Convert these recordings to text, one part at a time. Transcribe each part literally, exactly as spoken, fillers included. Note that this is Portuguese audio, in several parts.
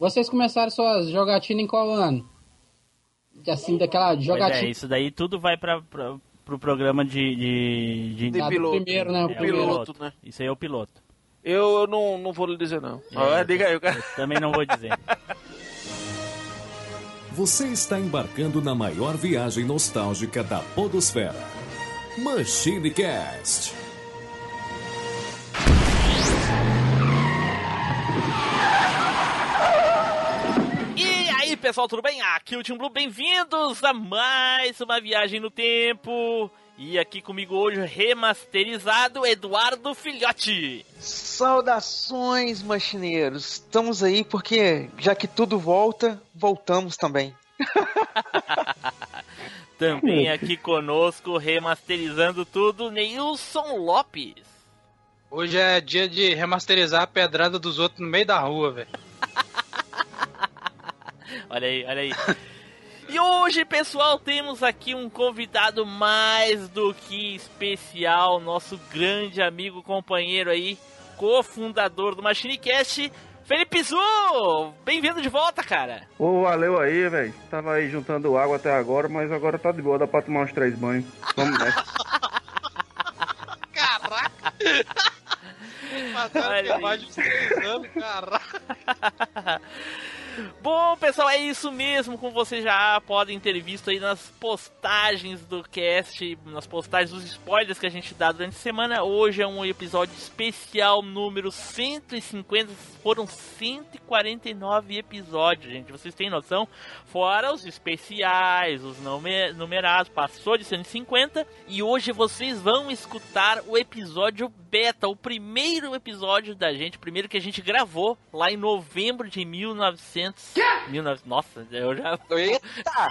Vocês começaram suas jogatinas em qual ano? Assim, daquela jogatina... Pois é, isso daí tudo vai pra, pra, pro programa de... De, de... de piloto. Primeiro, né? O é, primeiro. o piloto, né? Isso aí é o piloto. Eu, eu não, não vou lhe dizer, não. É, Ah, diga aí, o cara. Também não vou dizer. Você está embarcando na maior viagem nostálgica da podosfera. MachineCast. E aí, pessoal, tudo bem? Aqui é o Team Blue, bem-vindos a mais uma viagem no tempo. E aqui comigo hoje, remasterizado, Eduardo Filhote. Saudações, machineiros. Estamos aí porque, já que tudo volta, voltamos também. Também aqui conosco, remasterizando tudo, Neilson Lopes. Hoje é dia de remasterizar a pedrada dos outros no meio da rua, velho. Olha aí, olha aí. E hoje, pessoal, temos aqui um convidado mais do que especial, nosso grande amigo, companheiro aí, cofundador do MachineCast, Felipe Zu! Bem-vindo de volta, cara! Ô, oh, valeu aí, velho. Tava aí juntando água até agora, mas agora tá de boa, dá pra tomar uns três banhos. Vamos nessa. Caraca! Passaram mais de uns três anos, caraca! Bom, pessoal, é isso mesmo, como vocês já podem ter visto aí nas postagens do cast, nas postagens dos spoilers que a gente dá durante a semana. Hoje é um episódio especial número cento e cinquenta, foram cento e quarenta e nove episódios, gente, vocês têm noção? Fora os especiais, os numerados, passou de cento e cinquenta, e hoje vocês vão escutar o episódio beta, o primeiro episódio da gente, o primeiro que a gente gravou lá em novembro de mil e novecentos. dezenove... Nossa, eu já... Eita!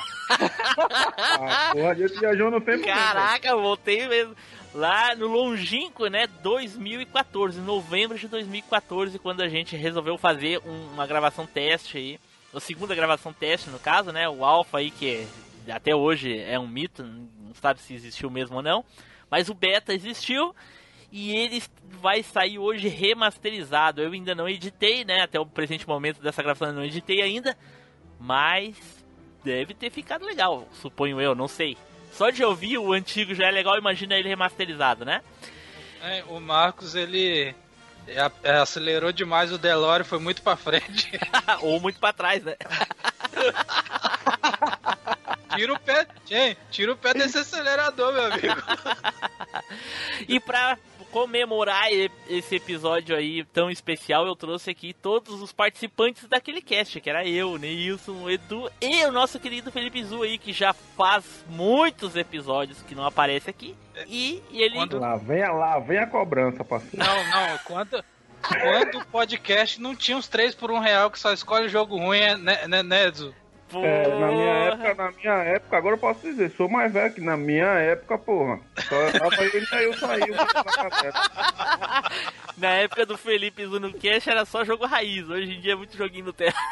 Ah, porra, a gente viajou no tempo. Caraca, eu voltei mesmo. Lá no longínquo, né, dois mil e quatorze, novembro de dois mil e quatorze, quando a gente resolveu fazer um, uma gravação teste aí. A segunda gravação teste, no caso, né, o Alpha aí, que até hoje é um mito, não sabe se existiu mesmo ou não. Mas o Beta existiu. E ele vai sair hoje remasterizado. Eu ainda não editei, né? Até o presente momento dessa gravação eu não editei ainda. Mas deve ter ficado legal, suponho eu, não sei. Só de ouvir o antigo já é legal, imagina ele remasterizado, né? É, o Marcos, ele acelerou demais o DeLorean, foi muito pra frente. Ou muito pra trás, né? Tira o pé, gente, tira o pé desse acelerador, meu amigo. E pra comemorar esse episódio aí tão especial, eu trouxe aqui todos os participantes daquele cast, que era eu, Neilson, o Edu e o nosso querido Felipe Zu aí, que já faz muitos episódios que não aparece aqui. E, e ele... Quando... Lá, vem a, lá vem a cobrança, parceiro. Não, não, quando... Quando o podcast não tinha uns três por um real que só escolhe jogo ruim, né, né, né Zu? É, na minha época, na minha época, agora eu posso dizer, sou mais velho que na minha época, porra. Só tava ele e eu saiu. Na época do Felipe Zu no Cash era só jogo raiz, hoje em dia é muito joguinho no terra.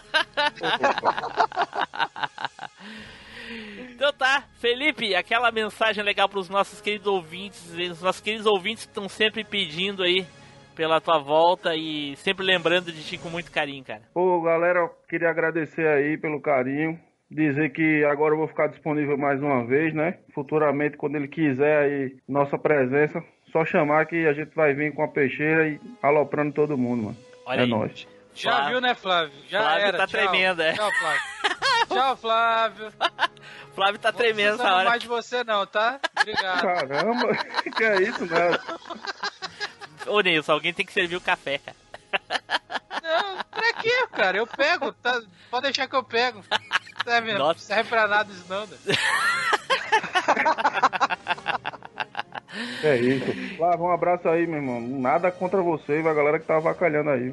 Então tá, Felipe, aquela mensagem legal pros nossos queridos ouvintes, os nossos queridos ouvintes que estão sempre pedindo aí pela tua volta e sempre lembrando de ti com muito carinho, cara. Pô, galera, eu queria agradecer aí pelo carinho, dizer que agora eu vou ficar disponível mais uma vez, né? Futuramente, quando ele quiser aí nossa presença, só chamar que a gente vai vir com a peixeira e aloprando todo mundo, mano. Olha é aí. Nóis. Já Flávio. viu, né, Flávio? Já Flávio era. tá Tchau. tremendo, é. Tchau, Flávio. Tchau, Flávio. Flávio tá Vou tremendo essa precisando hora. mais de você não, tá? Obrigado. Caramba, que é isso, né? Ô, Nilson, alguém tem que servir o café, cara. Não, pra quê, cara? Eu pego, tá? Pode deixar que eu pego. Serve, não Nossa. serve pra nada isso não, né? É isso. Flávio, um abraço aí, meu irmão. Nada contra você e a galera que tá avacalhando aí.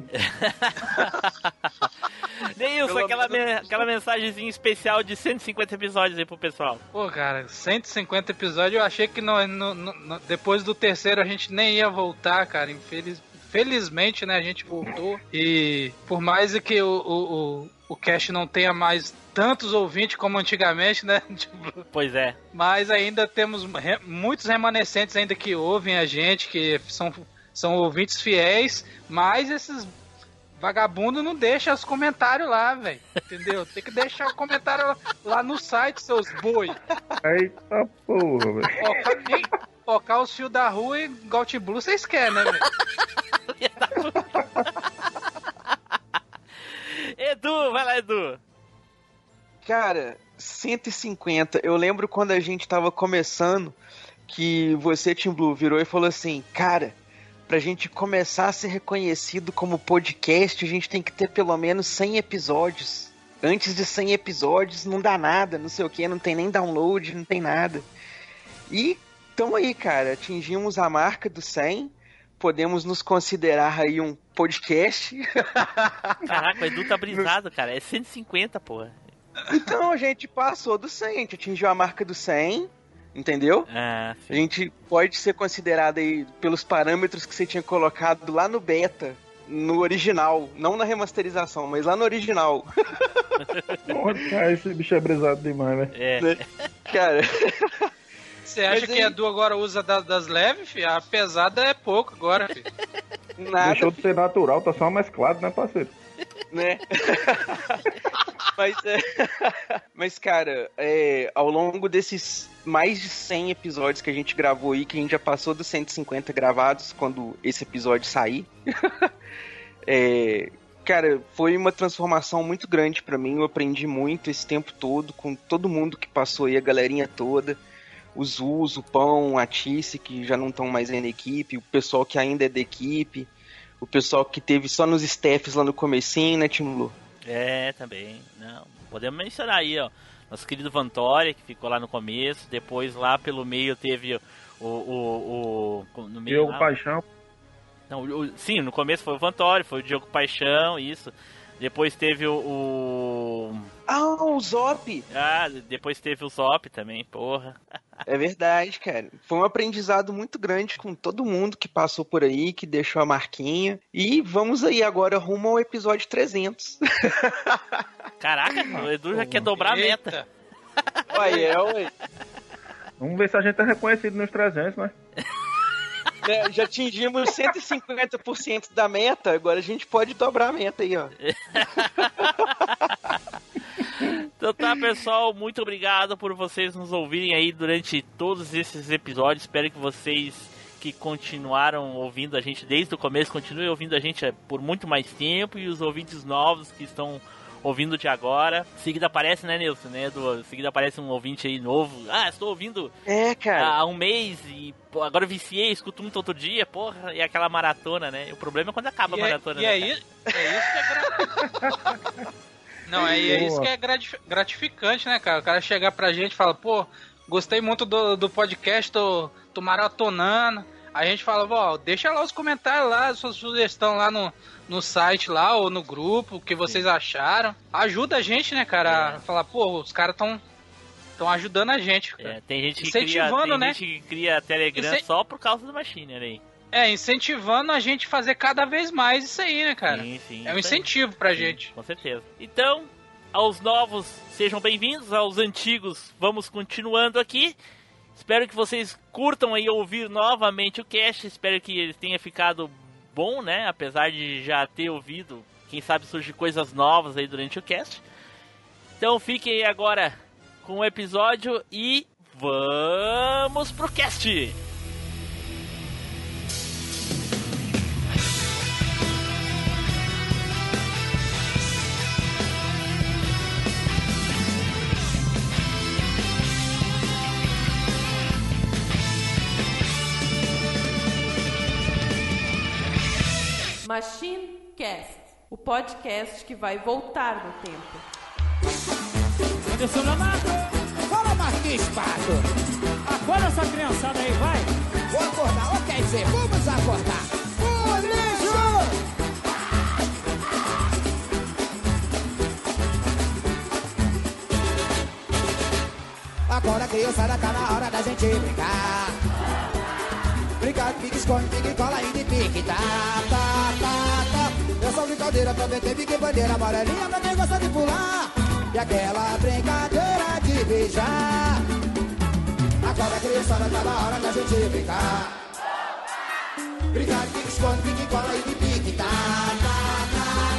Neilson, aquela, me, aquela mensagenzinha especial de cento e cinquenta episódios aí pro pessoal. Pô, cara, cento e cinquenta episódios, eu achei que no, no, no, depois do terceiro a gente nem ia voltar, cara. Infeliz, felizmente, né, a gente voltou. E por mais que o, o, o, o cast não tenha mais tantos ouvintes como antigamente, né? Tipo, pois é. Mas ainda temos re, muitos remanescentes ainda que ouvem a gente, que são, são ouvintes fiéis, mas esses vagabundo não deixa os comentários lá, velho. Entendeu? Tem que deixar o comentário lá, lá no site, seus boi. Eita porra, velho. Focar, nem, focar os fios da rua e Gaut Blue vocês querem, né, velho? Edu, vai lá, Edu. Cara, cento e cinquenta. Eu lembro quando a gente tava começando que você, Tim Blue, virou e falou assim: cara, pra gente começar a ser reconhecido como podcast, a gente tem que ter pelo menos cem episódios. Antes de cem episódios não dá nada, não sei o que, não tem nem download, não tem nada. E tamo aí, cara, atingimos a marca do cem. Podemos nos considerar aí um podcast. Caraca, o Edu tá brisado, cara. É cento e cinquenta, porra. Então a gente passou do cem, a gente atingiu a marca do cem, entendeu? Ah, a gente pode ser considerado aí pelos parâmetros que você tinha colocado lá no beta, no original, não na remasterização, mas lá no original. Nossa, cara, esse bicho é brisado demais, velho. É. Cara... Você acha Mas que aí... a Edu agora usa das, das leves, filho? A pesada é pouco agora, filho. Nada, deixou de ser natural, tá só mais claro, né, parceiro? Né? Mas, é... Mas, cara, é... ao longo desses mais de cem episódios que a gente gravou aí, que a gente já passou dos cento e cinquenta gravados quando esse episódio sair, é... cara, foi uma transformação muito grande pra mim. Eu aprendi muito esse tempo todo com todo mundo que passou aí, a galerinha toda. O Zuz, o Pão, a Tice, que já não estão mais aí na equipe, o pessoal que ainda é da equipe, o pessoal que teve só nos staffs lá no comecinho, né, Tim Lu? É, também. Não, podemos mencionar aí, ó. Nosso querido Vantória, que ficou lá no começo. Depois lá pelo meio teve o... o, o no meio Diogo lá, Paixão. Não, o, sim, no começo foi o Vantória, foi o Diogo Paixão, isso. Depois teve o... o... Ah, o Zop! Ah, depois teve o Zop também, porra. É verdade, cara. Foi um aprendizado muito grande com todo mundo que passou por aí, que deixou a marquinha. E vamos aí agora rumo ao episódio trezentos. Caraca, o Edu já quer dobrar a meta. Ué, é, ué. Vamos ver se a gente é reconhecido nos trezentos, né? É, já atingimos cento e cinquenta por cento da meta, agora a gente pode dobrar a meta aí, ó. Então tá, pessoal, muito obrigado por vocês nos ouvirem aí durante todos esses episódios. Espero que vocês que continuaram ouvindo a gente desde o começo continuem ouvindo a gente por muito mais tempo, e os ouvintes novos que estão ouvindo de agora. Seguida aparece, né, Nilson, né? Do, seguida aparece um ouvinte aí novo. Ah, estou ouvindo é, cara. há um mês e pô, agora eu viciei, escuto muito outro dia, porra, e aquela maratona, né? O problema é quando acaba e a maratona. É, e né, é, isso, é isso que é gra... Não, é, é isso que é gratificante, né, cara? O cara chegar pra gente e fala, pô, gostei muito do, do podcast, tô, tô maratonando. A gente fala, ó, deixa lá os comentários lá, sua sugestão lá no, no site lá, ou no grupo, o que vocês Sim. acharam. Ajuda a gente, né, cara, é. a falar, pô, os caras tão, tão ajudando a gente, cara. É, tem gente que incentivando, cria, tem né? gente que cria Telegram Incent... só por causa do Machine, aí. É, incentivando a gente fazer cada vez mais isso aí, né, cara? Sim, sim, é um incentivo pra sim, gente. Com certeza. Então, aos novos, sejam bem-vindos. Aos antigos, vamos continuando aqui. Espero que vocês curtam aí ouvir novamente o cast. Espero que ele tenha ficado bom, né? Apesar de já ter ouvido, quem sabe surgir coisas novas aí durante o cast. Então fiquem aí agora com o episódio e vamos pro cast! Machine Cast, o podcast que vai voltar no tempo. Anderson Leonardo, fala Marquinhos Pato. Acorda essa criançada aí, vai. Vou acordar, ou quer dizer, vamos acordar. O lixo! Agora criançada, tá na hora da gente brincar. Brincar de pique, esconde, pique, cola e de pique, tá, tá, tá, tá. Essa brincadeira pra ver, tem pique, bandeira amarelinha pra quem gosta de pular. E aquela brincadeira de beijar. Agora a criançada tá na hora da gente brincar. Brincar de pique, esconde, pique, cola e de pique, tá, tá, tá.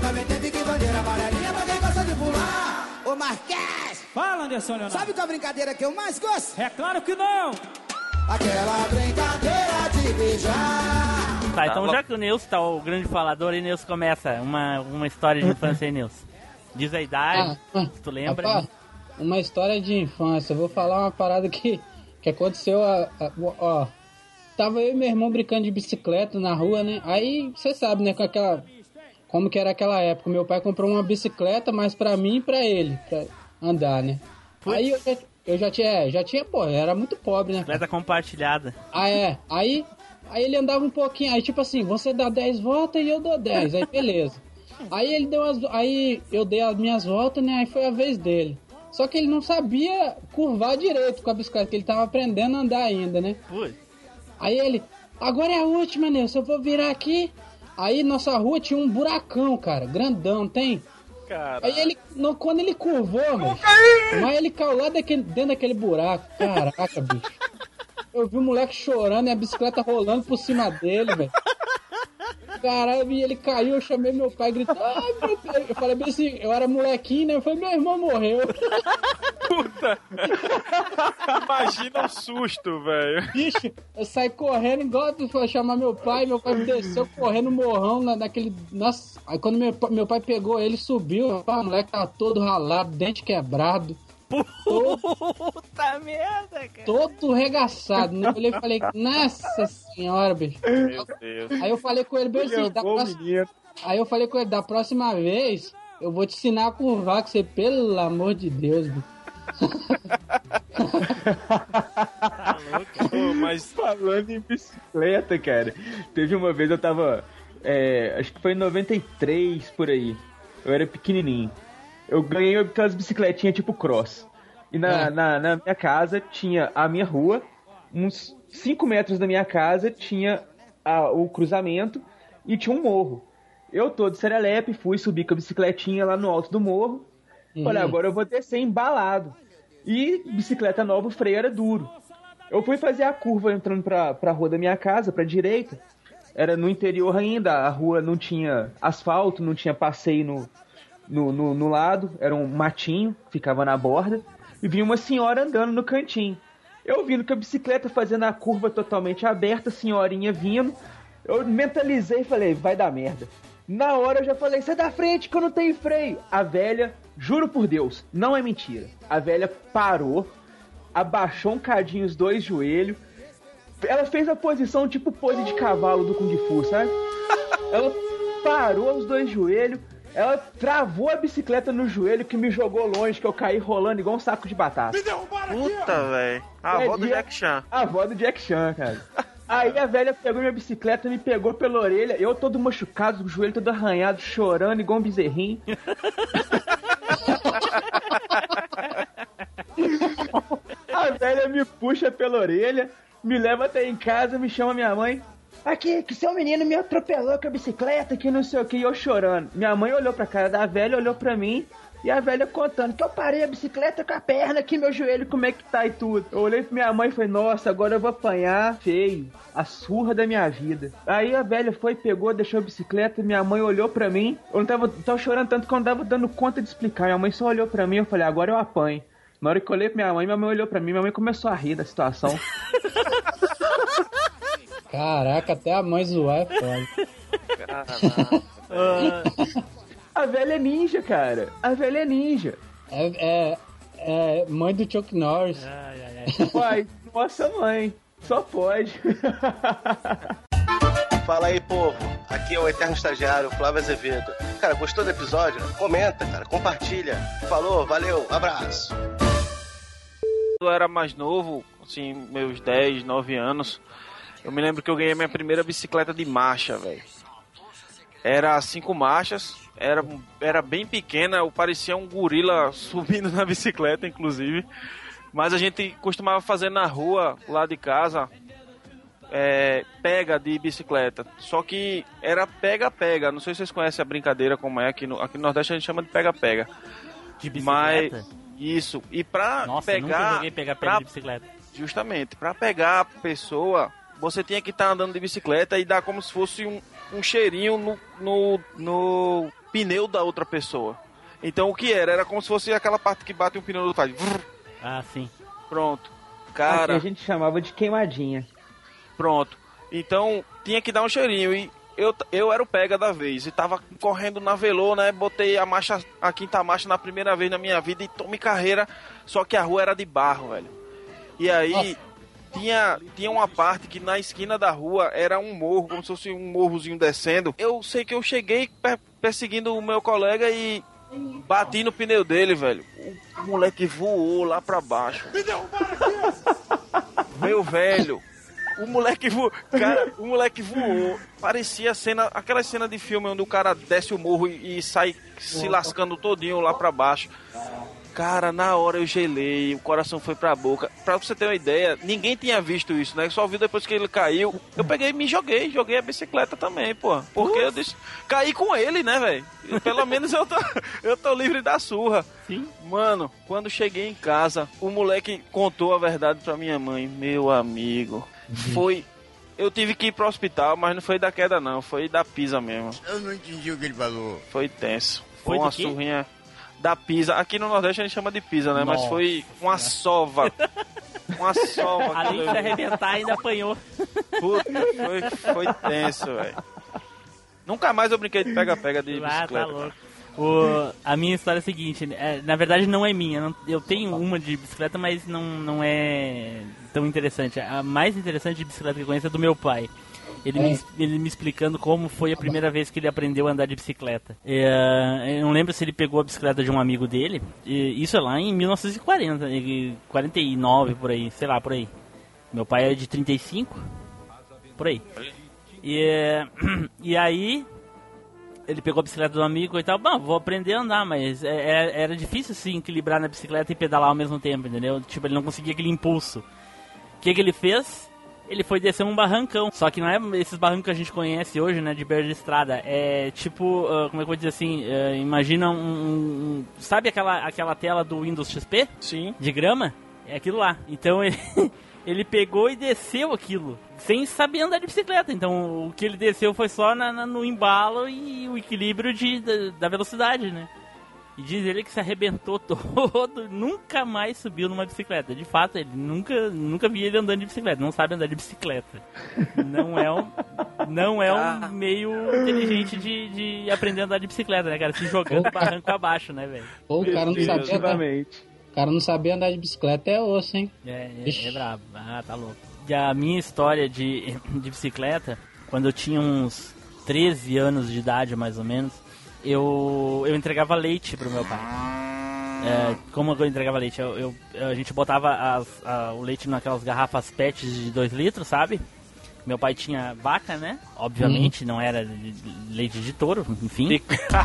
pra meter pique bandeira amarelinha pra quem gosta de pular. Ô Marquês! Fala, Anderson Leonardo. Sabe qual a brincadeira que eu mais gosto? É claro que não! Aquela brincadeira de beijar. Tá, então já que o Nilson tá o grande falador, aí Nilson começa uma, uma história de infância aí, Nilson. Diz a idade, ah, se tu lembra. Rapaz, uma história de infância. Eu vou falar uma parada que, que aconteceu, ó, ó. Tava eu e meu irmão brincando de bicicleta na rua, né? Aí, você sabe, né, com aquela... Como que era aquela época. Meu pai comprou uma bicicleta, mas pra mim e pra ele, pra andar, né? Putz. Aí eu já, eu já tinha, já tinha, pô, eu era muito pobre, né? Bicicleta compartilhada. Ah, é. Aí, aí ele andava um pouquinho, aí tipo assim, você dá dez voltas e eu dou dez, aí beleza. Aí ele deu as, aí eu dei as minhas voltas, né? Aí foi a vez dele. Só que ele não sabia curvar direito com a bicicleta, que ele tava aprendendo a andar ainda, né? Ui. Aí ele, agora é a última, Nilson, eu vou virar aqui. Aí nossa rua tinha um buracão, cara, grandão, tem? Caralho. Aí ele, no, quando ele curvou, mano, mas ele caiu lá daquele, dentro daquele buraco. Caraca, bicho. Eu vi o moleque chorando e a bicicleta rolando por cima dele, velho. Caralho, e ele caiu, eu chamei meu pai, gritou, ai, meu pai. Eu falei bem assim, eu era molequinho, né? Eu falei, meu irmão morreu. Puta! Imagina o susto, velho. Bicho, eu saí correndo igual eu chamar meu pai, meu pai desceu correndo morrão na, naquele... Nossa, aí quando meu, meu pai pegou ele, subiu, o moleque tava todo ralado, dente quebrado. Todo, puta merda, cara. Todo regaçado, né? Eu olhei e falei, nossa senhora, bicho. Meu Deus. Aí eu falei com ele, bem assim, da próxima... Aí eu falei com ele, da próxima vez, eu vou te ensinar a curvar com você, pelo amor de Deus, bicho. Tá louco? Pô, mas falando em bicicleta, cara, teve uma vez eu tava, é, acho que foi em noventa e três, por aí. Eu era pequenininho. Eu ganhei aquelas bicicletinhas tipo cross. E na, é. na, na minha casa tinha a minha rua, uns cinco metros da minha casa tinha a, o cruzamento e tinha um morro. Eu todo serelepe fui subir com a bicicletinha lá no alto do morro. Uhum. Falei, agora eu vou descer embalado. E bicicleta nova, o freio era duro. Eu fui fazer a curva entrando pra, pra rua da minha casa, pra direita. Era no interior ainda, a rua não tinha asfalto, não tinha passeio no... No, no, no lado, era um matinho, ficava na borda, e vinha uma senhora andando no cantinho. Eu vindo com a bicicleta fazendo a curva totalmente aberta, a senhorinha vindo, eu mentalizei e falei, vai dar merda. Na hora eu já falei, sai da frente que eu não tenho freio. A velha, juro por Deus, não é mentira, a velha parou, abaixou um cadinho os dois joelhos, ela fez a posição tipo pose de cavalo do Kung Fu, sabe? Ela parou os dois joelhos, ela travou a bicicleta no joelho que me jogou longe, que eu caí rolando igual um saco de batata. Me derrubaram aqui! Puta, velho. A avó do Jack Chan. A avó do Jack Chan, cara. Aí a velha pegou minha bicicleta, me pegou pela orelha, eu todo machucado, o joelho todo arranhado, chorando igual um bezerrinho. A velha me puxa pela orelha, me leva até em casa, me chama minha mãe. Aqui, que seu menino me atropelou com a bicicleta, que não sei o que, e eu chorando. Minha mãe olhou pra cara da velha, olhou pra mim, e a velha contando que eu parei a bicicleta com a perna aqui, meu joelho, como é que tá e tudo. Eu olhei pra minha mãe e falei, nossa, agora eu vou apanhar feio, a surra da minha vida. Aí a velha foi, pegou, deixou a bicicleta, minha mãe olhou pra mim, eu não tava, tava chorando tanto que eu não tava dando conta de explicar. Minha mãe só olhou pra mim, eu falei, agora eu apanho. Na hora que eu olhei pra minha mãe, minha mãe olhou pra mim, minha mãe começou a rir da situação. Caraca, até a mãe zoar é foda. A velha é ninja, cara. A velha é ninja. É, é, é mãe do Chuck Norris. Ai, ai, ai. Pai, nossa mãe. Só pode. Fala aí, povo. Aqui é o Eterno Estagiário, Flávio Azevedo. Cara, gostou do episódio? Comenta, cara. Compartilha. Falou, valeu, abraço. Eu era mais novo, assim, meus dez, nove anos. Eu me lembro que eu ganhei minha primeira bicicleta de marcha, velho. Era cinco marchas, era, era bem pequena, eu parecia um gorila subindo na bicicleta, inclusive. Mas a gente costumava fazer na rua, lá de casa, é, pega de bicicleta. Só que era pega-pega, não sei se vocês conhecem a brincadeira como é, aqui no, aqui no Nordeste a gente chama de pega-pega. De bicicleta? Mas, isso, e pra Nossa, pegar... nunca joguei pega-pega pra, de bicicleta. Justamente, pra pegar a pessoa... Você tinha que estar tá andando de bicicleta e dar como se fosse um, um cheirinho no, no, no pneu da outra pessoa. Então o que era? Era como se fosse aquela parte que bate um pneu do faz. Ah, sim. Pronto. Cara, aqui a gente chamava de queimadinha. Pronto. Então tinha que dar um cheirinho e eu, eu era o pega da vez e tava correndo na velô, né? Botei a marcha, a quinta marcha na primeira vez na minha vida e tome carreira, só que a rua era de barro, velho. E aí tinha, tinha uma parte que na esquina da rua era um morro, como se fosse um morrozinho descendo. Eu sei que eu cheguei per- perseguindo o meu colega e bati no pneu dele, velho. O moleque voou lá pra baixo. Meu velho, o moleque voou. Cara, o moleque voou. Parecia cena, aquela cena de filme onde o cara desce o morro e, e sai se lascando todinho lá pra baixo. Cara, na hora eu gelei, o coração foi pra boca. Pra você ter uma ideia, ninguém tinha visto isso, né? Só viu depois que ele caiu. Eu peguei e me joguei, joguei a bicicleta também, pô. Porque eu disse, caí com ele, né, velho? Pelo menos eu tô, eu tô livre da surra. Sim. Mano, quando cheguei em casa, o moleque contou a verdade pra minha mãe. Meu amigo, foi... Eu tive que ir pro hospital, mas não foi da queda não, foi da pisa mesmo. Eu não entendi o que ele falou. Foi tenso. Foi Foi uma do quê? surrinha... Da pisa. Aqui no Nordeste a gente chama de pisa, né? Nossa. Mas foi uma sova. Uma sova. Além de arrebentar, ainda apanhou. Puta, foi, foi tenso, velho. Nunca mais eu brinquei de pega-pega de Ah, bicicleta. tá louco. O, a minha história é a seguinte, é, na verdade não é minha, não, eu tenho uma de bicicleta, mas não, não é tão interessante. A mais interessante de bicicleta que eu conheço é do meu pai. Ele, me, ele me explicando como foi a primeira vez que ele aprendeu a andar de bicicleta. É, eu não lembro se ele pegou a bicicleta de um amigo dele, e isso é lá em mil novecentos e quarenta, quarenta e nove, por aí, sei lá, por aí. Meu pai é de trinta e cinco, por aí. E, e aí... Ele pegou a bicicleta do amigo e tal, bom, vou aprender a andar, mas é, é, era difícil assim, equilibrar na bicicleta e pedalar ao mesmo tempo, entendeu? Tipo, ele não conseguia aquele impulso. O que que ele fez? Ele foi descer um barrancão, só que não é esses barrancos que a gente conhece hoje, né, de beira de estrada, é tipo, uh, como é que eu vou dizer assim, uh, imagina um, um, sabe aquela, aquela tela do Windows X P? Sim. De grama? É aquilo lá. Então ele... Ele pegou e desceu aquilo, sem saber andar de bicicleta. Então, o que ele desceu foi só na, na, no embalo e o equilíbrio de, da, da velocidade, né? E diz ele que se arrebentou todo, nunca mais subiu numa bicicleta. De fato, ele nunca, nunca vi ele andando de bicicleta, não sabe andar de bicicleta. Não é um, não é um meio inteligente de, de aprender a andar de bicicleta, né, cara? Se jogando barranco abaixo, né, velho? Ou o cara não sabia andar. O cara não sabia andar de bicicleta é osso, hein? É, é, é brabo. Ah, tá louco. E a minha história de, de bicicleta, quando eu tinha uns treze anos de idade, mais ou menos, eu, eu entregava leite pro meu pai. É, como eu entregava leite? Eu, eu, a gente botava as, a, o leite naquelas garrafas pet de dois litros, sabe? Meu pai tinha vaca, né? Obviamente, hum. não era leite de touro, enfim.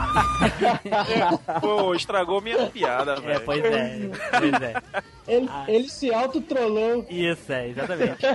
Pô, estragou minha piada, velho. É, pois é, pois é. Ele, ah. ele se auto-trollou. Isso, é, exatamente.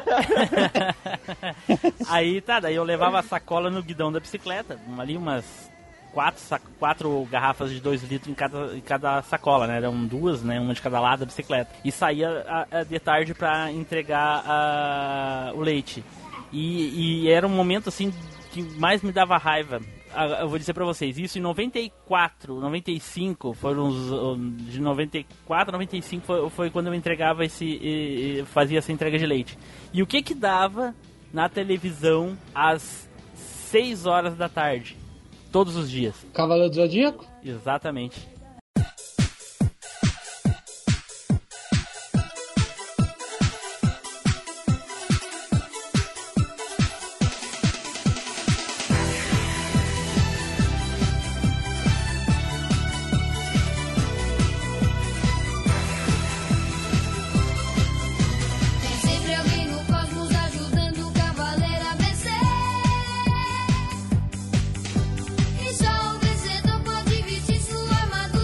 Aí, tá, daí eu levava a sacola no guidão da bicicleta, ali umas quatro, quatro garrafas de dois litros em cada, em cada sacola, né? Eram duas, né? Uma de cada lado da bicicleta. E saía a, a, de tarde pra entregar a, o leite. E, e era um momento assim que mais me dava raiva. Eu vou dizer pra vocês, isso em noventa e quatro, noventa e cinco, foram os, de noventa e quatro a noventa e cinco foi, foi quando eu entregava esse, e, e fazia essa entrega de leite. E o que que dava na televisão às seis horas da tarde, todos os dias? Cavaleiro do Zodíaco? Exatamente. Só o vencedor pode vestir sua armadura.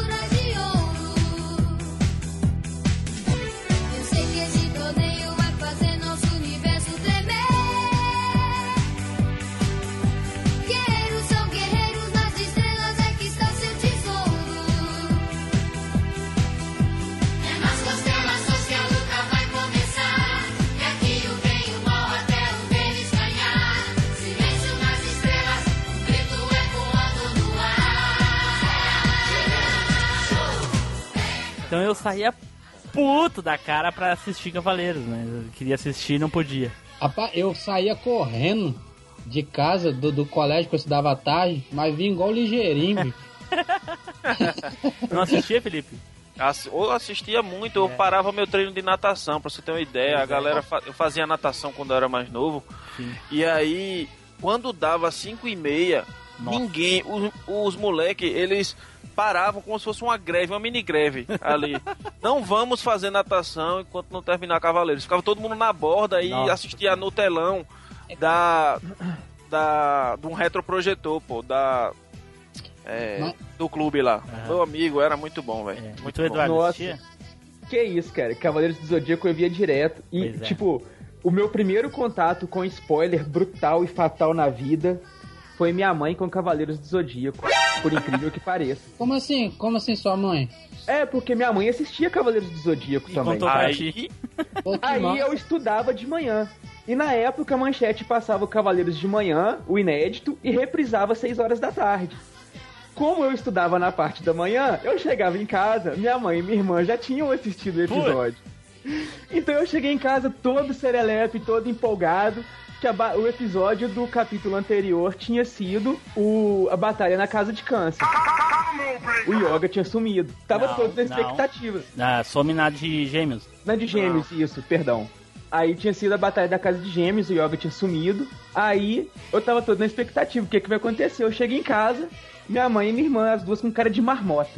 Então eu saía puto da cara pra assistir Cavaleiros, né? Eu queria assistir e não podia. Rapaz, eu saía correndo de casa, do, do colégio que eu estudava à tarde, mas vinha igual ligeirinho, bicho. Não assistia, Felipe? Assi- ou assistia muito, eu É. parava meu treino de natação, pra você ter uma ideia. Pois A é. galera, fa- eu fazia natação quando eu era mais novo. Sim. E aí, quando dava cinco e meia, Nossa. ninguém, os, os moleques, eles paravam como se fosse uma greve, uma mini greve ali. Não vamos fazer natação enquanto não terminar Cavaleiros. Ficava todo mundo na borda e Nossa. assistia no telão da, da, de um retroprojetor, pô, da... É, Mas- do clube lá. Aham. Meu amigo, era muito bom, velho. É. Muito Muito bom. Eduardo Nossa. assistia? Que isso, cara. Cavaleiros do Zodíaco eu via direto. E, Pois é. tipo, o meu primeiro contato com spoiler brutal e fatal na vida foi minha mãe com Cavaleiros do Zodíaco. Por incrível que pareça. Como assim? Como assim sua mãe? É, porque minha mãe assistia Cavaleiros do Zodíaco E também. contou pra Aí, ti. Pô, que Aí massa. eu estudava de manhã. E na época a Manchete passava o Cavaleiros de manhã, o inédito, e reprisava às seis horas da tarde. Como eu estudava na parte da manhã, eu chegava em casa, minha mãe e minha irmã já tinham assistido o episódio. Então eu cheguei em casa todo serelepe, todo empolgado, que a ba- o episódio do capítulo anterior tinha sido o, a batalha na casa de câncer. O Yoga tinha sumido. Tava Não, todo na não. expectativa. Ah, some na de Gêmeos. Na de Gêmeos, isso, perdão. Aí tinha sido a batalha da casa de Gêmeos, o Yoga tinha sumido. Aí eu tava todo na expectativa, o que que vai acontecer? Eu cheguei em casa, minha mãe e minha irmã, as duas com cara de marmota.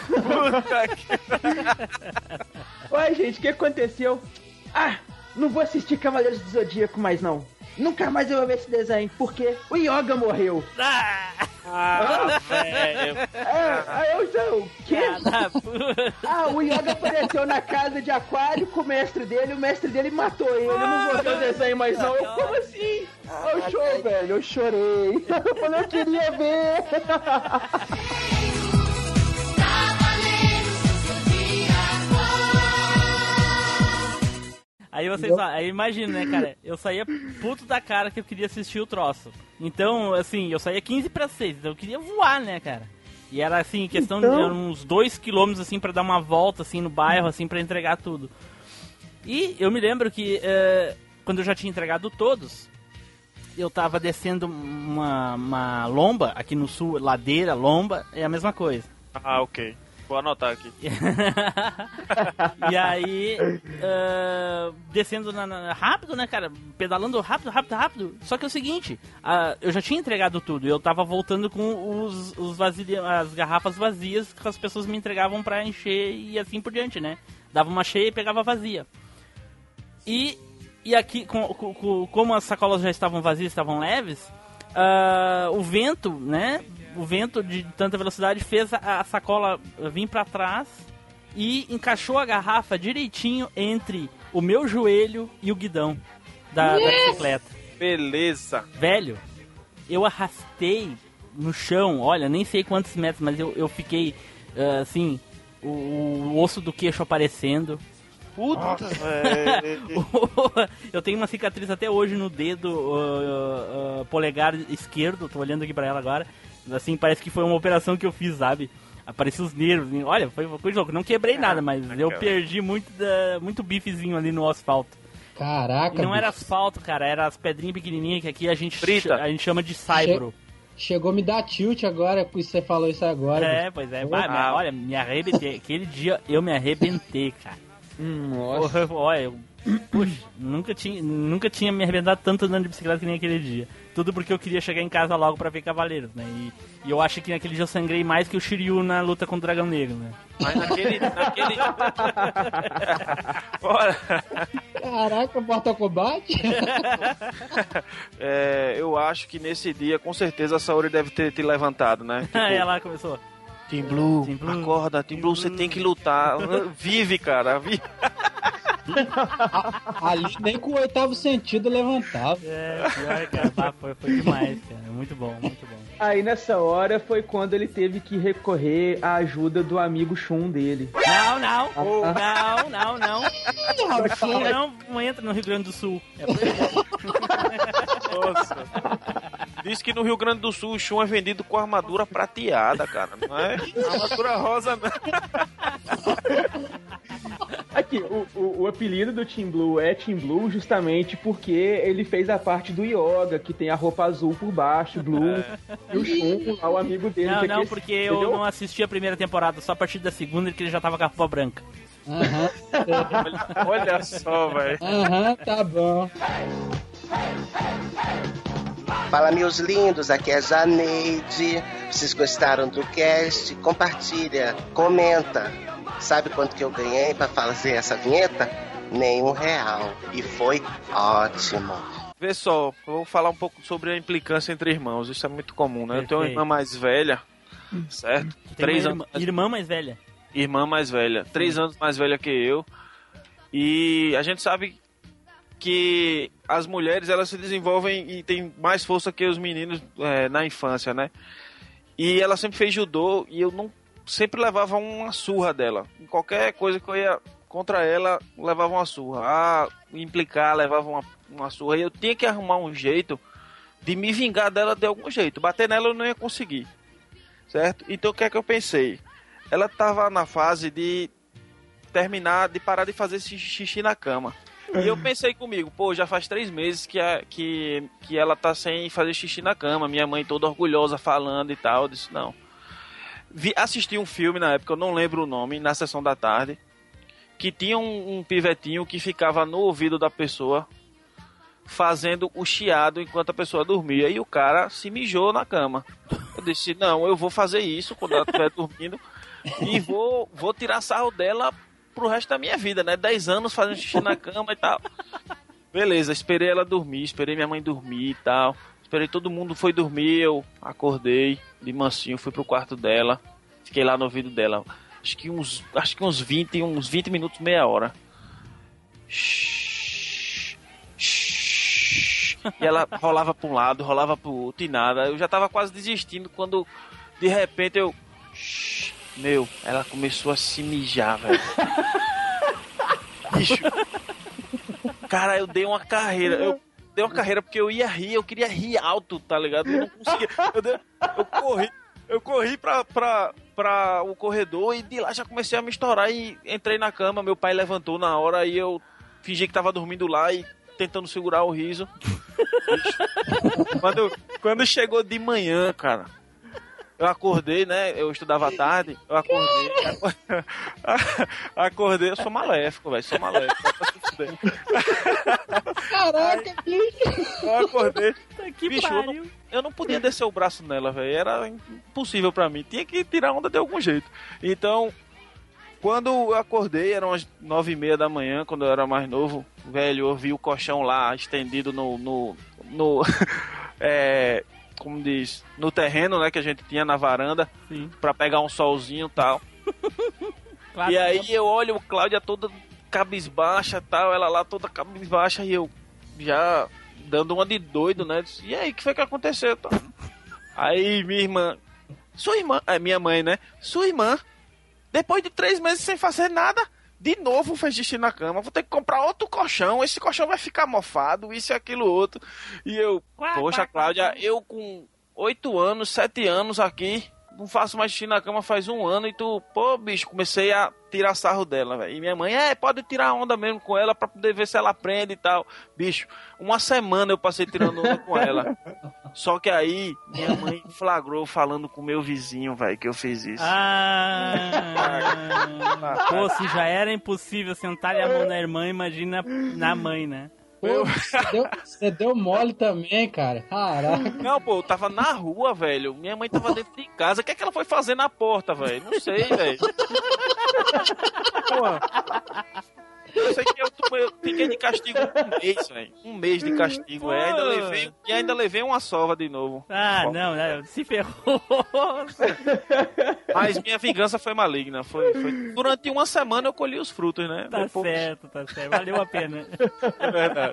Ué, gente, o que aconteceu? Ah, não vou assistir Cavaleiros do Zodíaco mais não. Nunca mais eu vou ver esse desenho, porque o Yoga morreu. Ah, velho. É, aí eu já, o quê? Ah, puta. Ah, o Yoga apareceu na casa de aquário com o mestre dele, o mestre dele matou ele. Eu não vou ver o desenho mais não. Eu, como assim? Eu chorei, velho, eu chorei. Eu falei, eu queria ver. Aí vocês, aí imagina, né, cara? Eu saía puto da cara que eu queria assistir o troço. Então, assim, eu saía quinze para seis, então eu queria voar, né, cara? E era assim, questão Então... de eram uns dois quilômetros, assim, pra dar uma volta, assim, no bairro, assim, pra entregar tudo. E eu me lembro que, eh, quando eu já tinha entregado todos, eu tava descendo uma, uma lomba, aqui no sul, ladeira, lomba, é a mesma coisa. Ah, ok. Vou anotar aqui. E aí, uh, descendo na, na, rápido, né, cara? Pedalando rápido, rápido, rápido. Só que é o seguinte, uh, eu já tinha entregado tudo. Eu tava voltando com os, os vasilha, as garrafas vazias que as pessoas me entregavam pra encher e assim por diante, né? Dava uma cheia e pegava vazia. E, e aqui, com, com, como as sacolas já estavam vazias, estavam leves, uh, o vento, né? O vento de tanta velocidade fez a, a sacola vir pra trás e encaixou a garrafa direitinho entre o meu joelho e o guidão da, Yes! da bicicleta. Beleza. Velho, eu arrastei no chão, olha, nem sei quantos metros, mas eu, eu fiquei, uh, assim, o, o osso do queixo aparecendo. Puta, velho. Eu tenho uma cicatriz até hoje no dedo uh, uh, polegar esquerdo, tô olhando aqui pra ela agora. Assim, parece que foi uma operação que eu fiz, sabe? Apareceu os nervos. Olha, foi uma coisa louca. Não quebrei nada, mas eu perdi muito, da, muito bifezinho ali no asfalto. Caraca, E não bicho. era asfalto, cara. Era as pedrinhas pequenininhas que aqui a gente, Brita. a gente chama de saibro. Che- Chegou a me dar tilt agora, por isso você falou isso agora. É, bicho. pois é. Ah. Bah, me- olha, me arrebentei. Aquele dia eu me arrebentei, cara. Nossa. Porra, olha, eu, puxa, nunca tinha, nunca tinha me arrebentado tanto andando de bicicleta que nem aquele dia. Tudo porque eu queria chegar em casa logo pra ver Cavaleiros, né? E, e eu acho que naquele dia eu sangrei mais que o Shiryu na luta contra o Dragão Negro, né? Mas naquele... naquele... Bora. Caraca, Mortal Kombat? É, eu acho que nesse dia, com certeza, a Saori deve ter te levantado, né? Tipo, Aí ela começou. Team Blue, Team Blue, acorda, Team Blue, você tem que lutar. Vive, cara, vive. Ali nem com o oitavo sentido levantava. É, pior, cara, bah, foi, foi demais, cara. Muito bom, muito bom. Aí nessa hora foi quando ele teve que recorrer à ajuda do amigo Shun dele. Não, não, Ah, não, não, não. O Shun não, não entra no Rio Grande do Sul. É Nossa. Diz que no Rio Grande do Sul o Shun é vendido com armadura prateada, cara. Não é armadura rosa, não. assim, o, o, o apelido do Team Blue é Team Blue justamente porque ele fez a parte do Yoga, que tem a roupa azul por baixo, Blue, é. e o Shun, lá, o amigo dele. Não, que não, aqui, porque eu entendeu? não assisti a primeira temporada, só a partir da segunda, que ele já tava com a roupa branca. Aham. Olha, olha só, velho. Aham, tá bom. Fala, meus lindos, aqui é a Janeide. Vocês gostaram do cast? Compartilha, comenta. Sabe quanto que eu ganhei pra fazer essa vinheta? Nenhum real. E foi ótimo. Vê só, eu vou falar um pouco sobre a implicância entre irmãos. Isso é muito comum, né? Eu tenho uma irmã mais velha, certo? Tem Três uma anos. irmã, irmã mais velha. Irmã mais velha. Três anos mais velha que eu. E a gente sabe que as mulheres, elas se desenvolvem e têm mais força que os meninos é, na infância, né? E ela sempre fez judô e eu não sempre levava uma surra dela. Em qualquer coisa que eu ia contra ela, levava uma surra. Ah, implicar, levava uma, uma surra. E eu tinha que arrumar um jeito de me vingar dela de algum jeito. Bater nela eu não ia conseguir, certo? Então o que é que eu pensei? Ela estava na fase de terminar, de parar de fazer xixi na cama. E eu pensei comigo, pô, já faz três meses que, a, que, que ela tá sem fazer xixi na cama. Minha mãe toda orgulhosa falando e tal. Eu disse, não. Vi, assisti um filme na época, eu não lembro o nome, na sessão da tarde, que tinha um, um pivetinho que ficava no ouvido da pessoa fazendo o chiado enquanto a pessoa dormia. E o cara se mijou na cama. Eu disse, não, eu vou fazer isso quando ela estiver dormindo e vou, vou tirar sarro dela pro resto da minha vida, né? Dez anos fazendo xixi na cama e tal. Beleza, esperei ela dormir, esperei minha mãe dormir e tal. Esperei todo mundo foi dormir, eu acordei de mansinho, fui pro quarto dela, fiquei lá no ouvido dela. Acho que uns, acho que uns vinte, uns vinte minutos, meia hora. Shhh, shhh. E ela rolava pra um lado, rolava pro outro e nada. Eu já tava quase desistindo quando de repente eu... Shhh. Meu, ela começou a se mijar, velho. Bicho. Cara, eu dei uma carreira. Eu dei uma carreira porque eu ia rir, eu queria rir alto, tá ligado? Eu não conseguia. Eu, dei, eu corri, eu corri pra, pra, pra o corredor e de lá já comecei a me estourar e entrei na cama. Meu pai levantou na hora e eu fingi que tava dormindo lá e tentando segurar o riso. Bicho. Quando, quando chegou de manhã, cara. Eu acordei, né? Eu estudava à tarde. Eu acordei. Acordei. Eu sou maléfico, velho. Sou maléfico. Caraca, bicho. Eu acordei. Que bicho, eu não, eu não podia descer o braço nela, velho. Era impossível pra mim. Tinha que tirar onda de algum jeito. Então, quando eu acordei, eram as nove e meia da manhã, quando eu era mais novo. Velho, eu vi o colchão lá estendido no... no, no é... como diz, no terreno, né, que a gente tinha na varanda. Sim. Pra pegar um solzinho e tal. Claro, e aí eu olho o Cláudia toda cabisbaixa e tal, ela lá toda cabisbaixa e eu já dando uma de doido, né? Disse, e aí, o que foi que aconteceu? Tá? Aí minha irmã, sua irmã, é minha mãe, né? Sua irmã, depois de três meses sem fazer nada, de novo fez xixi na cama, vou ter que comprar outro colchão, esse colchão vai ficar mofado, isso e aquilo outro. E eu, poxa, Cláudia, eu com oito anos, sete anos aqui, não faço mais xixi na cama faz um ano e tu, pô, bicho, comecei a tirar sarro dela, velho. E minha mãe, é, pode tirar onda mesmo com ela pra poder ver se ela aprende e tal. Bicho, uma semana eu passei tirando onda com ela. Só que aí, minha mãe flagrou falando com o meu vizinho, velho, que eu fiz isso. Ah, pô, se já era impossível sentar a mão na irmã, imagina na mãe, né? Pô, você deu, você deu mole também, cara. Caraca. Não, pô, eu tava na rua, velho. Minha mãe tava dentro de casa. O que é que ela foi fazer na porta, velho? Não sei, velho. Eu sei que eu, eu fiquei de castigo um mês, velho. Um mês de castigo, é. Ainda levei, e ainda levei uma sova de novo. Ah, Pô. não, não, se ferrou. Mas minha vingança foi maligna. Foi, foi... Durante uma semana eu colhi os frutos, né? Tá Depois... certo, tá certo. Valeu a pena. É verdade.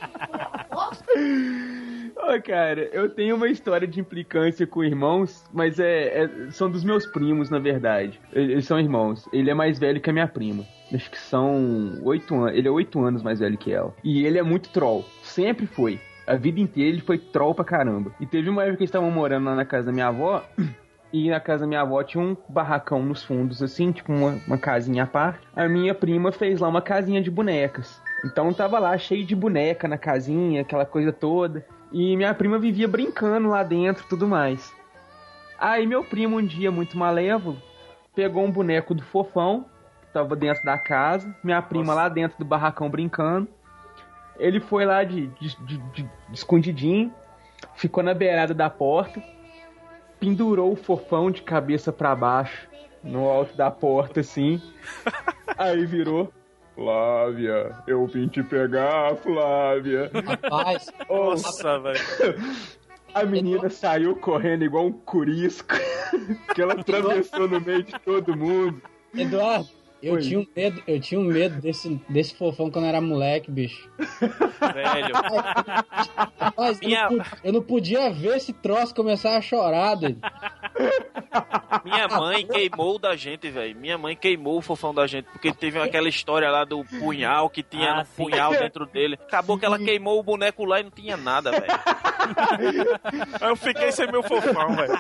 Ô, oh, cara, eu tenho uma história de implicância com irmãos, mas é, é, são dos meus primos, na verdade. Eles são irmãos. Ele é mais velho que a minha prima. Acho que são oito anos. Ele é oito anos mais velho que ela. E ele é muito troll. Sempre foi. A vida inteira ele foi troll pra caramba. E teve uma época que eles estavam morando lá na casa da minha avó. E na casa da minha avó tinha um barracão nos fundos, assim, tipo uma, uma casinha à parte. A minha prima fez lá uma casinha de bonecas. Então tava lá cheio de boneca na casinha, aquela coisa toda. E minha prima vivia brincando lá dentro e tudo mais. Aí meu primo, um dia muito malévolo, pegou um boneco do Fofão, que tava dentro da casa. Minha prima Nossa. lá dentro do barracão brincando. Ele foi lá de, de, de, de escondidinho, ficou na beirada da porta, pendurou o Fofão de cabeça pra baixo, no alto da porta, assim. Aí virou: Flávia, eu vim te pegar, Flávia. Rapaz, nossa, velho. A menina saiu correndo igual um curisco, que ela atravessou no meio de todo mundo. Eduardo, eu tinha um medo, eu tinha um medo desse, desse Fofão quando eu era moleque, bicho. Velho. Rapaz, Minha... eu, não podia, eu não podia ver esse troço começar a chorar, doido. Minha mãe queimou da gente, velho. Minha mãe queimou o Fofão da gente, porque teve aquela história lá do punhal, que tinha ah, um punhal dentro dele. Acabou que ela queimou o boneco lá e não tinha nada, velho. Aí eu fiquei sem meu Fofão, velho.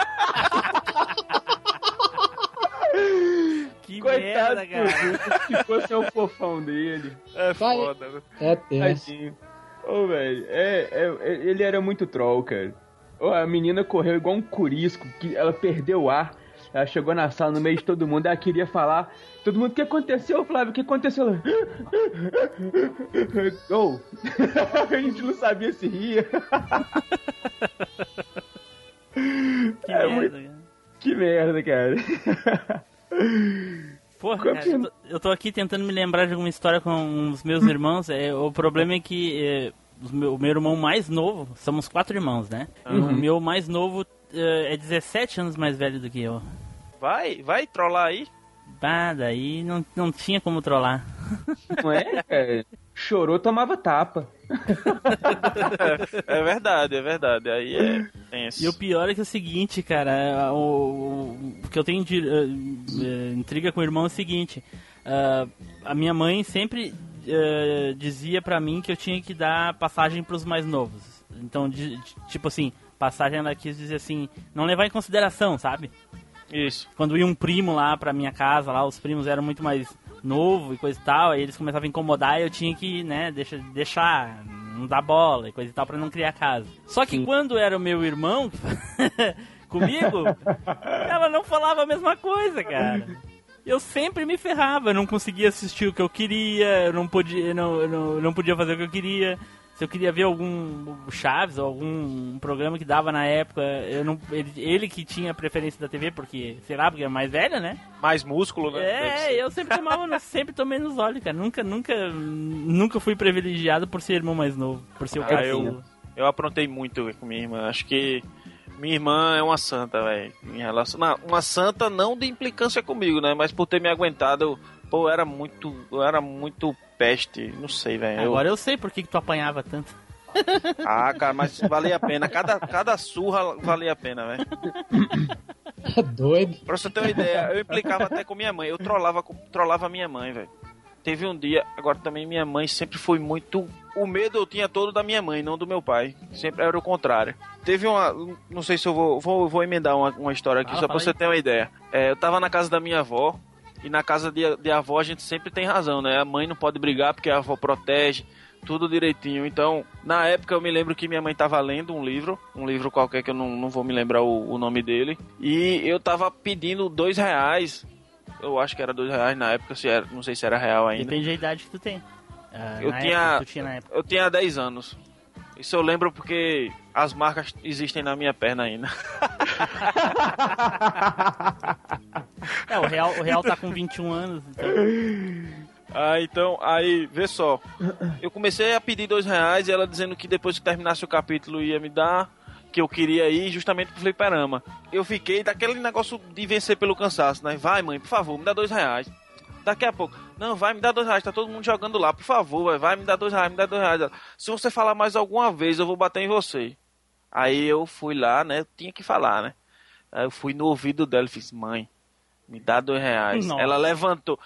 Que coitado, merda, cara. Se fosse o Fofão dele. É foda, velho. É tenso. Ô, velho, é, é, ele era muito troll, cara. Oh, a menina correu igual um curisco, que ela perdeu o ar. Ela chegou na sala no meio de todo mundo, ela queria falar. Todo mundo: o que aconteceu, Flávio? O que aconteceu? Oh. A gente não sabia se ria. Que é merda, muito... cara. Que merda, cara. Porra, cara, eu tô, eu tô aqui tentando me lembrar de alguma história com os meus irmãos. É, o problema é que é, o, meu, o meu irmão mais novo, somos quatro irmãos, né? Uhum. O meu mais novo é, é dezessete anos mais velho do que eu. Vai, vai trollar aí? Bah, daí não, não tinha como trollar. Não é, cara? Chorou, tomava tapa. É verdade, é verdade. Aí é tenso. E o pior é que é o seguinte, cara, o, o que eu tenho de uh, uh, intriga com o irmão é o seguinte: uh, a minha mãe sempre uh, dizia pra mim que eu tinha que dar passagem pros mais novos. Então, de, de, tipo assim, passagem ela quis dizer assim, não levar em consideração, sabe? Isso. Quando ia um primo lá pra minha casa, lá os primos eram muito mais novo e coisa e tal, aí eles começavam a incomodar e eu tinha que, né, deixa, deixar, não dar bola e coisa e tal pra não criar casa. Só que Sim. quando era o meu irmão comigo, ela não falava a mesma coisa, cara. Eu sempre me ferrava, eu não conseguia assistir o que eu queria, eu não podia, eu não, eu não, eu não podia fazer o que eu queria. Se eu queria ver algum Chaves ou algum programa que dava na época, eu não, ele, ele que tinha preferência da T V, porque, sei lá, porque é mais velho, né? Mais músculo, né? É, eu sempre tomava, sempre tomei nos olhos, cara. Nunca, nunca, nunca fui privilegiado por ser irmão mais novo, por ser o ah, eu, eu aprontei muito com minha irmã. Acho que minha irmã é uma santa, velho. Em relação, não, uma santa não de implicância comigo, né? Mas por ter me aguentado, pô, eu era muito, eu era muito peste, não sei, velho. Agora eu... eu sei por que, que tu apanhava tanto. Ah, cara, mas valia a pena. Cada, cada surra valia a pena, velho. Tá doido. Pra você ter uma ideia, eu implicava até com minha mãe. Eu trollava, trollava minha mãe, velho. Teve um dia, agora também minha mãe sempre foi muito... O medo eu tinha todo da minha mãe, não do meu pai. Sempre era o contrário. Teve uma... Não sei se eu vou... Vou, vou emendar uma, uma história aqui, ah, só pra você aí. ter uma ideia. É, eu tava na casa da minha avó. E na casa de, de avó a gente sempre tem razão, né? A mãe não pode brigar porque a avó protege, tudo direitinho. Então, na época eu me lembro que minha mãe tava lendo um livro, um livro qualquer que eu não, não vou me lembrar o, o nome dele. E eu tava pedindo dois reais. Eu acho que era dois reais na época, se era, não sei se era real ainda. Depende da idade que tu tem. Uh, eu, tinha, época, tu tinha na época. eu tinha dez anos. Isso eu lembro porque as marcas existem na minha perna ainda. É, o Real, o Real tá com vinte e um anos. Então... Ah, então, aí, vê só. Eu comecei a pedir dois reais e ela dizendo que depois que terminasse o capítulo ia me dar, que eu queria ir justamente pro fliperama. Eu fiquei daquele negócio de vencer pelo cansaço, né? Vai, mãe, por favor, me dá dois reais. Daqui a pouco, não, vai, me dá dois reais, tá todo mundo jogando lá, por favor, vai, me dá dois reais, me dá dois reais. Se você falar mais alguma vez, eu vou bater em você. Aí eu fui lá, né, eu tinha que falar, né. Aí eu fui no ouvido dela e fiz, mãe, me dá dois reais. Nossa. Ela levantou.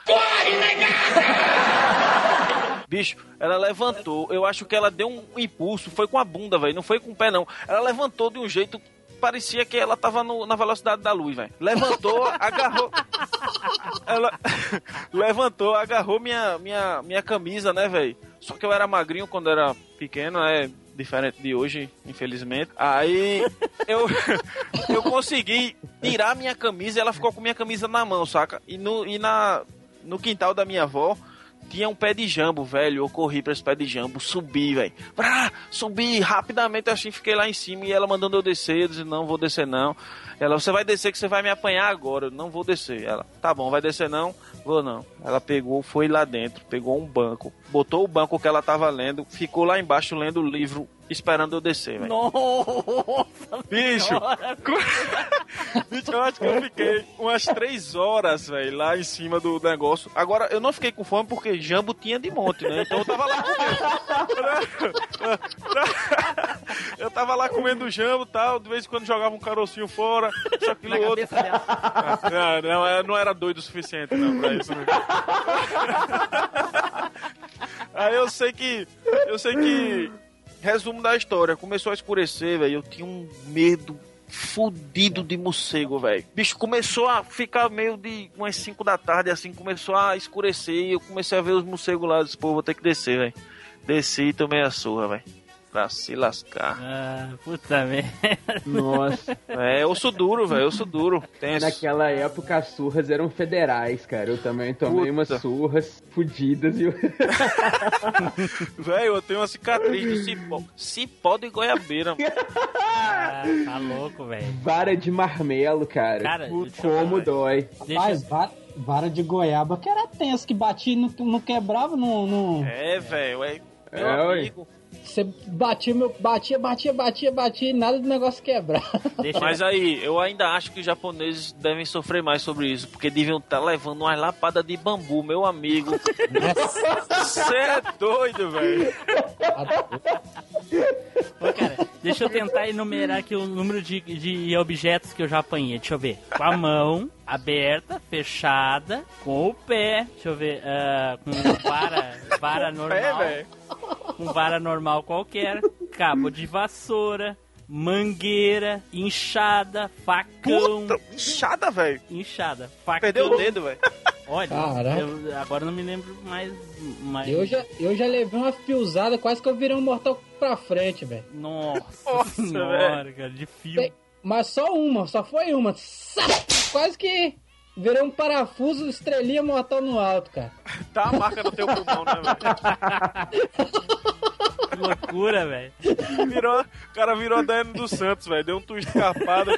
Bicho, ela levantou, eu acho que ela deu um impulso, foi com a bunda, velho, não foi com o pé não. Ela levantou de um jeito parecia que ela tava no, na velocidade da luz, velho. Levantou, agarrou... Ela levantou, agarrou minha, minha, minha camisa, né, velho? Só que eu era magrinho quando era pequeno, é diferente de hoje, infelizmente. Aí eu, eu consegui tirar minha camisa e ela ficou com minha camisa na mão, saca? E no, e na, no quintal da minha avó tinha um pé de jambo, velho. Eu corri pra esse pé de jambo, subi, velho. Subi rapidamente, assim, fiquei lá em cima e ela mandando eu descer. Eu disse, não, vou descer não. Ela, você vai descer que você vai me apanhar agora. Eu, não vou descer. Ela, tá bom, vai descer não? Vou não. Ela pegou, foi lá dentro, pegou um banco, botou o banco que ela tava lendo, ficou lá embaixo lendo o livro, esperando eu descer, velho. Nossa, bicho! Bicho, eu acho que eu fiquei umas três horas, velho, lá em cima do negócio. Agora, eu não fiquei com fome porque jambo tinha de monte, né? Então eu tava lá comendo. Eu tava lá comendo jambo e tal, de vez em quando jogava um carocinho fora, só que no outro... Não, não, não era doido o suficiente, não, pra isso, né? Aí eu sei que... Eu sei que... Resumo da história, começou a escurecer, velho. Eu tinha um medo fudido de morcego, velho. Bicho, começou a ficar meio de umas cinco da tarde, assim, começou a escurecer e eu comecei a ver os morcegos lá. Eu disse, pô, vou ter que descer, velho. Desci e tomei a surra, velho. Pra se lascar. Ah, puta merda. Nossa. É, osso duro, velho, osso duro. Tenso. Naquela época as surras eram federais, cara. Eu também tomei Puta. umas surras fudidas e... Velho, eu tenho uma cicatriz de cipó. Cipó de goiabeira. Ah, tá louco, velho. Vara de marmelo, cara. Cara, como eu... dói. Rapaz, vara, vara de goiaba que era tenso, que batia e não, não quebrava no... no... É, velho, é... Meu é, amigo... Você batia, meu, batia, batia, batia, batia e nada do negócio quebrar. Mas aí, eu ainda acho que os japoneses devem sofrer mais sobre isso, porque deviam estar tá levando uma lapada de bambu, meu amigo. Você é doido, velho. Ô, cara, deixa eu tentar enumerar aqui o número de, de objetos que eu já apanhei. Deixa eu ver. Com a mão aberta, fechada, com o pé. Deixa eu ver. Uh, com vara, vara normal. É, com vara normal qualquer. Cabo de vassoura. Mangueira, inchada, facão. Puta, inchada, velho. Inchada, facão. Perdeu o dedo, velho. Olha, eu, agora não me lembro mais. mais... Eu, já, eu já levei uma fiozada, quase que eu virei um mortal pra frente, velho. Nossa, Nossa senhora, véio. cara, de fio. Mas só uma, só foi uma. Quase que virei um parafuso, estrelinha mortal no alto, cara. Tá a marca no teu pulmão, né, velho? Que loucura, velho. Virou, o cara virou a Daiane dos Santos, velho. Deu um twist escapado.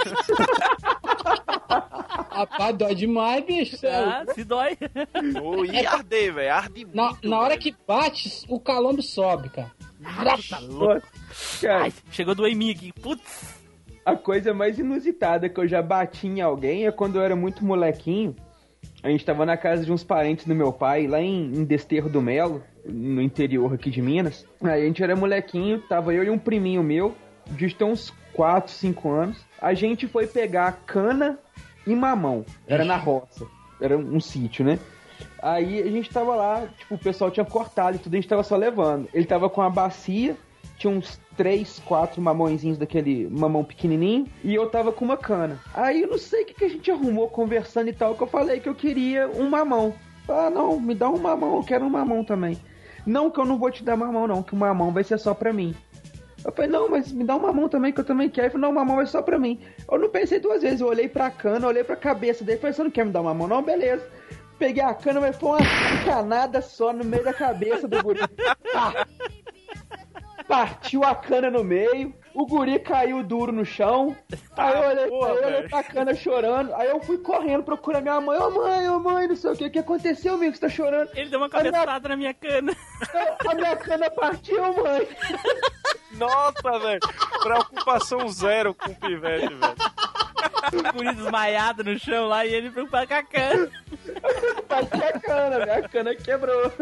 Rapaz, dói demais, bicho. Ah, se dói. Oh, e arder, velho. Arde muito. Na, na hora que bate, o calombo sobe, cara. Ah, tá louco. Cara, Ai, chegou do Emi aqui. Putz. A coisa mais inusitada que eu já bati em alguém é quando eu era muito molequinho. A gente tava na casa de uns parentes do meu pai, lá em, em Desterro do Melo, no interior aqui de Minas. Aí a gente era molequinho, tava eu e um priminho meu, de ter uns quatro, cinco anos. A gente foi pegar cana e mamão. Era na roça, era um, um sítio, né? Aí a gente tava lá, tipo, o pessoal tinha cortado e tudo, a gente tava só levando. Ele tava com a bacia, tinha uns três, quatro mamãozinhos daquele mamão pequenininho, e eu tava com uma cana. Aí eu não sei o que, que a gente arrumou conversando e tal, que eu falei que eu queria um mamão. Ah, não, me dá um mamão, eu quero um mamão também. Não, que eu não vou te dar mamão não, que o mamão vai ser só pra mim. Eu falei, não, mas me dá um mamão também, que eu também quero. Ele falou, não, o mamão vai ser só pra mim. Eu não pensei duas vezes, eu olhei pra cana, olhei pra cabeça dele, falei, você não quer me dar um mamão não? Beleza. Peguei a cana, mas foi uma canada só no meio da cabeça do guri. Ah! Partiu a cana no meio, o guri caiu duro no chão. Aí eu olhei, Porra, aí eu olhei pra cana chorando. Aí eu fui correndo procurar minha mãe. Ô oh, mãe, ô oh, mãe, não sei o que. O que aconteceu, amigo? Você tá chorando? Ele deu uma cabeçada minha... na minha cana. A minha cana partiu, mãe. Nossa, velho. Preocupação zero com o pivete, velho. O guri desmaiado no chão lá e ele preocupado com a cana. Partiu a cana, minha cana quebrou.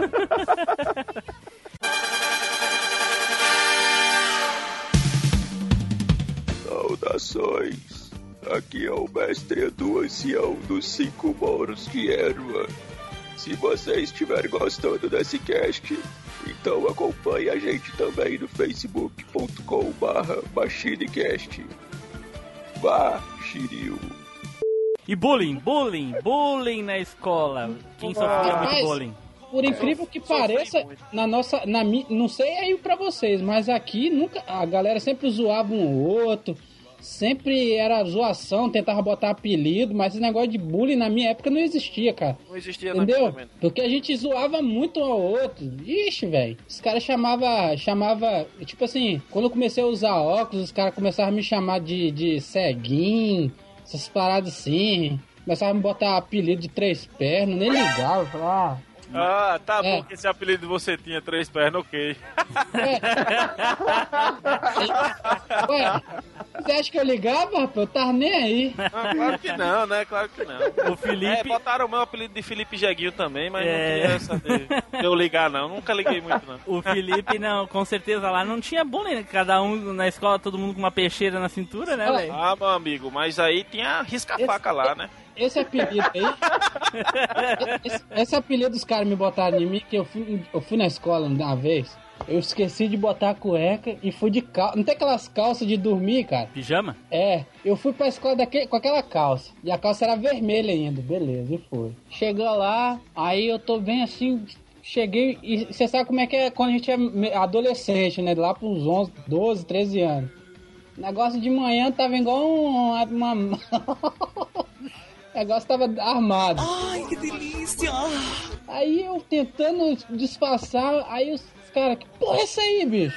Saudações, aqui é o mestre do ancião dos cinco moros de erva. Se você estiver gostando desse cast, então acompanhe a gente também no facebook ponto com barra machinecast. Vá, Shiryu. E bullying, bullying, bullying na escola. Quem sofria muito bullying? Por incrível que pareça, na nossa, na mi, não sei aí pra vocês, mas aqui nunca a galera sempre zoava um ou outro, sempre era zoação, tentava botar apelido, mas esse negócio de bullying na minha época não existia, cara. Não existia, entendeu? Não, porque a gente zoava muito um ao outro. Ixi, velho. Os caras chamava, chamava, tipo assim, quando eu comecei a usar óculos, os caras começavam a me chamar de, de ceguinho, essas paradas assim. Começavam a me botar apelido de três pernas, nem ligava, falava, ah, Ah, tá é. bom que esse apelido você tinha três pernas, ok. Ué, você acha que eu ligava, rapaz? Eu tava nem aí. Ah, claro que não, né? Claro que não. O Felipe... É, botaram o meu apelido de Felipe Jeguinho também, mas É. não tinha essa de, de eu ligar, não. Nunca liguei muito, não. O Felipe, não, com certeza lá não tinha bullying, né? Cada um na escola, todo mundo com uma peixeira na cintura, né, velho? Ah, meu amigo, mas aí tinha risca-faca lá, né? Esse apelido aí. esse, esse apelido dos caras me botaram em mim, que eu fui, eu fui na escola uma vez. Eu esqueci de botar a cueca e fui de calça. Não tem aquelas calças de dormir, cara? Pijama? É, eu fui pra escola daquele, com aquela calça. E a calça era vermelha ainda, beleza, e foi. Chegou lá, aí eu tô bem assim. Cheguei, e você sabe como é que é quando a gente é adolescente, né? Lá pros onze, doze, treze anos. O negócio de manhã tava igual um, uma. O negócio tava armado. Ai, que delícia! Aí eu tentando disfarçar, aí os caras, que porra é essa aí, bicho?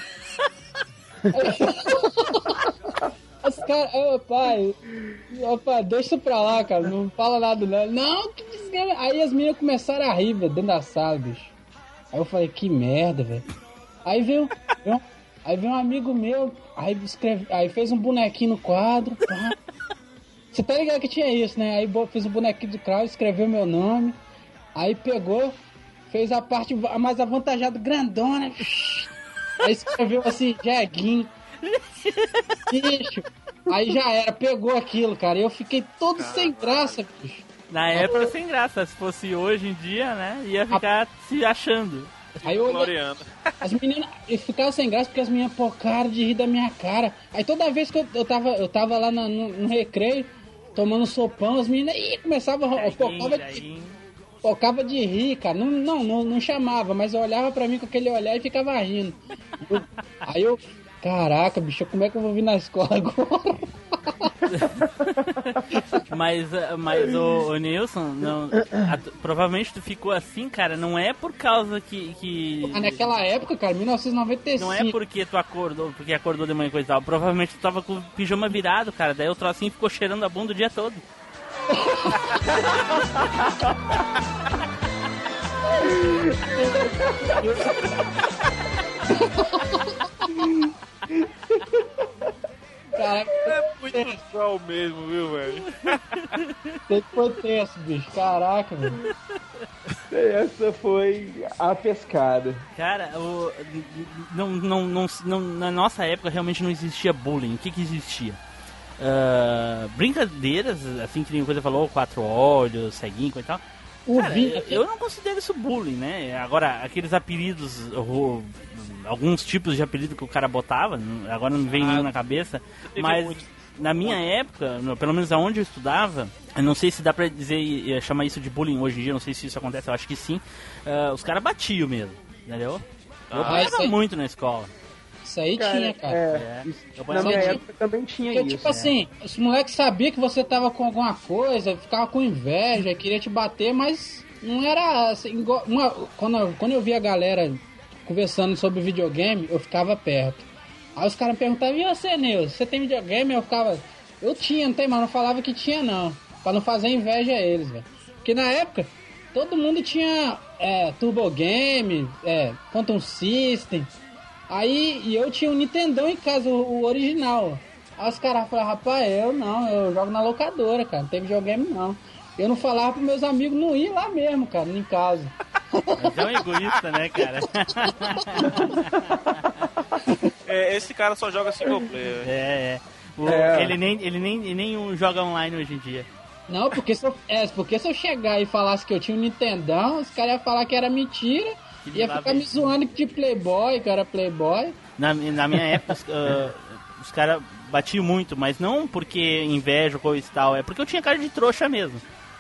Os caras, ô pai, ô pai, deixa isso pra lá, cara, não fala nada não. Não, que desgraça. Aí as meninas começaram a rir, velho, dentro da sala, bicho. Aí eu falei, que merda, velho. Aí veio, veio, aí veio um amigo meu, aí, escreve, aí fez um bonequinho no quadro, pá. Você tá ligado que tinha isso, né? Aí fez um bonequinho de crowd, escreveu meu nome. Aí pegou, fez a parte mais avantajada, grandona. Aí escreveu assim, Jeguinho. Bicho. Aí já era, pegou aquilo, cara. E eu fiquei todo sem graça, bicho. Na época sem graça. Se fosse hoje em dia, né? Ia ficar se achando. Aí eu olhei, as meninas ficavam sem graça porque as meninas pocaram de rir da minha cara. Aí toda vez que eu, eu, tava, eu tava lá no, no, no recreio, tomando sopão, as meninas ih, começavam a focava de, focava de rir, cara. Não, não, não, não chamava, mas eu olhava pra mim com aquele olhar e ficava rindo. Eu, aí eu, caraca, bicho, como é que eu vou vir na escola agora? Mas, mas o, o Nilson, não, a, provavelmente tu ficou assim, cara, não é por causa que... que... Ah, naquela época, cara, mil novecentos e noventa e cinco. Não é porque tu acordou, porque acordou de manhã e coisa e tal. Provavelmente tu tava com o pijama virado, cara, daí o trocinho ficou cheirando a bunda o dia todo. Caraca, é muito sol mesmo, viu, velho? Tem que foi tenso, bicho. Caraca, velho. Essa foi a pescada. Cara, o, não, não, não, não, na nossa época realmente não existia bullying. O que que existia? Uh, brincadeiras, assim que nem coisa falou, quatro olhos, ceguinho e tal. Cara, eu, eu não considero isso bullying, né? Agora, aqueles apelidos, ou, alguns tipos de apelido que o cara botava, agora não me vem ah, nenhum na cabeça, mas muito. Na minha época, pelo menos aonde eu estudava, eu não sei se dá pra dizer, chamar isso de bullying hoje em dia, não sei se isso acontece, eu acho que sim, uh, os caras batiam mesmo, entendeu? Eu ah, apanhava aí... muito na escola. Isso aí cara, tinha, cara. É, é. Isso, na minha tinha. época também tinha Porque, isso. Tipo é. assim, os moleques sabiam que você tava com alguma coisa, ficava com inveja, queria te bater, mas não era assim, igual, uma, quando, eu, quando eu via a galera conversando sobre videogame, eu ficava perto. Aí os caras perguntavam, e você, Nilson, você tem videogame? Eu ficava, eu tinha, não tem, mas não falava que tinha não, pra não fazer inveja a eles, velho. Porque na época, todo mundo tinha é, Turbo Game, é, Phantom System. Aí, e eu tinha um Nintendão em casa, o, o original. Aí os caras falaram, rapaz, eu não, eu jogo na locadora, cara, não tem videogame não. Eu não falava pros meus amigos não ir lá mesmo, cara, em casa. Mas é um egoísta, né, cara? É, esse cara só joga single player. É, é. O, é. Ele, nem, ele, nem, ele nem joga online hoje em dia. Não, porque se, eu, é, porque se eu chegar e falasse que eu tinha um Nintendão, os caras iam falar que era mentira. Que ia ficar me zoando de playboy, que era playboy. Na, na minha época, os, uh, os caras bati muito, mas não porque inveja ou coisa e tal, é porque eu tinha cara de trouxa mesmo.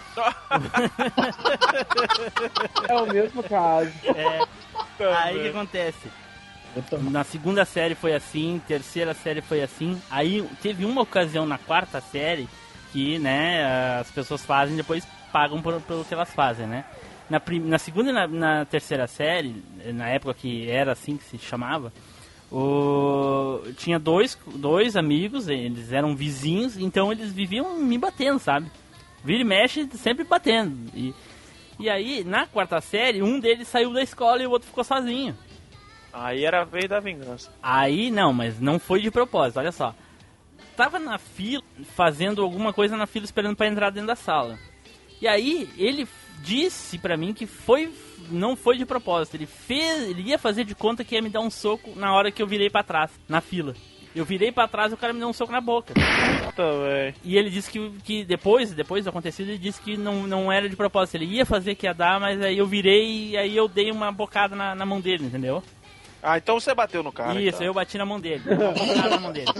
É o mesmo caso. É. Aí o que acontece? Na segunda série foi assim, terceira série foi assim. Aí teve uma ocasião na quarta série que, né, as pessoas fazem e depois pagam por, pelo que elas fazem, né? Na, prim, na segunda e na, na terceira série, na época que era assim que se chamava, o, tinha dois, dois amigos, eles eram vizinhos, então eles viviam me batendo, sabe? Vira e mexe, sempre batendo. E, e aí, na quarta série, um deles saiu da escola e o outro ficou sozinho. Aí era a vez da vingança. Aí, não, mas não foi de propósito, olha só. Tava na fila, fazendo alguma coisa na fila, esperando pra entrar dentro da sala. E aí, ele disse pra mim que foi, não foi de propósito. Ele, fez, ele ia fazer de conta que ia me dar um soco na hora que eu virei pra trás, na fila. Eu virei pra trás e o cara me deu um soco na boca. Puta, véio. E ele disse que, que depois, depois do acontecido, ele disse que não, não era de propósito. Ele ia fazer que ia dar, mas aí eu virei e aí eu dei uma bocada na, na mão dele, entendeu? Ah, então você bateu no cara. Isso, então. eu bati na mão dele. na mão dele.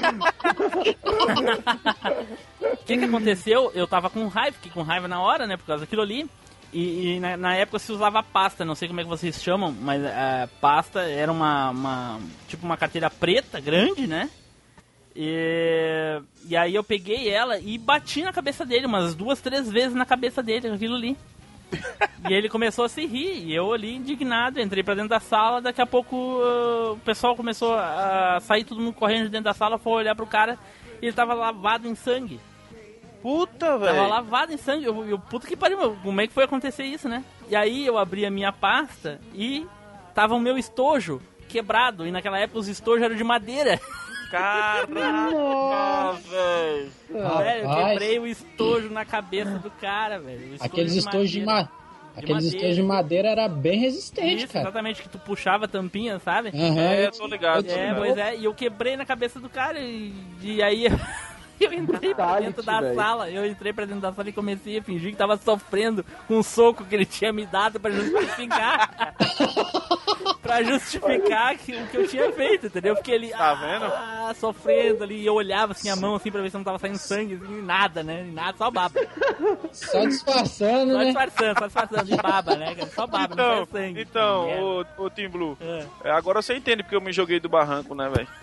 O que que aconteceu? Eu tava com raiva, fiquei com raiva na hora, né, por causa daquilo ali. E, e na, na época se usava pasta, não sei como é que vocês chamam, mas a pasta era uma, uma tipo uma carteira preta, grande, né? E, e aí eu peguei ela e bati na cabeça dele umas duas, três vezes na cabeça dele, aquilo ali. E ele começou a se rir, e eu ali indignado, entrei pra dentro da sala, daqui a pouco uh, o pessoal começou a sair todo mundo correndo de dentro da sala, foi olhar pro cara e ele tava lavado em sangue. Puta, velho. Tava lavado em sangue, eu, eu, puta que pariu, meu, como é que foi acontecer isso, né? E aí eu abri a minha pasta e tava o meu estojo quebrado, e naquela época os estojos eram de madeira. Caraca, velho. Velho, eu quebrei o estojo na cabeça do cara, velho. Aqueles estojos de madeira. Aqueles estojos de madeira era bem resistente, Isso, cara. Exatamente, que tu puxava a tampinha, sabe? Uhum. É, tô ligado. É, pois é, e eu quebrei na cabeça do cara e, e aí eu entrei pra dentro da véio. sala, eu entrei pra dentro da sala e comecei a fingir que tava sofrendo com um soco que ele tinha me dado pra justificar. Pra justificar que, o que eu tinha feito, entendeu? Porque ele, tá vendo? Ah, sofrendo ali, e eu olhava assim a mão assim pra ver se não tava saindo sangue, assim, nada, né? Nada, só baba. Só disfarçando, Só né? disfarçando, só disfarçando de baba, né? Só baba, Então, não sai sangue. então É. ô, ô Team Blue, É. é, agora você entende porque eu me joguei do barranco, né, velho?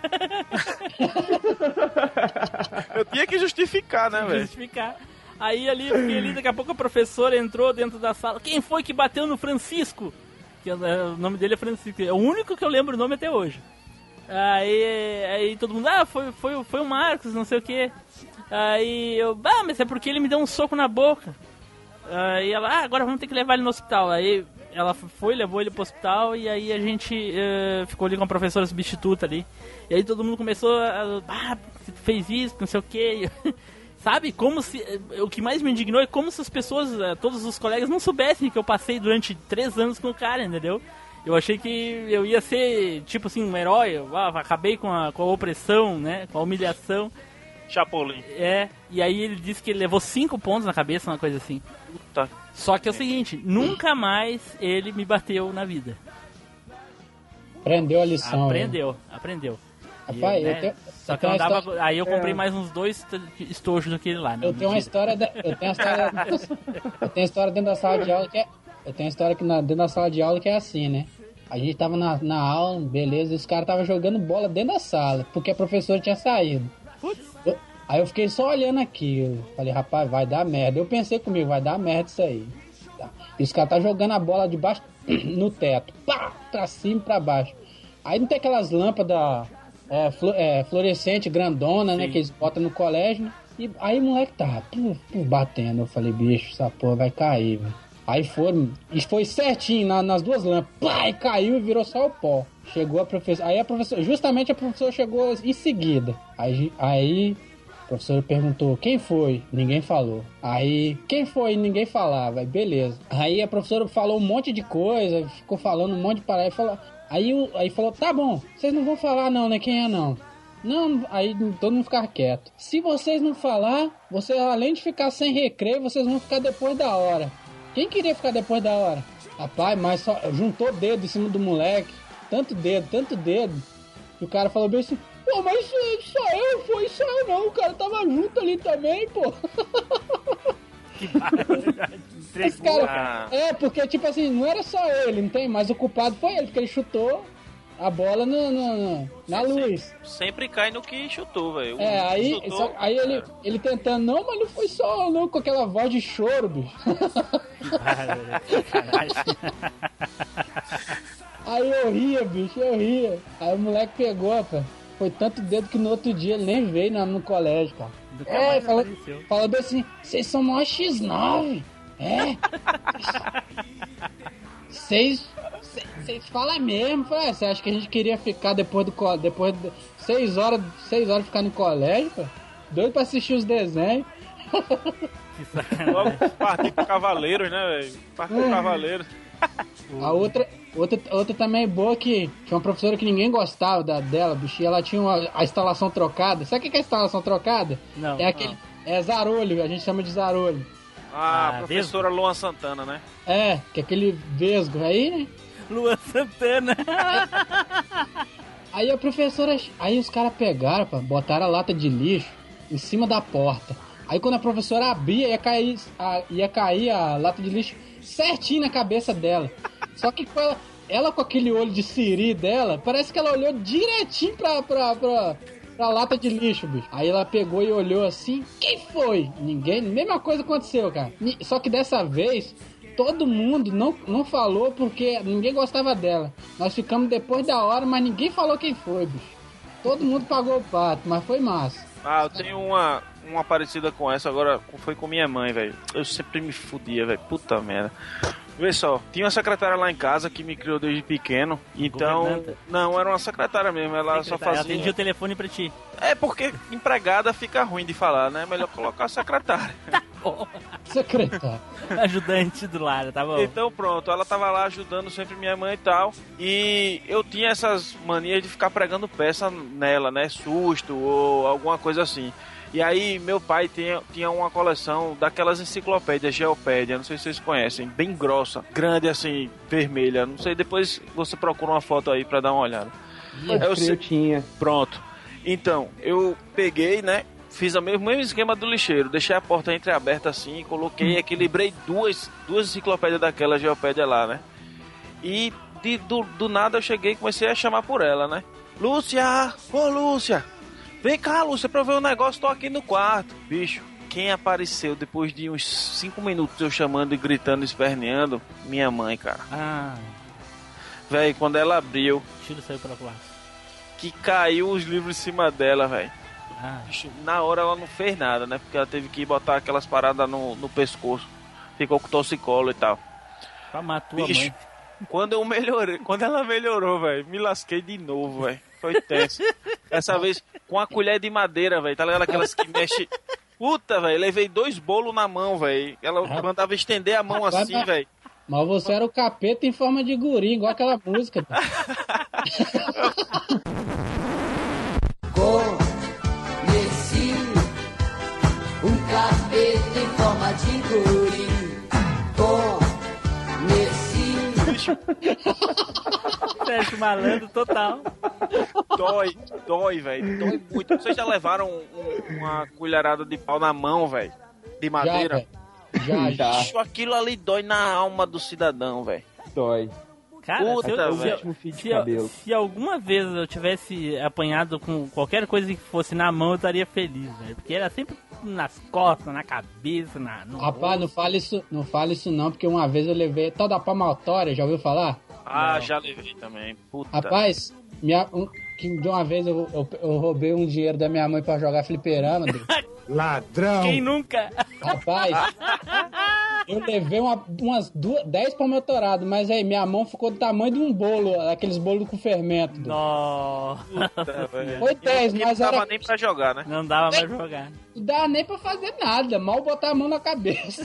Eu tinha que justificar, né, velho? Justificar. Aí ali, eu fiquei ali, daqui a pouco a professora entrou dentro da sala. Quem foi que bateu no Francisco? Que, uh, o nome dele é Francisco. É o único que eu lembro o nome até hoje. Aí, aí todo mundo, ah, foi, foi, foi o Marcos, não sei o que. Aí eu, ah, mas é porque ele me deu um soco na boca. Aí ela, ah, agora vamos ter que levar ele no hospital. Aí ela foi, levou ele pro hospital e aí a gente uh, ficou ali com a professora substituta ali. E aí todo mundo começou a, ah, você fez isso, não sei o que. Sabe, como se, o que mais me indignou é como se as pessoas, todos os colegas não soubessem que eu passei durante três anos com o cara, entendeu? Eu achei que eu ia ser, tipo assim, um herói, eu, ah, acabei com a, com a opressão, né, com a humilhação. Chapolin. É, e aí ele disse que ele levou cinco pontos na cabeça, uma coisa assim. Puta. Só que é o seguinte, nunca mais ele me bateu na vida. Aprendeu a lição. Aprendeu, né? aprendeu. Rapaz, eu, eu né, tenho, só eu que eu tenho andava, história- aí eu comprei é. mais uns dois estojos do que ele lá. Não, Eu tenho uma mentira. história, da, eu tenho uma história, eu tenho uma história dentro da sala de aula que é, eu tenho uma história que na, dentro da sala de aula que é assim, né? A gente tava na, na aula, beleza, e os caras estavam jogando bola dentro da sala, porque a professora tinha saído. Eu, aí eu fiquei só olhando aquilo, falei, rapaz, vai dar merda. Eu pensei comigo, vai dar merda isso aí. Tá. E os caras estavam jogando a bola de baixo no teto, pá, pra cima e pra baixo. Aí não tem aquelas lâmpadas é, flu, é, fluorescente, grandona, Sim. né, que eles botam no colégio. E aí o moleque tava puf, puf, batendo. Eu falei, bicho, essa porra vai cair, velho. Aí foram, e foi certinho na, nas duas lâmpadas, pá, e caiu e virou só o pó. Chegou a professora, aí a professora, justamente a professora chegou em seguida. Aí, aí a professora perguntou, quem foi? Ninguém falou. Aí, quem foi? Ninguém falava, aí beleza. Aí a professora falou um monte de coisa, ficou falando um monte de parada, falou, aí, aí falou, tá bom, vocês não vão falar não, né, quem é não? Não, aí todo mundo ficar quieto. Se vocês não falar, vocês além de ficar sem recreio, vocês vão ficar depois da hora. Quem queria ficar depois da hora? Rapaz, mas só juntou dedo em cima do moleque. Tanto dedo, tanto dedo. E o cara falou bem assim, Pô, mas só eu, foi só eu não, o cara tava junto ali também, pô. Que barulho, Esse cara, é, porque tipo assim, não era só ele, não tem? Mas o culpado foi ele, porque ele chutou a bola no, no, no, na luz. Sempre, sempre cai no que chutou, velho. É, aí, chutou, só, aí ele, ele tentando, não, mas não foi só eu não, com aquela voz de choro, bicho. Aí eu ria, bicho, eu ria. Aí o moleque pegou, pô. Foi tanto dedo que no outro dia ele nem veio no, no colégio, cara. É, falou, falou assim, vocês são mó xis nove. É? Vocês vocês falam mesmo. Falei, você acha que a gente queria ficar depois do colégio, depois de seis horas, seis horas ficar no colégio, pô? Doido pra assistir os desenhos. Logo partir pro Cavaleiros, né, velho? Partir pro Cavaleiros. A outra, outra, outra também é boa, que tinha uma professora que ninguém gostava da, dela, bicho, e ela tinha uma, a instalação trocada. Sabe o que é a instalação trocada? Não. É aquele, é zarolho, a gente chama de zarolho. Ah, Ah, professora Luan Santana, né? É, que é aquele vesgo aí, né? Luan Santana. Aí a professora, aí os caras pegaram, pá, botaram a lata de lixo em cima da porta. Aí quando a professora abria, ia cair a, ia cair a lata de lixo certinho na cabeça dela. Só que com ela, ela com aquele olho de siri dela, parece que ela olhou direitinho pra, pra, pra, pra lata de lixo, bicho. Aí ela pegou e olhou assim, quem foi? Ninguém, mesma coisa aconteceu, cara. Só que dessa vez, todo mundo não, não falou porque ninguém gostava dela. Nós ficamos depois da hora, mas ninguém falou quem foi, bicho. Todo mundo pagou o pato, mas foi massa. Ah, eu tenho uma, uma parecida com essa, agora foi com minha mãe, velho. Eu sempre me fudia, velho. Puta merda. Vê só, tinha uma secretária lá em casa que me criou desde pequeno. Então. Governanta. Não, era uma secretária mesmo, ela só Ela fazia. atendia o telefone pra ti. É porque empregada fica ruim de falar, né? Melhor colocar a secretária. Secretária. Ajudante do lar, tá bom? Então pronto, ela tava lá ajudando sempre minha mãe e tal. E eu tinha essas manias de ficar pregando peça nela, né? Susto ou alguma coisa assim. E aí meu pai tinha, tinha uma coleção daquelas enciclopédias Geopédia, não sei se vocês conhecem, bem grossa, grande assim, vermelha. Não sei, depois você procura uma foto aí pra dar uma olhada. Pode eu, crer, eu tinha. Pronto. Então, eu peguei, né? Fiz o mesmo, mesmo esquema do lixeiro. Deixei a porta entreaberta assim, coloquei, equilibrei duas, duas enciclopédias daquela Geopédia lá, né? E de, do, do nada eu cheguei e comecei a chamar por ela, né? Lúcia! Ô Lúcia! Vem cá, Lúcia, pra eu ver um negócio, tô aqui no quarto. Bicho, quem apareceu depois de uns cinco minutos eu chamando e gritando, esperneando? Minha mãe, cara. Ah. Véi, quando ela abriu... O tiro saiu pela porta. Que caiu os livros em cima dela, velho. Ah. Na hora ela não fez nada, né? Porque ela teve que botar aquelas paradas no, no pescoço. Ficou com torcicolo e tal. Pra matar a Bicho, mãe. Quando eu melhorei, quando ela melhorou, velho, me lasquei de novo, velho. Foi tenso. Dessa vez com a colher de madeira, velho. Tá ligado? Aquelas que mexe. Puta, velho. Levei dois bolos na mão, velho. Ela ah, mandava estender a mão rapaz, assim, velho. Mas você era o capeta em forma de guri, igual aquela música. Conheci um capeta em forma de guri. Conheci. Sérgio Malandro total. Dói, dói, velho. Dói muito. Vocês já levaram um, uma colherada de pau na mão, velho? De madeira? Já, já. Bicho, aquilo ali dói na alma do cidadão, velho. Dói. Cara, Puta, se, eu, se, velho. eu, se, eu, se alguma vez eu tivesse apanhado com qualquer coisa que fosse na mão, eu estaria feliz, velho. Porque era sempre nas costas, na cabeça, na, no Rapaz, não fale isso, não fale isso não, porque uma vez eu levei toda a palmatória, já ouviu falar? Ah, não. Já levei também. Puta. Rapaz, minha, um, que de uma vez eu, eu, eu roubei um dinheiro da minha mãe pra jogar fliperama. Ladrão! Quem nunca? Rapaz, eu levei uma, umas duas, dez palmatoradas, mas aí minha mão ficou do tamanho de um bolo, aqueles bolos com fermento. Nossa! Foi dez, mas não dava era... nem pra jogar, né? Não dava mais pra jogar. Não dava nem pra fazer nada, mal botar a mão na cabeça.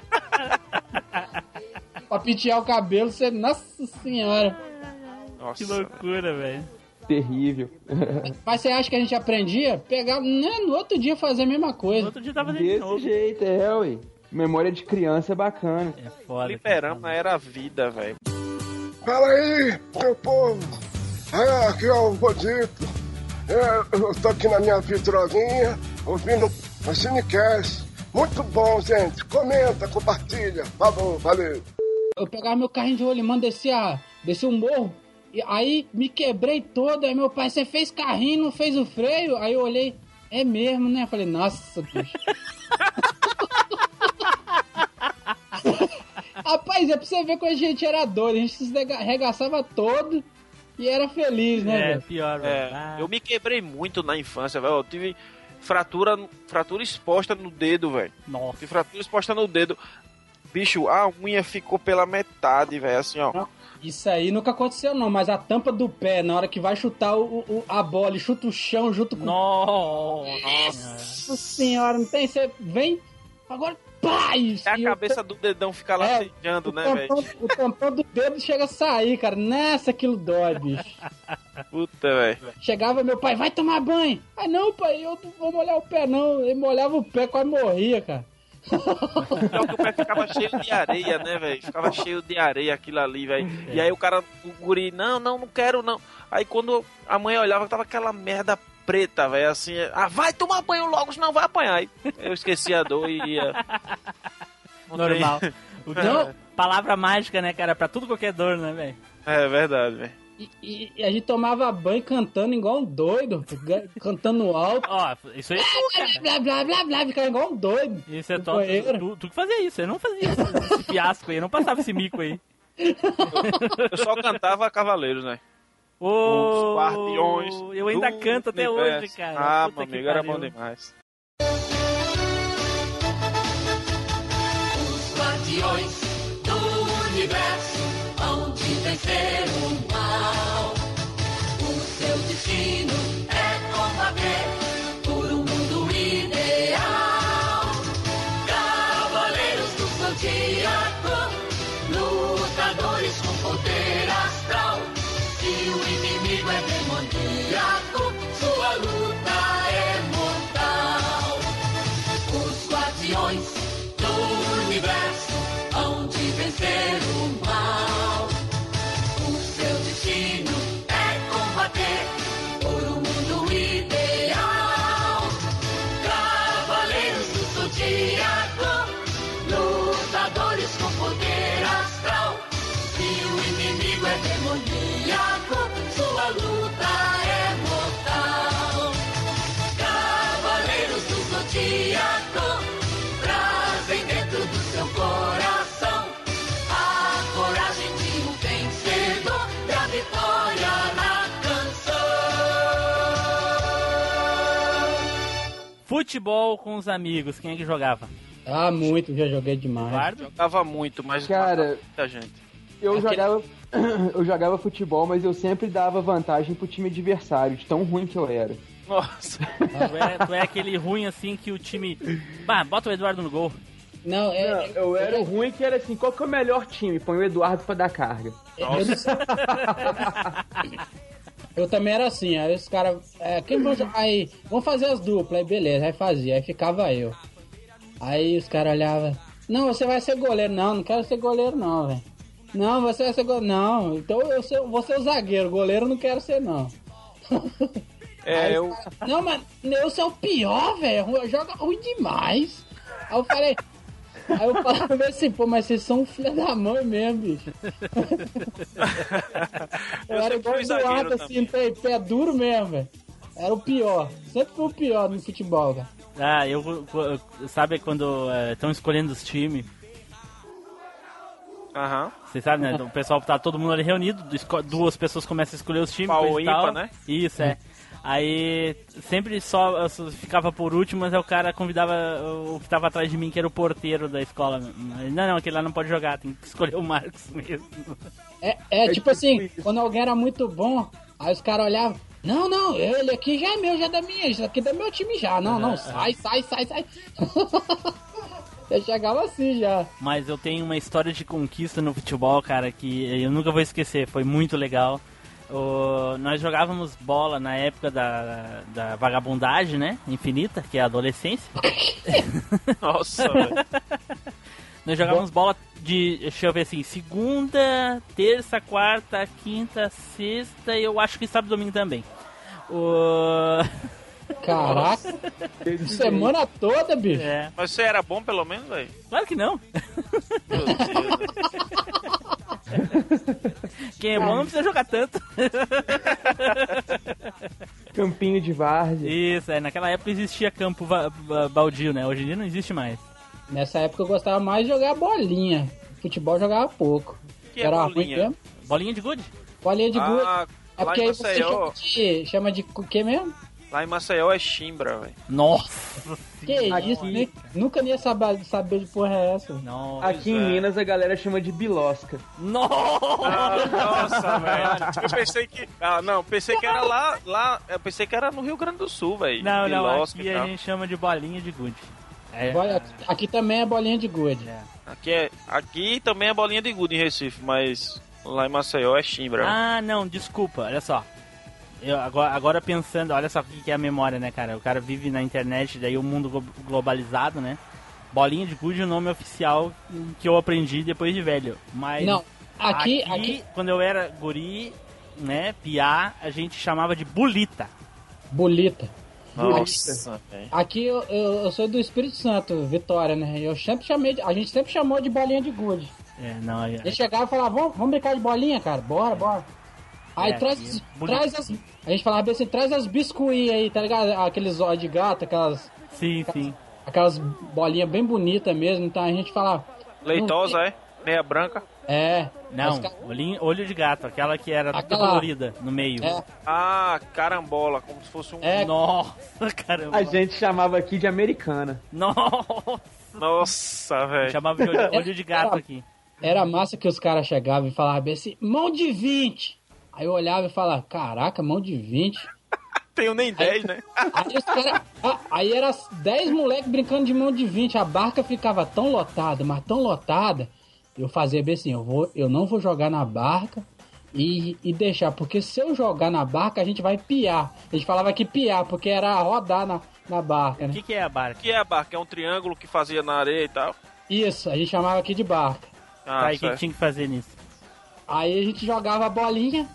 Pra pentear o cabelo, você... Nossa senhora! Nossa. Que loucura, velho. Terrível. Mas você acha que a gente aprendia? Pegar, né, no outro dia fazer a mesma coisa. No outro dia tava fazendo Desse de novo. jeito, é, ué. Memória de criança é bacana. É foda. Fliperama era a vida, velho. Fala aí, meu povo. É, aqui é o Godito. Eu, eu tô aqui na minha vitrolinha, ouvindo o Cinecast. Muito bom, gente. Comenta, compartilha. Falou, valeu. Eu pegava meu carrinho de rolimã, descia, descia um morro, e aí me quebrei todo. Aí meu pai, você fez carrinho, não fez o freio? Aí eu olhei, é mesmo, né? Eu falei, nossa, bicho. Rapaz, é pra você ver como a gente era doido. A gente se arregaçava todo e era feliz, né, É, velho? pior, velho. É, Ah. eu me quebrei muito na infância, velho. Eu tive fratura, fratura exposta no dedo, velho. Nossa. Tive fratura exposta no dedo. Bicho, a unha ficou pela metade, velho, assim, ó. Isso aí nunca aconteceu, não, mas a tampa do pé, na hora que vai chutar o, o- a bola e chuta o chão junto com... Nossa senhora, não tem? Você vem, agora pá! E, É a e cabeça o, do dedão ficar É, latejando, o, né, velho? tampão, o tampão do dedo chega a sair, cara. Nessa aquilo dói, bicho. Puta, velho. Chegava meu pai, vai tomar banho. Ah, não, pai, eu não vou molhar o pé, não. Ele molhava o pé, quase morria, cara. Pior que o pé ficava cheio de areia, né, velho? Ficava cheio de areia aquilo ali, velho. E aí o cara, o guri, não, não, não quero, não. Aí quando a mãe olhava, tava aquela merda preta, velho, assim, ah, vai tomar banho logo, senão vai apanhar. Aí eu esqueci a dor e ia... Normal. O Não. Palavra mágica, né, cara? Pra tudo qualquer dor, né, velho? É verdade, velho. E, e a gente tomava banho cantando igual um doido. Cantando alto. Ó, isso aí é tu, cara. Blá, blá, blá, blá, ficava igual um doido. Isso é No top. banheiro. Tu, tu que fazia isso, eu não fazia esse, esse fiasco aí, eu não passava esse mico aí. Eu só cantava Cavaleiros, né? Ô, Os Guardiões eu ainda do canto até Universo. hoje, cara. Ah, Puta meu que amigo, era pariu. bom demais. Os guardiões do universo hão de vencer o mal. O seu destino é combater por um mundo ideal. Cavaleiros do Zodíaco, lutadores com poder astral. Se o inimigo é demoníaco, sua luta é mortal. Os guardiões do universo hão de vencer o mal. O seu destino é combater por um mundo ideal. Cavaleiros do Zodíaco, lutadores com poder astral. Se o inimigo é demoníaco, sua luta é mortal. Cavaleiros do Zodíaco, trazem dentro do seu coração a coragem de um vencedor, da vitória na canção. Futebol com os amigos, quem é que jogava? Ah, muito, já joguei demais. Eduardo? Jogava muito, mas Cara, matava muita gente. Eu Aquele- jogava, eu jogava futebol, mas eu sempre dava vantagem pro time adversário, de tão ruim que eu era. Nossa. Tu é, tu é aquele ruim assim que o time... Bah, bota o Eduardo no gol. Não, é, Não, eu era o ruim que era assim, qual que é o melhor time? Põe o Eduardo pra dar carga. Eu, eu também era assim, aí os caras. É, quem vão, aí, vamos fazer as duplas, aí beleza, aí fazia, aí ficava eu. Aí os caras olhavam, não, você vai ser goleiro, não, não quero ser goleiro não, velho. Não, você vai ser goleiro, não, então eu sou, vou ser o zagueiro, goleiro eu não quero ser não. É, Aí, eu... Não, mas eu sou o pior, velho, joga ruim demais. Aí eu falei. Aí eu falava assim, pô, mas vocês são um filho da mãe mesmo, bicho. Eu, Eu era sempre igual fui o zagueiro Eduardo, assim, pé, pé duro mesmo, velho. Era o pior. Sempre fui o pior no futebol, cara. Ah, eu... Sabe quando estão escolhendo os times? Aham. Você sabe, né? O pessoal tá todo mundo ali reunido, esco- duas pessoas começam a escolher os times. Pau coisa e tal. ímpar, né? Isso, é. Aí sempre só só ficava por último, mas aí o cara convidava o que tava atrás de mim, que era o porteiro da escola. Ele, não, não, aquele lá não pode jogar, tem que escolher o Marcos mesmo. É, é tipo assim, quando alguém era muito bom, aí os caras olhavam, não, não, ele aqui já é meu, já é da minha, isso aqui é do meu time já. Não, não, sai, sai, sai, sai. Eu chegava assim já. Mas eu tenho uma história de conquista no futebol, cara, que eu nunca vou esquecer, foi muito legal. O, nós jogávamos bola na época da, da vagabundagem, né? Infinita, que é a adolescência. Nossa, velho. Nós jogávamos bola de, deixa eu ver assim, segunda, terça, quarta, quinta, sexta e eu acho que sábado e domingo também. O... Caraca. Semana toda, bicho. É. Mas você era bom pelo menos, velho? Claro que não. Meu Deus. Quem é bom não precisa jogar tanto. Campinho de várzea. Isso, é. Naquela época existia campo va- va- baldio, né? Hoje em dia não existe mais. Nessa época eu gostava mais de jogar bolinha. Futebol eu jogava pouco. Que é Era bolinha? ruim mesmo. Bolinha de gude? Bolinha de gude. Ah, É lá porque em aí você Maceió, chama de, chama de o que mesmo? lá em Maceió é chimbra, velho. Nossa. Que isso? Nem- nunca nem ia saber, saber de porra é essa. Nossa. Aqui em Minas a galera chama de bilosca. Nossa, ah, nossa, velho. Eu pensei que. Ah, não, pensei que era lá. lá eu pensei que era no Rio Grande do Sul, velho. Não, não, Bilosca aqui e a tal. gente chama de bolinha de gude. É, Bola- aqui, aqui também é bolinha de gude. é. Aqui, é, aqui também é bolinha de gude em Recife, mas lá em Maceió é chimbra. Ah, não, desculpa, olha só. Eu, agora, agora pensando, olha só o que que é a memória, né, cara? O cara vive na internet, daí o mundo glo- globalizado, né? Bolinha de gude é o nome oficial que eu aprendi depois de velho. Mas Não, aqui- aqui- quando eu era guri, né, piá, a gente chamava de bulita. Bolita. Nossa, velho. Aqui eu, eu, eu sou do Espírito Santo, Vitória, né? Eu sempre chamei, de- a gente sempre chamou de bolinha de gude. É, não, aí- A gente chegava e falava, vamos, vamos brincar de bolinha, cara? Bora, bora. Aí É, traz, aqui é bonito. traz as. A gente falava assim, traz as biscuit aí, tá ligado? Aqueles olhos de gato, aquelas. Sim, sim. Aquelas bolinhas bem bonitas mesmo. Então a gente falava. Leitosa, é? Meia branca. É. Não, Os ca- olhinho- olho de gato, aquela que era toda Aquela- colorida no meio. É. Ah, carambola, como se fosse um. É. Nossa, caramba. A gente chamava aqui de americana. Nossa. Nossa, velho. Chamava de olho, olho de gato aqui. Era massa que os caras chegavam e falavam bem assim, mão de vinte. Aí eu olhava e falava, caraca, mão de vinte. Tenho nem dez, né? Aí os caras. Ah, aí era dez moleques brincando de mão de vinte. A barca ficava tão lotada, mas tão lotada. Eu fazia bem assim, eu, vou, eu não vou jogar na barca e, e deixar. Porque se eu jogar na barca, a gente vai piar. A gente falava que piar, porque era rodar na, na barca, O né? que, que é a O barca? que é a barca? É um triângulo que fazia na areia e tal? Isso, a gente chamava aqui de barca. Ah, Tá, e o que certo. que tinha que fazer nisso? Aí a gente jogava a bolinha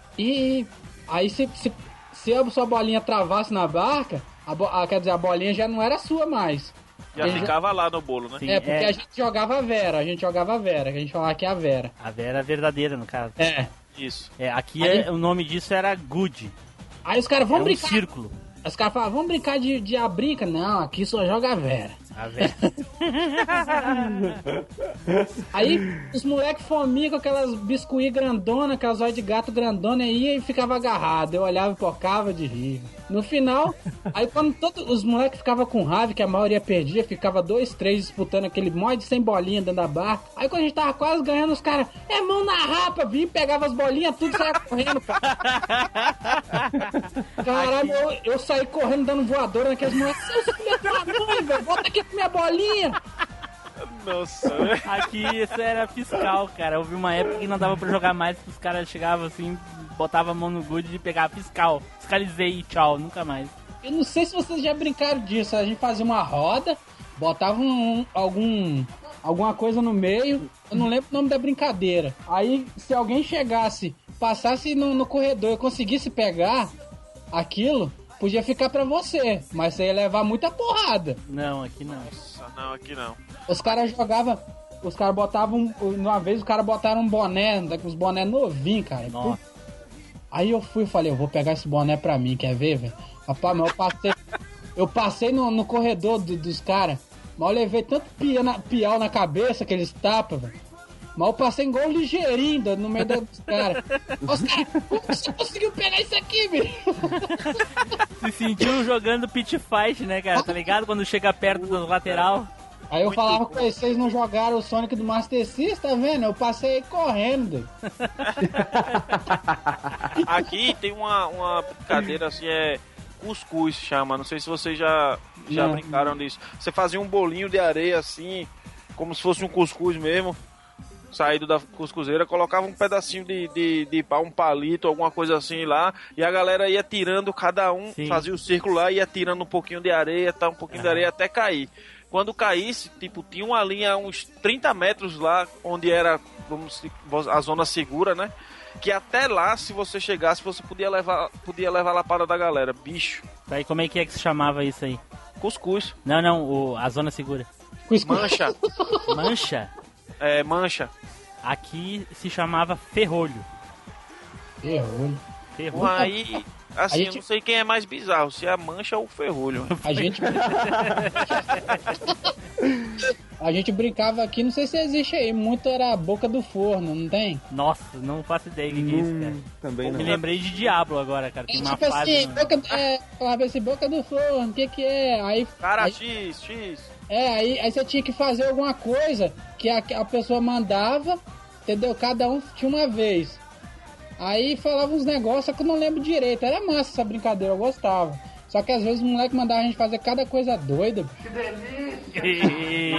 e aí se, se, se a sua bolinha travasse na barca, a, bo- a- quer dizer, a bolinha já não era sua mais. Já Ele ficava lá no bolo, né? Sim, É, porque é. a gente jogava a Vera, a gente jogava a Vera, que a gente falava que é a Vera. A Vera verdadeira, no caso. É. Isso. É, aqui Aí- é- o nome disso era good. Aí os caras, É vamos um brincar. círculo. Os caras falavam, vamos brincar de, de a brinca? Não, aqui só joga a Vera. A Vera. Aí os moleques fominham com aquelas biscuit grandona, aquelas olhos de gato grandona, ia e ficava agarrado. Eu olhava e pocava de rir. No final, aí quando todos os moleques ficavam com raiva, que a maioria perdia, ficava dois, três disputando aquele mod sem bolinha dentro da barca. Aí quando a gente tava quase ganhando, os caras, é mão na rapa, vinha, pegava as bolinhas, tudo saia correndo, cara. Caralho, eu, eu saí correndo dando voadora naqueles moleques. Seus filhos da mãe, velho, volta aqui com minha bolinha. Nossa, Aqui isso era fiscal, cara. Houve uma época que não dava pra jogar mais, que os caras chegavam assim, botavam a mão no good e pegavam fiscal. Fiscalizei e tchau, nunca mais. Eu não sei se vocês já brincaram disso. A gente fazia uma roda, botava um, algum, alguma coisa no meio. Eu não lembro o nome da brincadeira. Aí, se alguém chegasse, passasse no, no corredor e conseguisse pegar aquilo, podia ficar pra você. Mas você ia levar muita porrada. Não, aqui não. Nossa, não, aqui não. Os caras jogavam... Os caras botavam... Uma vez os caras botaram um boné, uns boné novinho, cara. Nossa. Aí eu fui e falei, eu vou pegar esse boné pra mim, quer ver, velho? Rapaz, mas eu passei... eu passei no, no corredor do- dos caras, mas eu levei tanto pia na, piau na cabeça que eles tapam, velho. Mas eu passei igual ligeirinho do- no meio dos caras. Os caras, como você conseguiu pegar isso aqui, bicho? Se sentiu jogando pit fight, né, cara? Tá ligado? Quando chega perto do lateral. Aí eu falava com eles, vocês não jogaram o Sonic do Master System, tá vendo? Eu passei correndo. Aqui tem uma, uma brincadeira assim, é cuscuz chama. Não sei se vocês já, já Não. brincaram disso. Você fazia um bolinho de areia assim, como se fosse um cuscuz mesmo, saído da cuscuzeira, colocava um pedacinho de, de, de pau, um palito, alguma coisa assim lá, e a galera ia tirando, cada um Sim. fazia o círculo lá, ia tirando um pouquinho de areia, tá, um pouquinho de areia até cair. Quando caísse, tipo, tinha uma linha uns trinta metros lá, onde era, vamos, a zona segura, né? Que até lá, se você chegasse, você podia levar, podia levar a lapada da galera. Bicho. Aí como é que é que se chamava isso aí? Cuscuz. Não, não, o, a zona segura. Cuscuz. Mancha. Mancha? É, mancha. Aqui se chamava ferrolho. Ferrolho. Ferrolho. Aí, assim, gente... eu não sei quem é mais bizarro, se é a mancha ou o ferrolho. A gente... A gente brincava aqui, não sei se existe aí, muito era a boca do forno, não tem? Nossa, não faço ideia do que, que é isso, cara. Também não. Me lembrei de Diablo agora, cara. Tem É, uma tipo fase assim, no... boca, é, falava assim, boca do forno, o que que é? Aí, Cara, aí, X, X. é, aí, aí você tinha que fazer alguma coisa que a, a pessoa mandava, entendeu? Cada um tinha uma vez. Aí falava uns negócios, só que eu não lembro direito. Era massa essa brincadeira, eu gostava. Só que às vezes o moleque mandava a gente fazer cada coisa doida. Que delícia!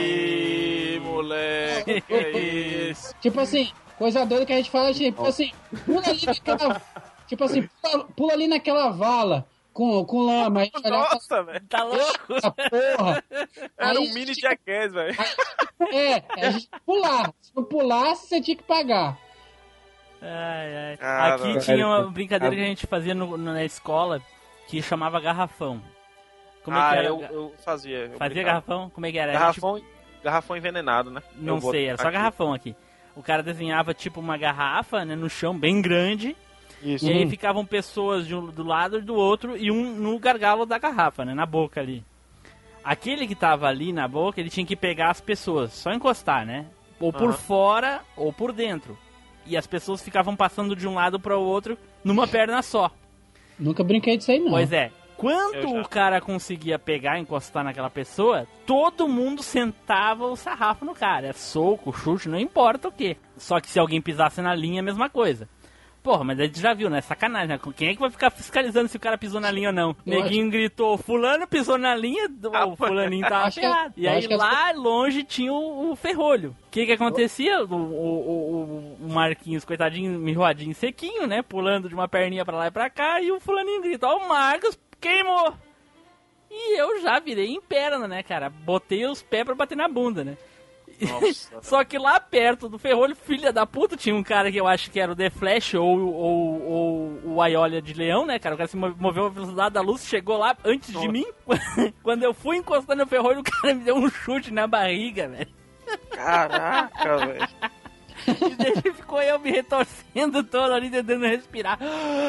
Moleque, que é isso? Tipo assim, coisa doida que a gente fala, tipo assim, pula ali naquela. Tipo assim, pula, pula ali naquela vala com, com lama. A gente olhava, Nossa, velho. Tá louco? "Eita, porra! Era Aí, um mini jackass, velho. É, a gente pular. Se não pulasse, você tinha que pagar. Ai, ai. Ah, Aqui não. tinha uma brincadeira que a gente fazia no, na escola que chamava garrafão. Como é ah, que era? eu, eu fazia. Eu Fazia brincava. garrafão? Como é que era? Garrafão, garrafão envenenado, né? Não Eu sei, boto era só aqui. garrafão aqui. O cara desenhava tipo uma garrafa, né, no chão, bem grande. Isso. E aí Uhum. ficavam pessoas de um, do lado e do outro e um no gargalo da garrafa, né, na boca ali. Aquele que tava ali na boca, ele tinha que pegar as pessoas, só encostar, né? Ou por Aham. fora ou por dentro. E as pessoas ficavam passando de um lado para o outro numa perna só. Nunca brinquei disso aí, não. Pois é. Quando Eu já. o cara conseguia pegar e encostar naquela pessoa, todo mundo sentava o sarrafo no cara. É soco, chute, não importa o que. Só que se alguém pisasse na linha, é a mesma coisa. Porra, mas a gente já viu, né? Sacanagem, né? Quem é que vai ficar fiscalizando se o cara pisou na linha ou não? Neguinho gritou, fulano pisou na linha, o fulaninho tava Acho que- ferrado. E aí acho que as lá longe tinha o, o ferrolho. O que que acontecia? O, o, o, o Marquinhos, coitadinho, mirroadinho, sequinho, né? Pulando de uma perninha pra lá e pra cá. E o fulaninho grita, ó, o Marcos queimou. E eu já virei em perna, né, cara? Botei os pés pra bater na bunda, né? Nossa. Só que lá perto do ferrolho, filha da puta, tinha um cara que eu acho que era o The Flash ou, ou, ou o Aiolia de Leão, né, cara? O cara se moveu a velocidade da luz, chegou lá antes de mim. Quando eu fui encostando no ferrolho, o cara me deu um chute na barriga, velho. Caraca, velho. E daí ficou eu me retorcendo todo ali, tentando respirar.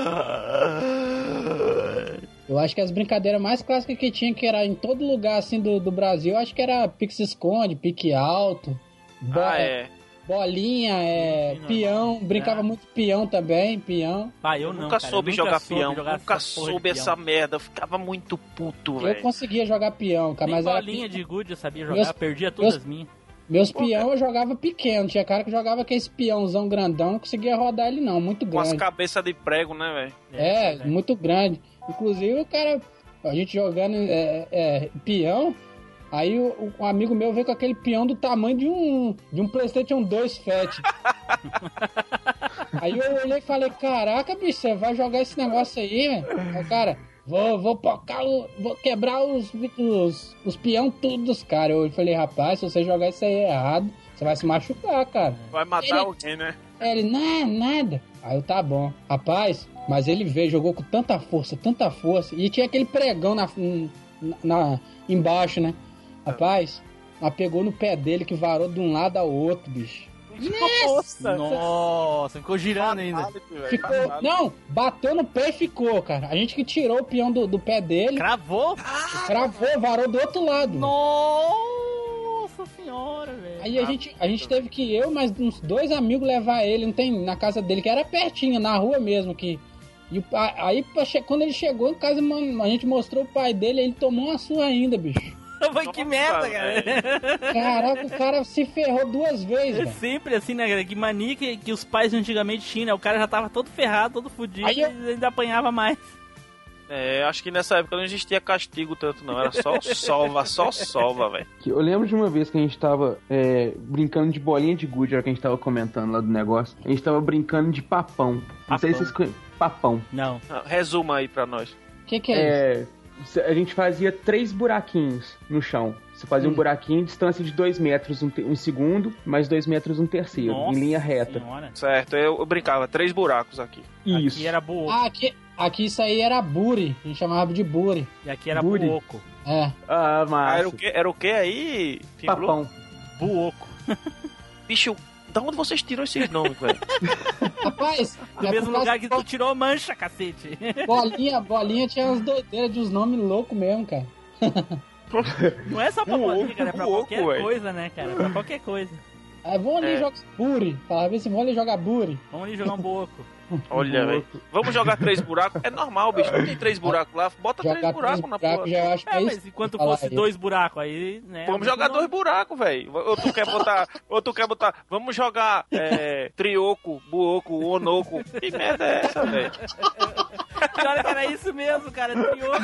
Eu acho que as brincadeiras mais clássicas que tinha, que era em todo lugar assim do, do Brasil, eu acho que era pique-se-esconde, pique alto, bo- Ah, é. bolinha, é, Sim, peão, normal. brincava É. muito peão também, peão. Ah, eu Eu não, nunca cara, soube eu nunca jogar soube peão, jogar nunca essa porra de soube peão. essa merda, eu ficava muito puto, Eu velho. conseguia jogar peão, cara, Nem mas era bolinha pe- de gude eu sabia jogar, Meus- perdia todas meus- as minhas. meus peão eu jogava pequeno, tinha cara que jogava aquele peãozão grandão, não conseguia rodar ele não, muito Com as grande. cabeças de prego, né, velho? É, muito grande. Inclusive o cara, a gente jogando é, é, peão, aí o, um amigo meu veio com aquele peão do tamanho de um, de um PlayStation dois Fat. Aí eu olhei e falei, caraca, bicho, você vai jogar esse negócio aí, velho? Aí o cara, vou, vou pocar, o- vou quebrar os, os, os peão tudo dos caras. Eu falei, rapaz, se você jogar isso aí errado, você vai se machucar, cara. Vai matar Ele- alguém, né? Aí ele, não é nada. Aí eu, tá bom. Rapaz, mas ele veio, jogou com tanta força, tanta força. E tinha aquele pregão na, na, na- embaixo, né? Rapaz, mas pegou no pé dele que varou de um lado ao outro, bicho. Nossa, Nossa, ficou girando ainda. Ficou, não, bateu no pé e ficou, cara. A gente que tirou o peão do, do pé dele. Cravou? Cravou, varou do outro lado. Nossa senhora, velho. Aí a gente, a gente teve que eu, mais uns dois amigos levar ele, não tem, na casa dele, que era pertinho, na rua mesmo, que... E o pai- aí, pra che- quando ele chegou em casa, mano, a gente mostrou o pai dele, ele tomou uma surra ainda, bicho. Foi que merda, cara. Caraca, o cara se ferrou duas vezes, É velho. sempre assim, né, cara? Que mania que, que os pais antigamente tinham, né? O cara já tava todo ferrado, todo fudido Aí eu- e ainda apanhava mais. É, acho que nessa época não existia castigo tanto, não. Era só sova, só sova, velho. Que Eu lembro de uma vez que a gente tava é, brincando de bolinha de gude, era que a gente tava comentando lá do negócio. A gente tava brincando de papão. Não sei se vocês conhecem. Papão. Não. Ah, resuma aí pra nós. O que que é, É, isso? a gente fazia três buraquinhos no chão. Você fazia hum. um buraquinho, distância de dois metros um, te- um segundo, mais dois metros um terceiro, Nossa em linha reta. Senhora. Certo, eu, eu brincava, três buracos aqui. Isso. Aqui era buoco. Ah, aqui, aqui isso aí era buri, a gente chamava de buri. E aqui era Buri. buoco. É. Ah, mas... Ah, era o que, era o que aí? Papão. Buoco. Bicho, da onde vocês tiram esses nomes, velho? Rapaz, do é mesmo lugar que tu tirou mancha, cacete. Bolinha, bolinha tinha umas doideiras de uns nomes loucos mesmo, cara. Não é só pra bolinha, cara, é pra buoco, qualquer véio. coisa, né, cara? Pra qualquer coisa. É, vamos ali É. jogar buri. Falava assim, vamos ali jogar buri. Vamos ali jogar um buoco. Olha, velho. Vamos jogar três buracos? É normal, bicho. Não tem três buracos lá. Bota Jogar três buracos três na buracos porra. já eu acho É, mais mas enquanto falar fosse isso. dois buracos aí, né? Vamos jogar dois buracos, velho. Ou tu quer botar. Ou tu quer botar. Vamos jogar é, trioco, buoco, onoco. Que merda é essa, velho? Pior que era isso mesmo, cara. Trioco.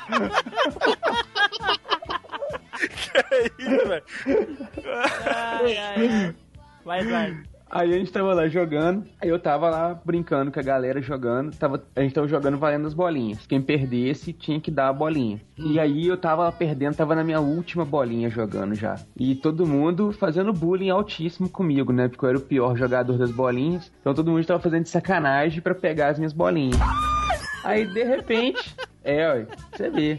Que é isso, velho? Ai, ai, ai. Vai, vai. Aí a gente tava lá jogando, aí eu tava lá brincando com a galera jogando, tava, a gente tava jogando valendo as bolinhas. Quem perdesse tinha que dar a bolinha. Hum. E aí eu tava perdendo, tava na minha última bolinha jogando já. E todo mundo fazendo bullying altíssimo comigo, né? Porque eu era o pior jogador das bolinhas. Então todo mundo tava fazendo de sacanagem pra pegar as minhas bolinhas. Aí de repente, é, ó, você vê.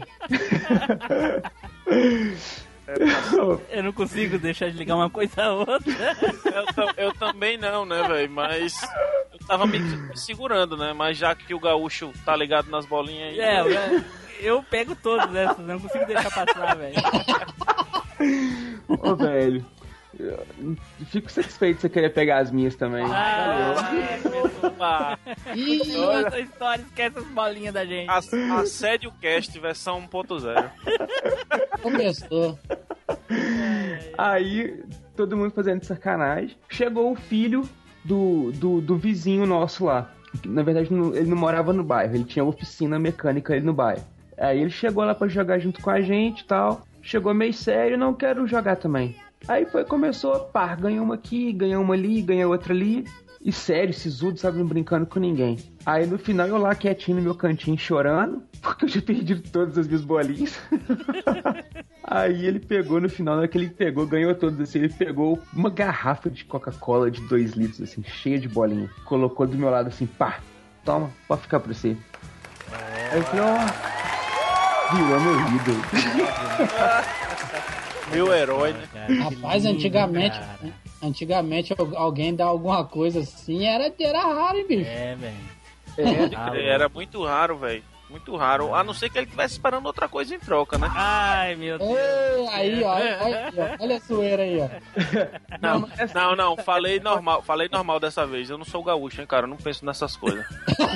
Eu não consigo deixar de ligar uma coisa a outra. Eu, tam- eu também não, né, velho? Mas eu tava me, me segurando, né? Mas já que o gaúcho tá ligado nas bolinhas aí. É, eu, eu pego todas essas, não consigo deixar passar, velho. Ô, velho. Eu fico satisfeito de você querer pegar as minhas também. Ah, Opa. Ih, essa história, esquece as bolinhas da gente. Ass- Assédio Cast versão um ponto zero. Começou. Aí, todo mundo fazendo de sacanagem. Chegou o filho do, do, do vizinho nosso lá. Na verdade, não- ele não morava no bairro, ele tinha oficina mecânica ali no bairro. Aí ele chegou lá pra jogar junto com a gente e tal. Chegou meio sério, não quero jogar também. Aí foi, começou, pá, ganhou uma aqui, ganhou uma ali, ganhou outra ali. E sério, sisudo, sabe, não brincando com ninguém. Aí no final eu lá quietinho no meu cantinho chorando, porque eu tinha perdido todas as minhas bolinhas. Aí ele pegou no final, na hora que ele pegou, ganhou todas assim, ele pegou uma garrafa de Coca-Cola de dois litros, assim, cheia de bolinha. Colocou do meu lado assim, pá, toma, pode ficar pra você. Aí eu falei, ó, virou meu ídolo. Meu herói, né? Rapaz, lindo, antigamente, cara. antigamente alguém dar alguma coisa assim era, era raro, hein, bicho? É, velho. É, era muito raro, velho. Muito raro. A não ser que ele estivesse esperando outra coisa em troca, né? Ai, meu Deus. Ei, aí, ó, olha, olha, olha a zoeira aí, ó. Não, não, não, falei normal, falei normal dessa vez. Eu não sou gaúcho, hein, cara. Eu não penso nessas coisas.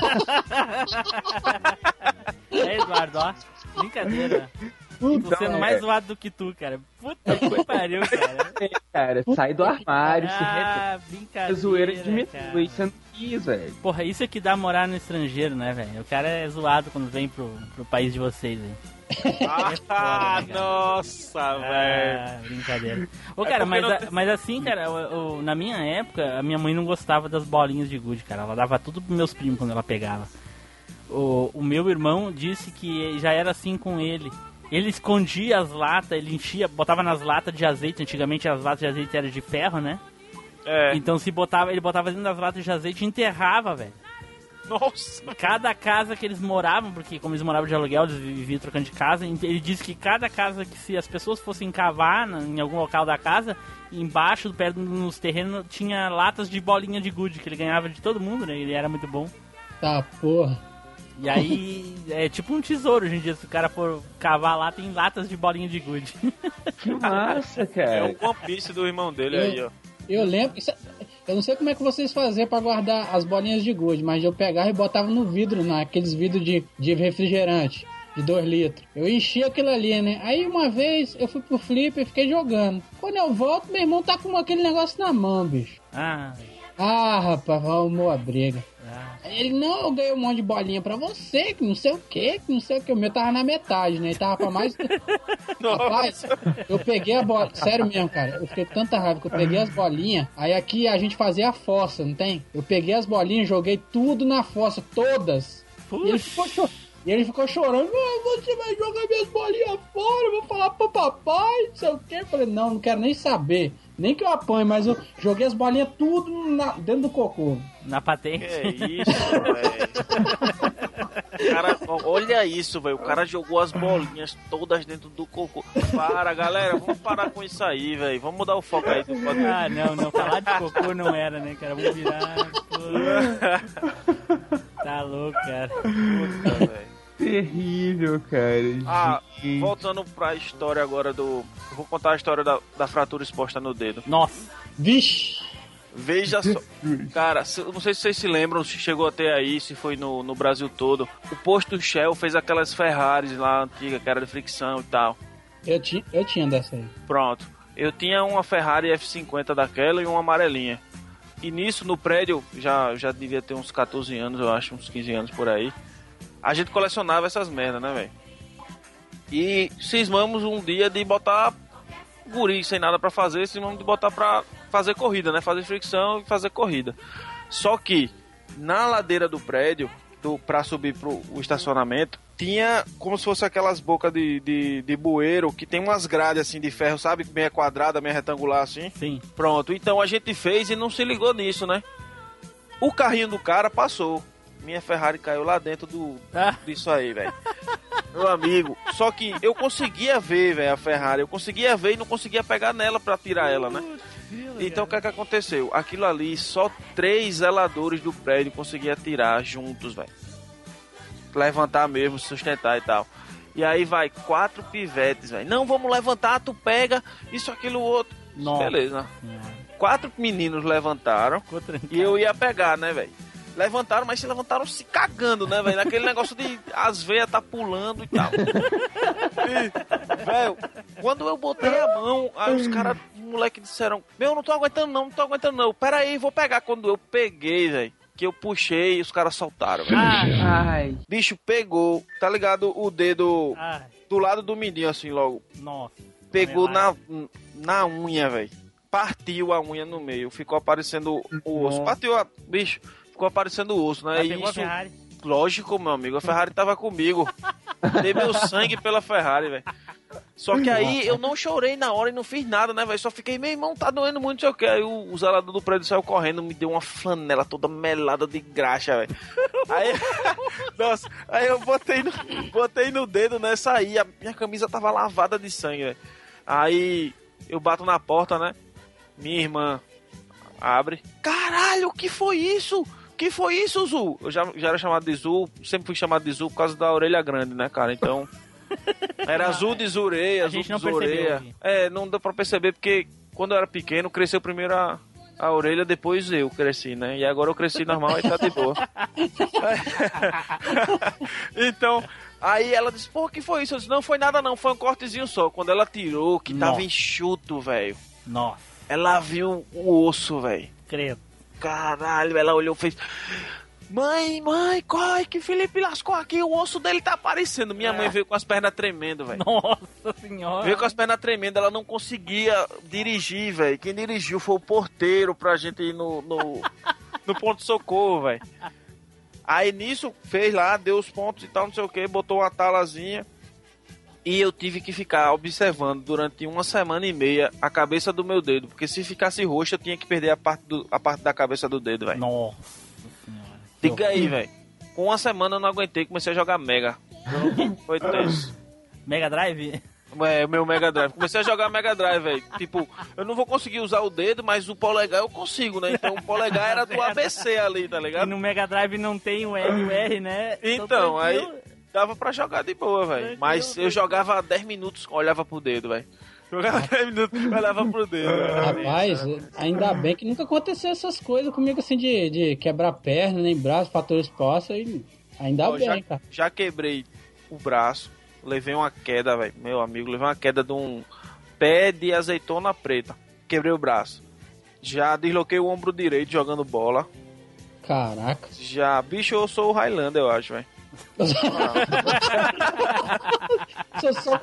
É, Eduardo, ó. Brincadeira. Tô sendo mais zoado do que tu, cara. Puta que pariu, cara. Cara, sai do armário, se Ah, reta. brincadeira, Zoeira diminui, cara. você não quis, velho. Porra, isso é que dá morar no estrangeiro, né, velho? O cara é zoado quando vem pro, pro país de vocês, velho. Ah, nossa, velho. Ah, brincadeira. Ô, É cara, porque mas, não a- tem- mas assim, cara, o- o- na minha época, a minha mãe não gostava das bolinhas de gude, cara. Ela dava tudo pros meus primos quando ela pegava. O, o meu irmão disse que já era assim com ele. Ele escondia as latas, ele enchia, botava nas latas de azeite. Antigamente as latas de azeite eram de ferro, né? É. Então se botava, ele botava dentro das latas de azeite e enterrava, velho. Nossa. Cada casa que eles moravam, porque como eles moravam de aluguel, eles viviam trocando de casa, ele disse que cada casa que se as pessoas fossem cavar na- em algum local da casa, embaixo, perto nos terrenos, tinha latas de bolinha de gude, que ele ganhava de todo mundo, né? Ele era muito bom. Tá, porra. E aí, é tipo um tesouro hoje em dia, se o cara for cavar lá, tem latas de bolinha de gude. Que massa, É cara. o One Piece do irmão dele aí, ó. Eu lembro, isso é- eu não sei como é que vocês faziam pra guardar as bolinhas de gude, mas eu pegava e botava no vidro, naqueles vidros de, de refrigerante, de dois litros. Eu enchia aquilo ali, né? Aí uma vez eu fui pro flip e fiquei jogando. Quando eu volto, meu irmão tá com aquele negócio na mão, bicho. Ah, Ah, rapaz, arrumou a briga. ah. Ele, não, eu ganhei um monte de bolinha pra você, que não sei o que, que não sei o que. O meu tava na metade, né? Ele tava pra mais... Rapaz, eu peguei a bola... Sério mesmo, cara. Eu fiquei com tanta raiva que eu peguei as bolinhas. Aí aqui a gente fazia a fossa, não tem? Eu peguei as bolinhas, joguei tudo na fossa, todas. E ele ficou, cho- E ele ficou chorando, ah, você vai jogar minhas bolinhas fora, eu vou falar pro papai, não sei o que. Eu falei, não, não quero nem saber, nem que eu apanhe, mas eu joguei as bolinhas tudo na, dentro do cocô. Na patente. Que isso, velho. Cara, olha isso, velho. O cara jogou as bolinhas todas dentro do cocô. Para, galera, vamos parar com isso aí, velho. Vamos mudar o foco aí do podcast. Ah, não, não. Falar de cocô não era, né, cara? Vamos virar. Pô. Tá louco, cara. Puta, velho. Terrível, cara. Ah, Gente. voltando pra história agora do... Eu vou contar a história da, da fratura exposta no dedo. Nossa. Vixe. Veja só. Cara, eu não sei se vocês se lembram, se chegou até aí, se foi no, no Brasil todo. O posto Shell fez aquelas Ferraris lá antigas, que era de fricção e tal. Eu, ti, eu tinha dessa aí. Pronto. Eu tinha uma Ferrari F cinquenta daquela e uma amarelinha. E nisso, no prédio, já, já devia ter uns catorze anos, eu acho, uns quinze anos por aí. A gente colecionava essas merdas, né, velho? E cismamos um dia de botar guri sem nada pra fazer, cismamos de botar pra fazer corrida, né? Fazer fricção e fazer corrida. Só que na ladeira do prédio, do, pra subir pro o estacionamento, tinha como se fosse aquelas bocas de, de, de bueiro, que tem umas grades assim de ferro, sabe? Meia quadrada, meia retangular assim. Sim. Pronto, então a gente fez e não se ligou nisso, né? O carrinho do cara passou. Minha Ferrari caiu lá dentro do ah. disso aí, velho. Meu amigo, só que eu conseguia ver, velho, a Ferrari. Eu conseguia ver e não conseguia pegar nela pra tirar ela, né? Então o que é que aconteceu? Aquilo ali, só três zeladores do prédio conseguiam tirar juntos, velho. Levantar mesmo, sustentar e tal. E aí vai, quatro pivetes, velho. Não, vamos levantar, tu pega, isso, aquilo, outro. Nossa. Beleza. Quatro meninos levantaram e eu ia pegar, né, velho? Levantaram, mas se levantaram se cagando, né, velho? Naquele negócio de as veias tá pulando e tal. Velho, quando eu botei a mão, aí os caras, moleque, disseram: meu, não tô aguentando não, não tô aguentando não. Pera aí, vou pegar. Quando eu peguei, velho, que eu puxei, os caras soltaram, velho. Ai. Bicho, pegou, tá ligado? O dedo Ai. do lado do mindinho, assim, logo. Nossa. Pegou na, na unha, velho. Partiu a unha no meio. Ficou aparecendo o osso. Partiu a... Bicho, ficou aparecendo o osso, né? Mas pegou Isso... a Ferrari. Lógico, meu amigo. A Ferrari tava comigo. Dei meu sangue pela Ferrari, velho. Só que aí eu não chorei na hora e não fiz nada, né, velho? Só fiquei, meu irmão, tá doendo muito, não sei o que. Aí o, o zelador do prédio saiu correndo, me deu uma flanela toda melada de graxa, velho. Aí, nossa, aí eu botei no, botei no dedo, né, saí. A minha camisa tava lavada de sangue, velho. Aí eu bato na porta, né? Minha irmã abre. Caralho, o que foi isso? Que foi isso, Zu? Eu já, já era chamado de Zu, sempre fui chamado de Zu por causa da orelha grande, né, cara? Então, era Azul de Zureia, Azul de Zureia. É, não deu pra perceber porque quando eu era pequeno, cresceu primeiro a, a orelha, depois eu cresci, né? E agora eu cresci normal e tá de boa. Então, aí ela disse, pô, que foi isso? Eu disse, não foi nada não, foi um cortezinho só. Quando ela tirou, que tava Nossa. enxuto, velho. Nossa. Ela viu o osso, velho. Credo. Caralho, ela olhou e fez... Mãe, mãe, corre que Felipe lascou aqui, o osso dele tá aparecendo. Minha é. mãe veio com as pernas tremendo, velho. Nossa senhora. Veio com as pernas tremendo, ela não conseguia dirigir, velho. Quem dirigiu foi o porteiro pra gente ir no, no, no ponto-socorro, velho. Aí nisso, fez lá, deu os pontos e tal, não sei o que, botou uma talazinha. E eu tive que ficar observando durante uma semana e meia a cabeça do meu dedo. Porque se ficasse roxo, eu tinha que perder a parte, do, a parte da cabeça do dedo, velho. Nossa senhora. Diga aí, velho. Com uma semana eu não aguentei, comecei a jogar Mega. Foi tenso. Mega Drive? É, meu Mega Drive. Comecei a jogar Mega Drive, velho. Tipo, eu não vou conseguir usar o dedo, mas o polegar eu consigo, né? Então o polegar era do A B C ali, tá ligado? E no Mega Drive não tem o L e o R, né? Então, aí dava pra jogar de boa, velho. Mas eu jogava dez minutos, olhava pro dedo, velho. Jogava dez minutos, olhava pro dedo. Rapaz, ainda bem que nunca aconteceu essas coisas comigo assim de, de quebrar perna, nem braço, fator exposta. E ainda Ó, bem, já, cara. Já quebrei o braço, levei uma queda, velho. Meu amigo, levei uma queda de um pé de azeitona preta. Quebrei o braço. Já desloquei o ombro direito jogando bola. Caraca. Já, bicho, eu sou o Highlander, eu acho, velho. Sou só...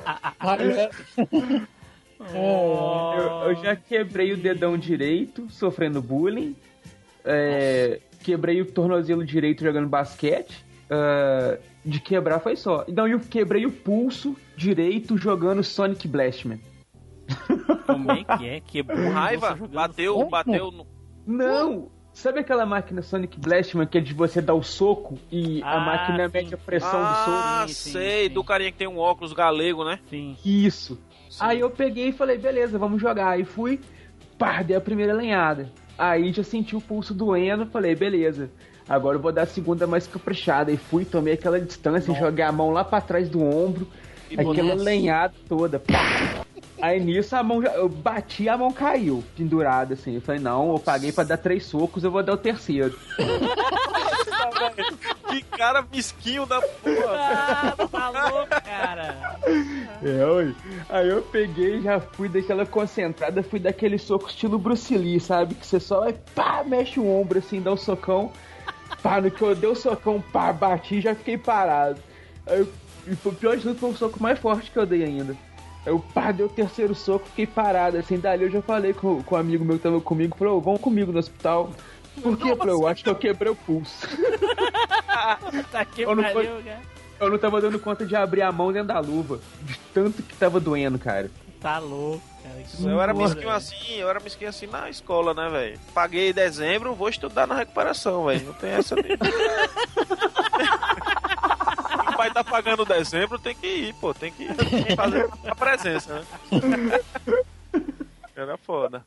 Oh. Eu, eu já quebrei o dedão direito, sofrendo bullying. É, quebrei o tornozelo direito jogando basquete. Uh, de quebrar foi só. Então eu quebrei o pulso direito jogando Sonic Blastman. Como é que é? Quebrou Com raiva? Bateu, Como? bateu no... Não! Sabe aquela máquina Sonic Blastman que é de você dar o soco e a Ah, máquina sim. mede a pressão Ah, do soco? sim, sei, sim. do carinha que tem um óculos galego, né? Sim. Isso. Aí eu peguei e falei, beleza, vamos jogar. Aí fui, pá, dei a primeira lenhada. Aí já senti o pulso doendo, falei, beleza. Agora eu vou dar a segunda mais caprichada. E fui, tomei aquela distância, joguei a mão lá pra trás do ombro. E aquela bonito. lenhada toda. Pá. Aí nisso a mão já, eu bati, a mão caiu, pendurada assim. Eu falei, não, eu paguei pra dar três socos, eu vou dar o terceiro. Que cara mesquinho da porra. Ah, tá louco, cara. É, oi. Aí eu peguei, já fui daquela concentrada, fui daquele soco estilo Bruce Lee, sabe? Que você só vai, pá, mexe o ombro assim, dá o socão. Pá, no que eu dei o socão, pá, bati e já fiquei parado. Aí eu, e foi o pior de tudo, foi o soco mais forte que eu dei ainda. Eu, pá, dei o terceiro soco, fiquei parado, assim, dali eu já falei com, com um amigo meu que tava comigo, falou, vamos comigo no hospital. Por quê? Eu acho que eu quebrei o pulso. Tá que Eu não pariu, foi- cara. Eu não tava dando conta de abrir a mão dentro da luva, de tanto que tava doendo, cara. Tá louco, cara. Que Eu era loucura, mesquinho velho. assim, eu era mesquinho assim na escola, né, velho? Paguei em dezembro, vou estudar na recuperação, velho. Não tem essa nem. O pai tá pagando dezembro, tem que ir, pô. Tem que fazer a presença, né? Era foda.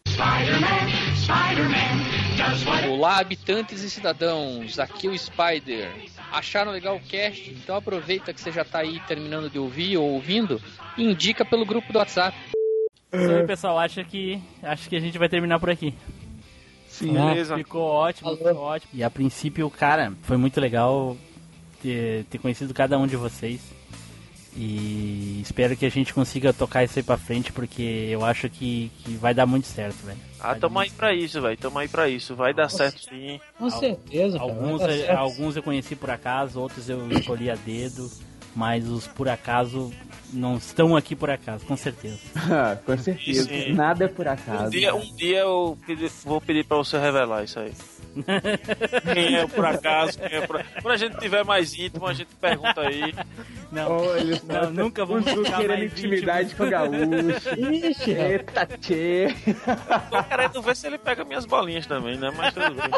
Olá, habitantes e cidadãos, aqui é o Spider. Acharam legal o cast? Então aproveita que você já tá aí terminando de ouvir ou ouvindo e indica pelo grupo do WhatsApp. Então aí, pessoal, acho que, acho que a gente vai terminar por aqui. Sim, Né? beleza. Ficou ótimo, ficou ótimo. E a princípio, cara, foi muito legal ter, ter conhecido cada um de vocês. E espero que a gente consiga tocar isso aí pra frente, porque eu acho que, que vai dar muito certo, velho. Ah, tamo aí pra isso, velho. Tamo aí pra isso. Vai dar certo sim. Com certeza, cara. Alguns, vai dar eu- certo. alguns eu conheci por acaso, outros eu escolhi a dedo, mas os por acaso não estão aqui por acaso, com certeza. Ah, com certeza. Sim. Nada é por Um acaso. dia, um dia eu pedi- vou pedir pra você revelar isso aí. Quem é por acaso, quem é por... Quando a gente tiver mais íntimo, a gente pergunta aí. Não, Olha só, não, nunca vamos Os ficar querendo mais intimidade com o gaúcho. Ixi, rapaz. Eita, tchê. Tô querendo ver se ele pega minhas bolinhas também, né? Mas tudo bem.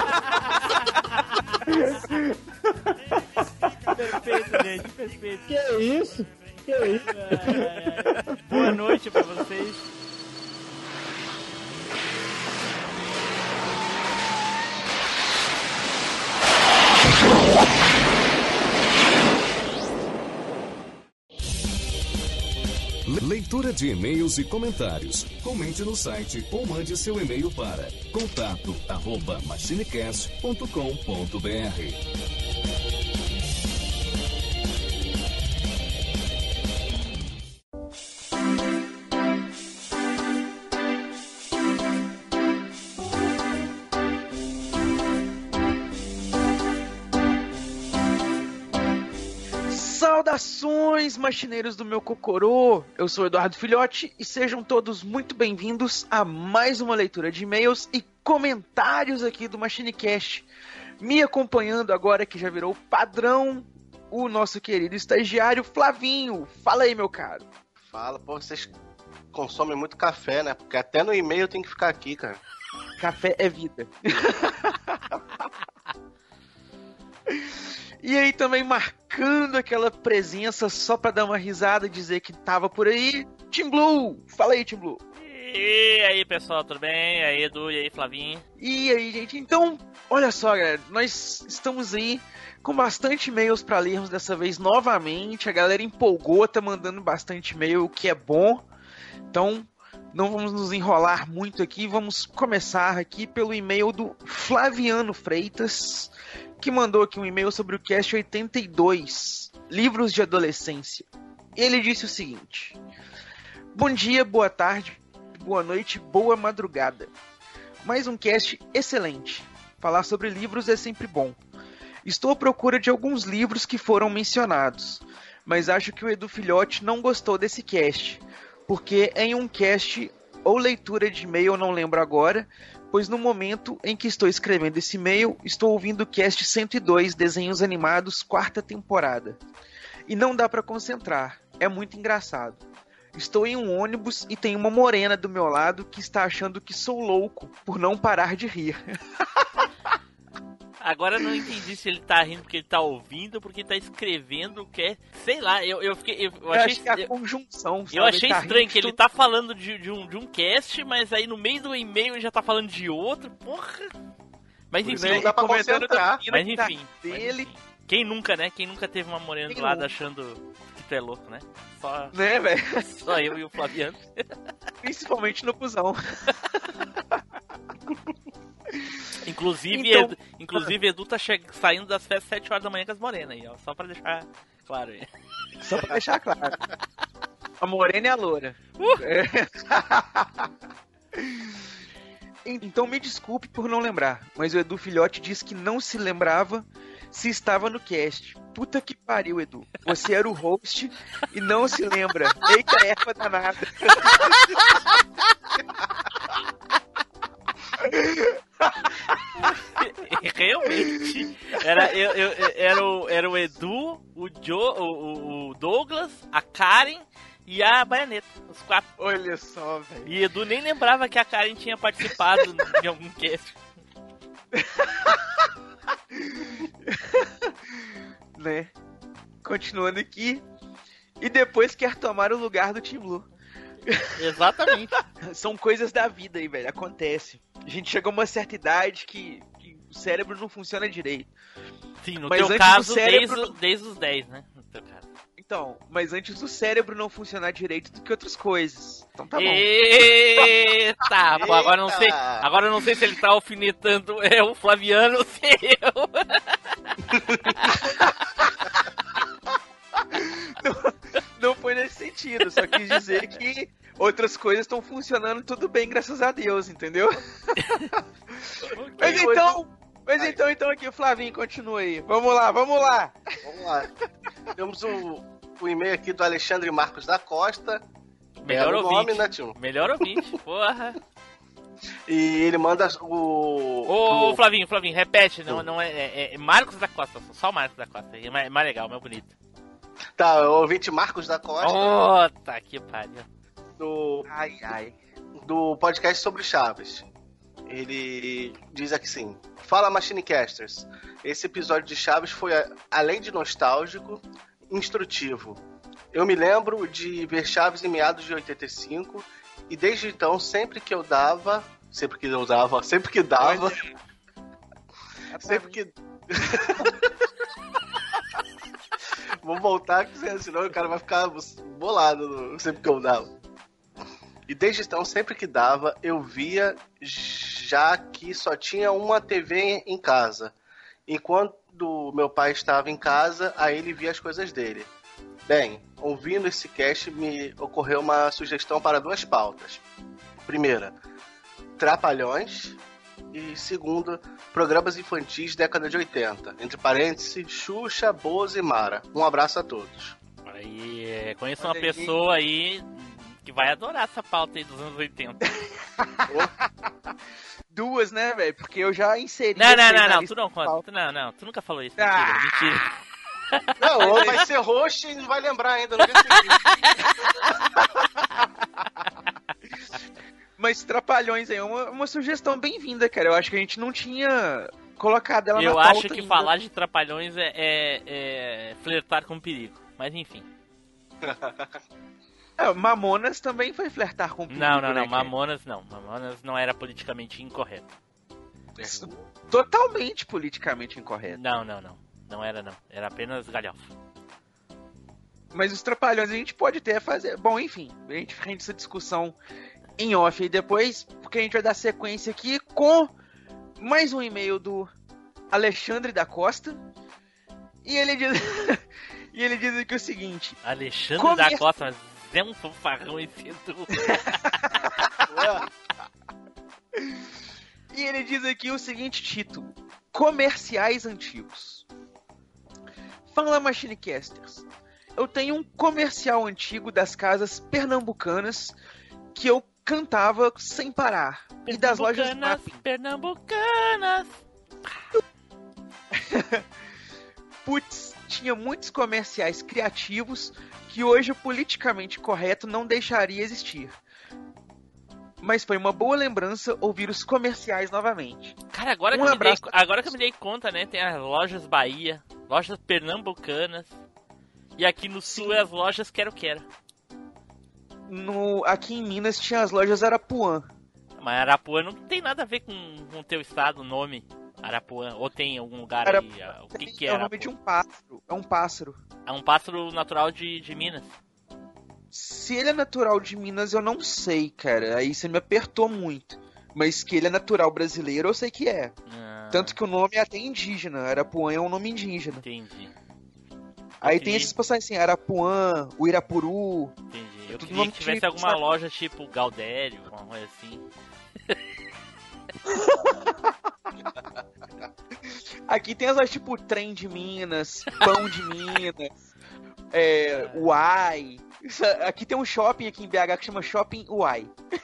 Perfeito, gente, perfeito. Que isso? Que isso? Ai, ai. Boa noite pra vocês. Leitura de e-mails e comentários. Comente no site ou mande seu e-mail para contato arroba machinecast ponto com ponto br. Saudações, machineiros do meu cocorô! Eu sou Eduardo Filhote e sejam todos muito bem-vindos a mais uma leitura de e-mails e comentários aqui do MachineCast. Me acompanhando agora, que já virou padrão, o nosso querido estagiário Flavinho. Fala aí, meu caro. Fala, pô, vocês consomem muito café, né? Porque até no e-mail tem que ficar aqui, cara. Café é vida. E aí também marcando aquela presença só pra dar uma risada e dizer que tava por aí, Tim Blue. Fala aí, Tim Blue. E aí, pessoal, tudo bem? E aí, Edu, e aí, Flavinho? E aí, gente, então, olha só, galera, nós estamos aí com bastante e-mails pra lermos dessa vez novamente. A galera empolgou, tá mandando bastante e-mail, o que é bom. Então, não vamos nos enrolar muito aqui, vamos começar aqui pelo e-mail do Flaviano Freitas, que mandou aqui um e-mail sobre o cast oitenta e dois, Livros de Adolescência. Ele disse o seguinte: bom dia, boa tarde, boa noite, boa madrugada. Mais um cast excelente. Falar sobre livros é sempre bom. Estou à procura de alguns livros que foram mencionados, mas acho que o Edu Filhote não gostou desse cast, porque em um cast ou leitura de e-mail, eu não lembro agora, pois no momento em que estou escrevendo esse e-mail, estou ouvindo o cast cento e dois, Desenhos Animados, quarta temporada. E não dá pra concentrar, é muito engraçado. Estou em um ônibus e tem uma morena do meu lado que está achando que sou louco por não parar de rir. Agora eu não entendi se ele tá rindo porque ele tá ouvindo ou porque ele tá escrevendo o que é. Sei lá, eu, eu fiquei. Eu, eu eu achei acho que é a conjunção. Eu achei tá estranho que ele tá falando de, de, um, de um cast, mas aí no meio do e-mail ele já tá falando de outro. Porra! Mas enfim, não dá pra concentrar. Mas enfim, dele. mas enfim. Quem nunca, né? Quem nunca teve uma morena Quem do lado nunca? achando que tu é louco, né? Só, Né, velho? só eu e o Flaviano. Principalmente no busão. Inclusive, Então- Edu, inclusive Edu tá che- saindo das festas às sete horas da manhã com as morenas aí, ó. Só pra deixar claro aí. Só pra deixar claro. A morena e a loura. É. Então me desculpe por não lembrar, mas o Edu Filhote disse que não se lembrava se estava no cast. Puta que pariu, Edu. Você era o host e não se lembra. Eita, erva danada. Realmente. Era, eu, eu- era, o, era o Edu, o, Joe, o, o Douglas, a Karen e a Baianeta. Os quatro. Olha só, velho. E Edu nem lembrava que a Karen tinha participado de algum cast. Né? Continuando aqui. E depois quer tomar o lugar do Team Blue. Exatamente. São coisas da vida aí, velho. Acontece. A gente chegou a uma certa idade que, que o cérebro não funciona direito. Sim, no Mas teu antes caso, do cérebro... desde, o- desde os dez, né? No teu caso. Então, mas antes do cérebro não funcionar direito do que outras coisas. Então tá bom. Eita, pô, agora eu não sei. Agora eu não sei se ele tá alfinetando é, o Flaviano ou se é eu. Não foi nesse sentido, só quis dizer que outras coisas estão funcionando tudo bem, graças a Deus, entendeu? Mas então, mas então, então aqui o Flavinho continua aí. Vamos lá, vamos lá. Vamos lá. Temos o, o e-mail aqui do Alexandre Marcos da Costa. Melhor Belo ouvinte. nome, né, tio? Melhor ouvinte, porra. E ele manda o... Ô, o- Flavinho, Flavinho, repete, não, não é, é, é Marcos da Costa, só o Marcos da Costa, é mais, mais legal, mais bonito. Tá, o ouvinte Marcos da Costa. Oh, tá que pariu. Do, ai, ai. do podcast sobre Chaves. Ele diz aqui sim: Fala, Machinecasters. Esse episódio de Chaves foi, além de nostálgico, instrutivo. Eu me lembro de ver Chaves em meados de oitenta e cinco e desde então, sempre que eu dava, sempre que eu dava, sempre que dava, sempre que... Vou voltar, senão o cara vai ficar bolado no- sempre que eu dava. E desde então, sempre que dava, eu via, já que só tinha uma T V em casa. Enquanto meu pai estava em casa, aí ele via as coisas dele. Bem, ouvindo esse cast, me ocorreu uma sugestão para duas pautas. Primeira, Trapalhões. E segunda, programas infantis década de oitenta. Entre parênteses, Xuxa, Bozo e Mara. Um abraço a todos. Aí, é, conheço uma Olha aí. pessoa aí que vai adorar essa pauta aí dos anos oitenta. Duas, né, velho? Porque eu já inseri. Não, não, vocês não, na não, lista tu não de conta. pauta. Tu não, não, tu nunca falou isso. Ah. Mentira, mentira. Não, ou vai ser host e não vai lembrar ainda. Não Mas Trapalhões aí é uma, uma sugestão bem-vinda, cara. Eu acho que a gente não tinha colocado ela Eu na pauta acho que ainda. falar de Trapalhões é, é, é flertar com perigo. Mas enfim. É, Mamonas também foi flertar com perigo, Não, não, né, não. cara? Mamonas não. Mamonas não era politicamente incorreto. Totalmente politicamente incorreto. Não, não, não. Não era, não. Era apenas galhofa. Mas os Trapalhões a gente pode até fazer. Bom, enfim, a gente rende essa discussão em off aí depois, porque a gente vai dar sequência aqui com mais um e-mail do Alexandre da Costa. E ele diz. E ele diz aqui o seguinte: Alexandre Come- da Costa, mas é um fanfarrão esse Edu. E ele diz aqui o seguinte título: Comerciais antigos. Fala, Machinecasters. Eu tenho um comercial antigo das casas pernambucanas que eu cantava sem parar. E das lojas Pernambucanas, Pernambucanas. Putz, tinha muitos comerciais criativos que hoje o politicamente correto não deixaria existir. Mas foi uma boa lembrança ouvir os comerciais novamente. Cara, agora, Um que, eu me dei, abraço. agora que eu me dei conta, né? Tem as lojas Bahia, lojas Pernambucanas. E aqui no sul é as lojas Quero Quero. No, aqui em Minas tinha as lojas Arapuã. Mas Arapuã não tem nada a ver com o teu estado, o nome. Arapuã. Ou tem em algum lugar Arapuã aí? ah, O que, que é É o Arapuã? nome de um pássaro. É um pássaro. É um pássaro natural de, de Minas. Se ele é natural de Minas, eu não sei, cara. Aí você me apertou muito. Mas que ele é natural brasileiro, eu sei que é. Ah. Tanto que o nome é até indígena. Arapuã é um nome indígena. Entendi. Aí Entendi. tem esses personagens assim, Arapuã, o Irapuru. Entendi. Eu tudo queria nome que tivesse de- alguma loja tipo Galdério, uma coisa assim. Aqui tem as lojas tipo Trem de Minas, Pão de Minas, é, Uai. Isso- Aqui tem um shopping aqui em B H que chama Shopping Uai.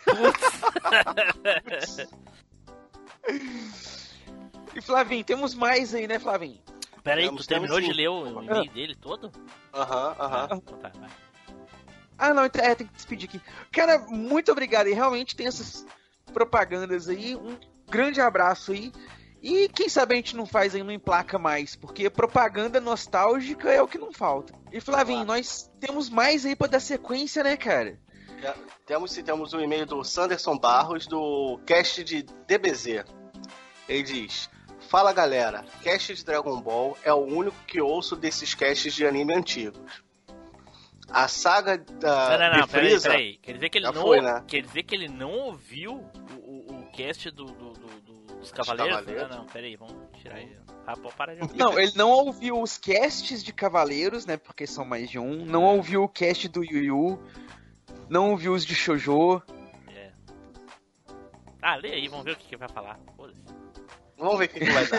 E Flavinho, temos mais aí, né, Flavinho? Pera aí, Temos, tu terminou temos de sim. ler o e-mail dele todo? Aham, aham. Então tá, vai. Ah, não, é, tem que despedir aqui. Cara, muito obrigado. E realmente tem essas propagandas aí. Um grande abraço aí. E quem sabe a gente não faz aí, não emplaca mais. Porque propaganda nostálgica é o que não falta. E Flavinho, nós temos mais aí pra dar sequência, né, cara? É, Temos, temos um e-mail do Sanderson Barros, do cast de D B Z. Ele diz: Fala galera, cast de Dragon Ball é o único que ouço desses casts de anime antigos. A saga da Não, não, não, de peraí, Freeza peraí. Quer dizer que ele já não, foi, né? quer dizer que ele não ouviu o, o, o cast do, do- do- do- dos Cavaleiros? Cavaleiros? Não, não, peraí, vamos tirar ele. Ah, pô, para de ouvir. Não, ele não ouviu os casts de Cavaleiros, né? Porque são mais de um. Não ouviu o cast do Yu Yu. Não ouviu os de Shoujo. É. Ah, lê aí, vamos ver o que, que vai falar. Foda-se. Vamos ver o que, que vai dar.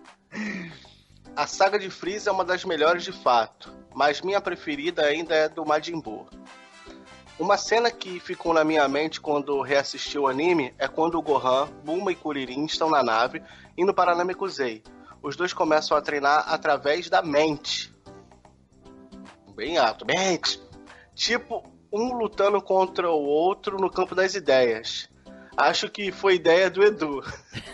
A saga de Freeza é uma das melhores de fato, mas minha preferida ainda é do Majin Buu. Uma cena que ficou na minha mente quando reassisti o anime é quando o Gohan, Bulma e Kuririn estão na nave indo para Namekusei. Os dois começam a treinar através da mente. Bem alto, mente. Tipo, um lutando contra o outro no campo das ideias. Acho que foi ideia do Edu.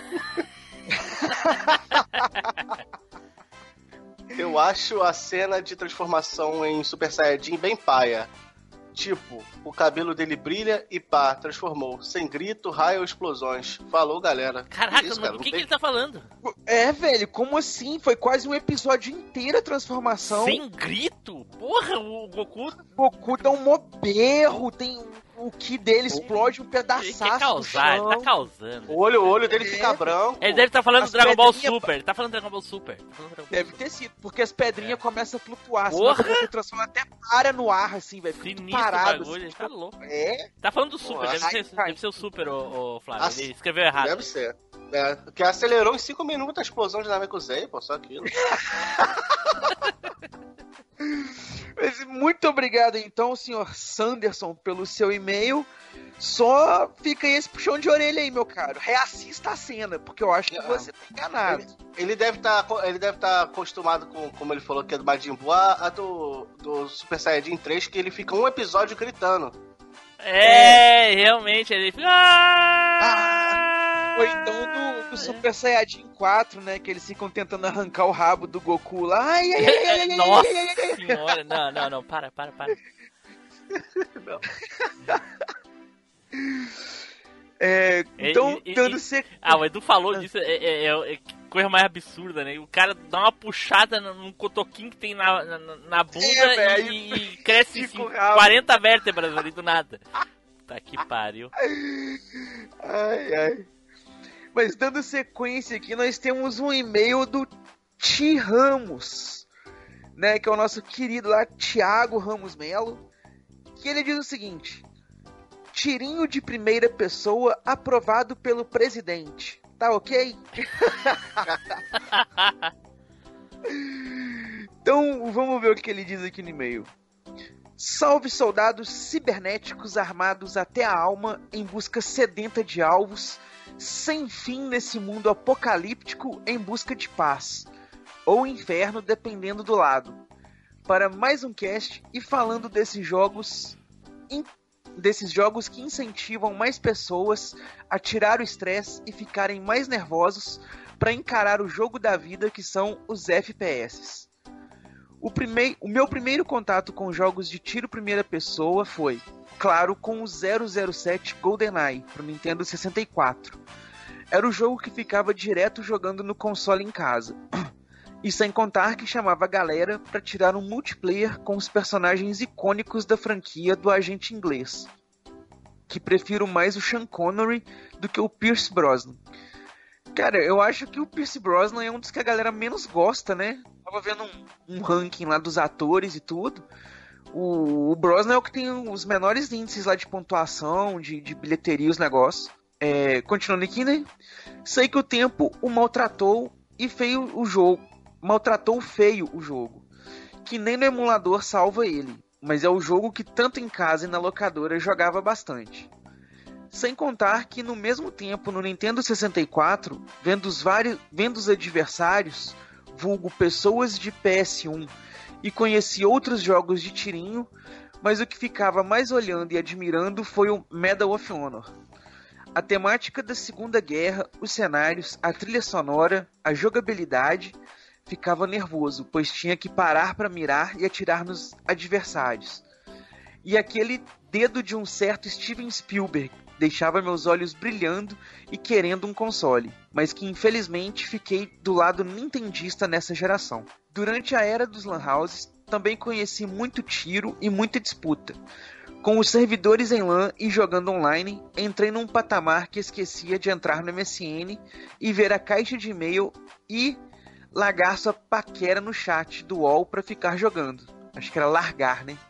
Eu acho a cena de transformação em Super Saiyajin bem paia. Tipo, o cabelo dele brilha e pá, transformou. Sem grito, raio ou explosões. Falou, galera. Caraca, Isso, mas cara, do não que, tem- que ele tá falando? É, velho, como assim? Foi quase um episódio inteiro a transformação. Sem grito? Porra, o Goku. O Goku dá um mó berro, tem o ki dele explode um pedaço. Ele quer causar, ele tá causando. O olho, o olho dele fica branco. Ele deve estar falando As do Dragon Ball pedrinhas- Super. Ele tá falando do Dragon Ball Super. Tá falando do Dragon Ball Deve ter sido, porque as pedrinhas começam a flutuar. Senão Porra! o Goku transforma até para no ar, assim, velho. Fica tudo Sinistro parado. o bagulho, assim, ele tá louco. É? Tá falando do Super, Pô, deve, ai, ser, deve ser o Super, ô, ô, Flávio. Assim, Ele escreveu errado. Deve ser. É, que acelerou em cinco minutos a explosão de Namekusei, pô, só aquilo. Mas muito obrigado, então, senhor Sanderson, pelo seu e-mail. Só fica aí esse puxão de orelha aí, meu caro. Reassista a cena, porque eu acho que você tá enganado. Ele, ele deve estar ele deve tá acostumado com, como ele falou que é do Majin Buu, a, a do, do Super Saiyajin três, que ele fica um episódio gritando. É, realmente, ele fica. Ah! Ou então do, do Super Saiyajin quatro, né? Que eles ficam tentando arrancar o rabo do Goku lá. Ai, ai, ai, ai, ai, ai, Nossa ai, ai, ai, ai. senhora, não, não, não, para, para, para. Não. É, então, E- e- dando e- ser... Ah, o Edu falou disso, é, é- é- é coisa mais absurda, né? O cara dá uma puxada no- num cotoquinho que tem na, na, na bunda É, velho. e, e cresce Fica assim, o rabo. quarenta vértebras ali do nada. Tá que pariu. Ai, ai. Mas dando sequência aqui, nós temos um e-mail do Ti Ramos, né? Que é o nosso querido lá, Thiago Ramos Melo. Que ele diz o seguinte: tirinho de primeira pessoa aprovado pelo presidente. Tá ok? Então, vamos ver o que ele diz aqui no e-mail. Salve soldados cibernéticos armados até a alma em busca sedenta de alvos, sem fim nesse mundo apocalíptico em busca de paz, ou inferno dependendo do lado, para mais um cast e falando desses jogos, in, desses jogos que incentivam mais pessoas a tirar o estresse e ficarem mais nervosos para encarar o jogo da vida que são os F P S. O, primei, o meu primeiro contato com jogos de tiro primeira pessoa foi, claro, com o zero zero sete GoldenEye para o Nintendo sessenta e quatro. Era o jogo que ficava direto jogando no console em casa. E sem contar que chamava a galera para tirar um multiplayer com os personagens icônicos da franquia do agente inglês. Que prefiro mais o Sean Connery do que o Pierce Brosnan. Cara, eu acho que o Pierce Brosnan é um dos que a galera menos gosta, né? Tava vendo um, um ranking lá dos atores e tudo. O, o Brosnan é o que tem os menores índices lá de pontuação, de, de bilheteria, os negócios. É, continuando aqui, né? Sei que o tempo o maltratou e feio o jogo. Maltratou feio o jogo. Que nem no emulador salva ele. Mas é o jogo que tanto em casa e na locadora jogava bastante. Sem contar que no mesmo tempo no Nintendo sessenta e quatro, vendo os, vários, vendo os adversários, vulgo pessoas de P S um, e conheci outros jogos de tirinho, mas o que ficava mais olhando e admirando foi o Medal of Honor. A temática da Segunda Guerra, os cenários, a trilha sonora, a jogabilidade, ficava nervoso, pois tinha que parar para mirar e atirar nos adversários. E aquele dedo de um certo Steven Spielberg deixava meus olhos brilhando e querendo um console, mas que infelizmente fiquei do lado nintendista nessa geração. Durante a era dos lan houses, também conheci muito tiro e muita disputa. Com os servidores em LAN e jogando online, entrei num patamar que esquecia de entrar no M S N e ver a caixa de e-mail e largar sua paquera no chat do U O L para ficar jogando. Acho que era largar, né?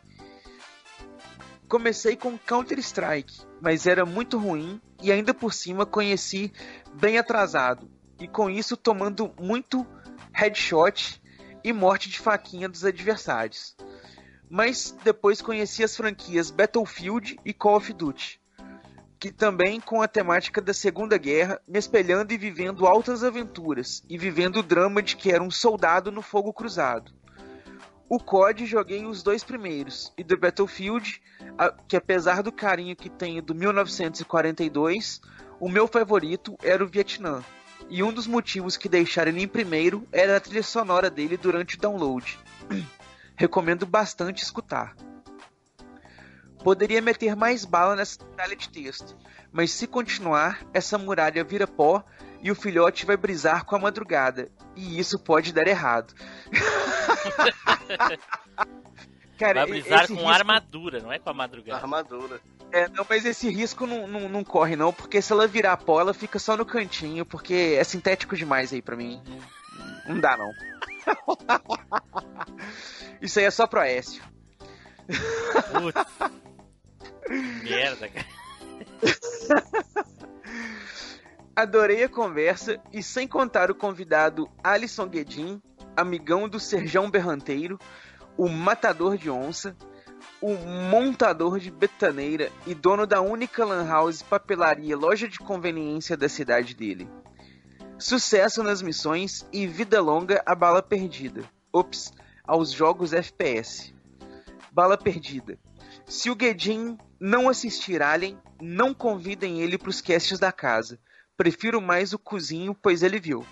Comecei com Counter-Strike, mas era muito ruim e ainda por cima conheci bem atrasado, e com isso tomando muito headshot e morte de faquinha dos adversários. Mas depois conheci as franquias Battlefield e Call of Duty, que também com a temática da Segunda Guerra, me espelhando e vivendo altas aventuras, e vivendo o drama de que era um soldado no fogo cruzado. O C O D joguei os dois primeiros, e do Battlefield, que apesar do carinho que tenho do mil novecentos e quarenta e dois, o meu favorito era o Vietnã, e um dos motivos que deixaram ele em primeiro era a trilha sonora dele durante o download. Recomendo bastante escutar. Poderia meter mais bala nessa batalha de texto, mas se continuar, essa muralha vira pó e o filhote vai brisar com a madrugada, e isso pode dar errado. Cara, vai brisar com risco... armadura, não é com a madrugada. Armadura. É, não, mas esse risco não, não, não corre não, porque se ela virar pó, ela fica só no cantinho, porque é sintético demais aí pra mim. Não, não dá não. Isso aí é só pro Aécio. Putz. Merda, cara. Adorei a conversa e sem contar o convidado Alisson Guedin, amigão do Serjão Berranteiro, o matador de onça, o montador de betaneira e dono da única lan house, papelaria, loja de conveniência da cidade dele. Sucesso nas missões e vida longa à bala perdida. Ops, aos jogos F P S. Bala perdida. Se o Guedin não assistir Alien, não convidem ele pros casts da casa. Prefiro mais o cozinho, pois ele viu.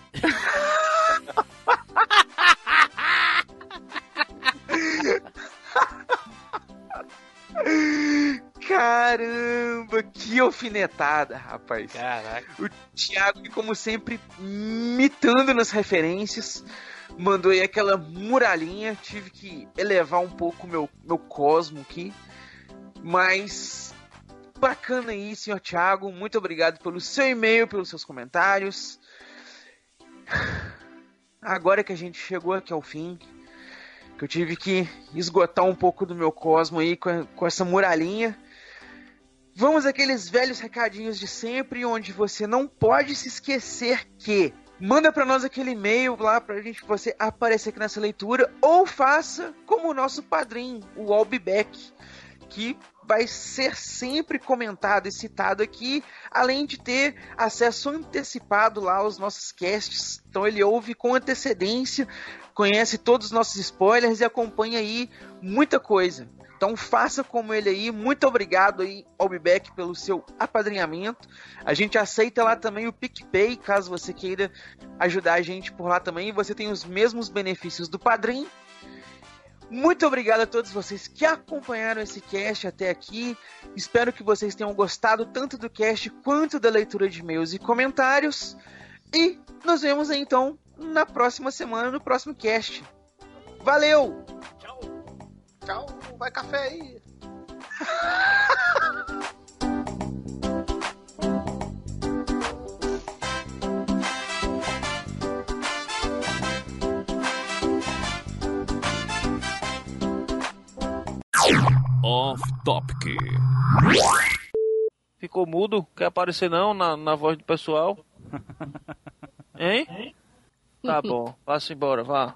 Caramba, que alfinetada, rapaz. Caraca. O Thiago, como sempre, mitando nas referências, mandou aí aquela muralhinha. Tive que elevar um pouco o meu, meu cosmo aqui. Mas bacana aí, senhor Thiago. Muito obrigado pelo seu e-mail, pelos seus comentários. Agora que a gente chegou aqui ao fim, que eu tive que esgotar um pouco do meu cosmo aí com, com essa muralhinha, vamos àqueles velhos recadinhos de sempre, onde você não pode se esquecer que manda pra nós aquele e-mail lá pra gente você aparecer aqui nessa leitura, ou faça como o nosso padrinho, o Albeback, que vai ser sempre comentado e citado aqui, além de ter acesso antecipado lá aos nossos casts. Então ele ouve com antecedência, conhece todos os nossos spoilers e acompanha aí muita coisa. Então faça como ele aí. Muito obrigado aí, Albeback, pelo seu apadrinhamento. A gente aceita lá também o PicPay, caso você queira ajudar a gente por lá também. Você tem os mesmos benefícios do padrinho. Muito obrigado a todos vocês que acompanharam esse cast até aqui. Espero que vocês tenham gostado tanto do cast quanto da leitura de e-mails e comentários. E nos vemos aí, então na próxima semana, no próximo cast. Valeu! Tchau! Tchau! Vai café aí! Off Topic. Ficou mudo? Quer aparecer não na, na voz do pessoal? Hein? Tá bom, vá-se embora, vá.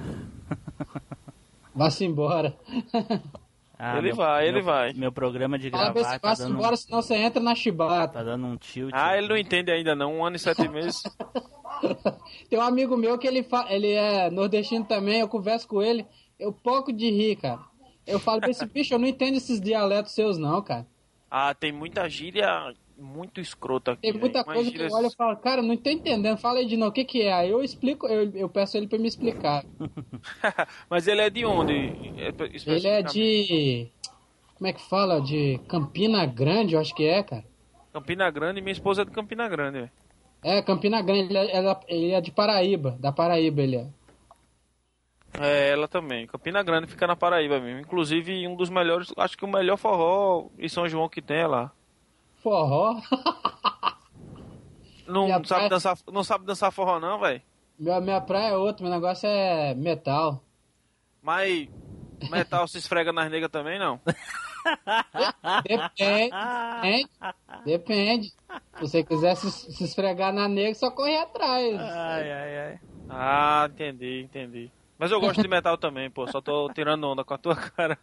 Vá-se embora. Ah, ele meu, vai, ele meu, vai. Meu programa de gravar ah, tá vá-se dando... embora, senão você entra na chibata. Tá dando um tilt. Ah, ele não entende ainda não, um ano e sete meses. Tem um amigo meu que ele, fa... ele é nordestino também, eu converso com ele, eu pouco de rir, cara. Eu falo pra esse bicho, eu não entendo esses dialetos seus não, cara. Ah, tem muita gíria muito escrota aqui. Tem muita véio. coisa gírias... que eu olho e falo, cara, não tô entendendo, fala aí de novo, o que que é? Aí eu explico, eu, eu peço ele pra me explicar. Mas ele é de onde? Ele é de... Como é que fala? De Campina Grande, eu acho que é, cara. Campina Grande, minha esposa é de Campina Grande, velho. É, Campina Grande, ele é, ele é de Paraíba, da Paraíba ele é. É, ela também. Campina Grande fica na Paraíba mesmo. Inclusive, um dos melhores, acho que o melhor forró em São João que tem é lá. Forró? Não sabe, praia... dançar, não sabe dançar forró não, velho? Minha, minha praia é outra, meu negócio é metal. Mas metal se esfrega nas negras também, não? Depende, depende, depende. Se você quiser se, se esfregar na negra, só correr atrás. Ai, ai, ai. Ah, entendi, entendi. Mas eu gosto de metal também, pô. Só tô tirando onda com a tua cara.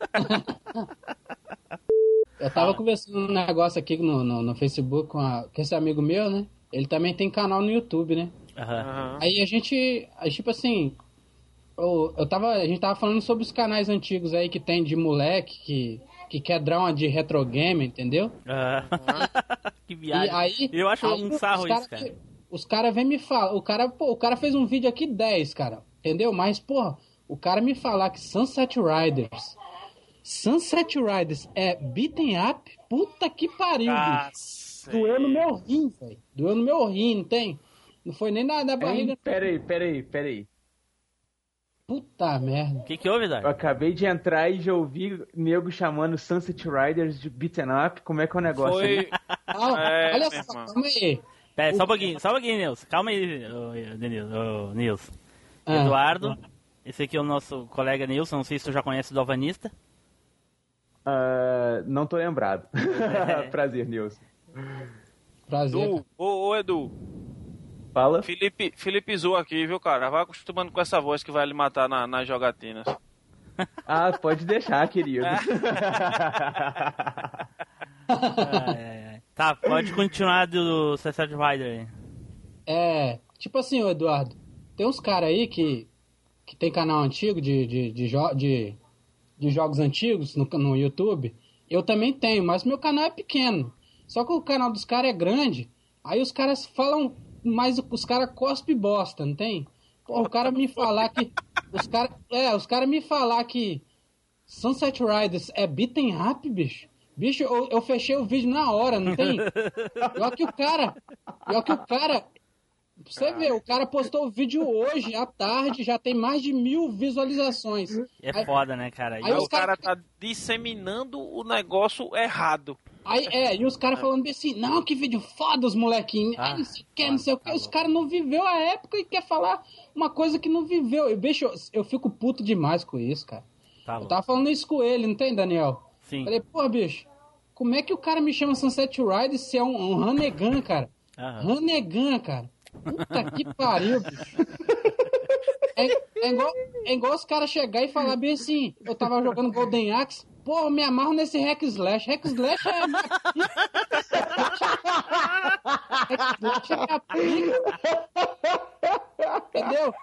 Eu tava conversando um negócio aqui no, no, no Facebook com, a, com esse amigo meu, né? Ele também tem canal no YouTube, né? Uhum. Aí a gente, a, tipo assim, eu, eu tava, a gente tava falando sobre os canais antigos aí que tem de moleque que, que quer dar uma de retro game, entendeu? Uhum. Que viagem. E aí, eu acho aí, um sarro cara, isso, cara. Os caras vêm me falar, o cara, pô, o cara fez um vídeo aqui dez, cara. Entendeu? Mas, porra, o cara me falar que Sunset Riders... Sunset Riders é beaten up? Puta que pariu, ah, bicho. Doeu no meu rim, velho. Doeu no meu rim, não tem? Não foi nem na, na barriga. Peraí, peraí, peraí. Puta merda. O que que houve, Dar? Eu acabei de entrar e já ouvi nego chamando Sunset Riders de beaten up. Como é que é o negócio? Foi... Ah, é, olha só, calma aí. Pera, só um pouquinho, só um pouquinho, Nilson. Calma aí, ô, Nilson. Ah, Eduardo, esse aqui é o nosso colega Nilson, não sei se tu já conhece do Alvanista. Uh, não tô lembrado. É. Prazer, Nilson. Prazer. Edu, ô, ô Edu. Fala. Felipe, Felipe Zu aqui, viu, cara? Vai acostumando com essa voz que vai lhe matar na, nas jogatinas. Ah, pode deixar, querido. ai, ai, ai. Tá, pode continuar do Sunset Rider aí. É, tipo assim, ô Eduardo. Tem uns caras aí que, que tem canal antigo de, de, de, jo- de, de jogos antigos no, no YouTube. Eu também tenho, mas meu canal é pequeno. Só que o canal dos caras é grande. Aí os caras falam, mas os caras cospem bosta, não tem? Pô, o cara me falar que... Os caras é, os cara me falar que Sunset Riders é beaten up, bicho. Bicho, eu, eu fechei o vídeo na hora, não tem? Pior que o cara... Pior que o cara... Pra você ver, o cara postou o vídeo hoje, à tarde, já tem mais de mil visualizações. É aí, foda, né, cara? Aí, aí o cara, cara tá disseminando o negócio errado. Aí, é, e os caras falando bem assim, não, que vídeo foda os molequinhos, ah, não sei o que, não sei o que. Os caras não viveu a época e quer falar uma coisa que não viveu. Eu, bicho, eu, eu fico puto demais com isso, cara. Tá eu tava falando isso com ele, não tem, Daniel? Sim. Falei, pô, bicho, como é que o cara me chama Sunset Riders se é um, um Hanegan, cara? Aham. Hanegan, cara. Puta que pariu, bicho. É, é, igual, é igual os caras chegar e falar bem assim, eu tava jogando Golden Axe, pô, eu me amarro nesse Hack Slash. Hack Slash é minha pica. Hack Slash é minha pica. Entendeu?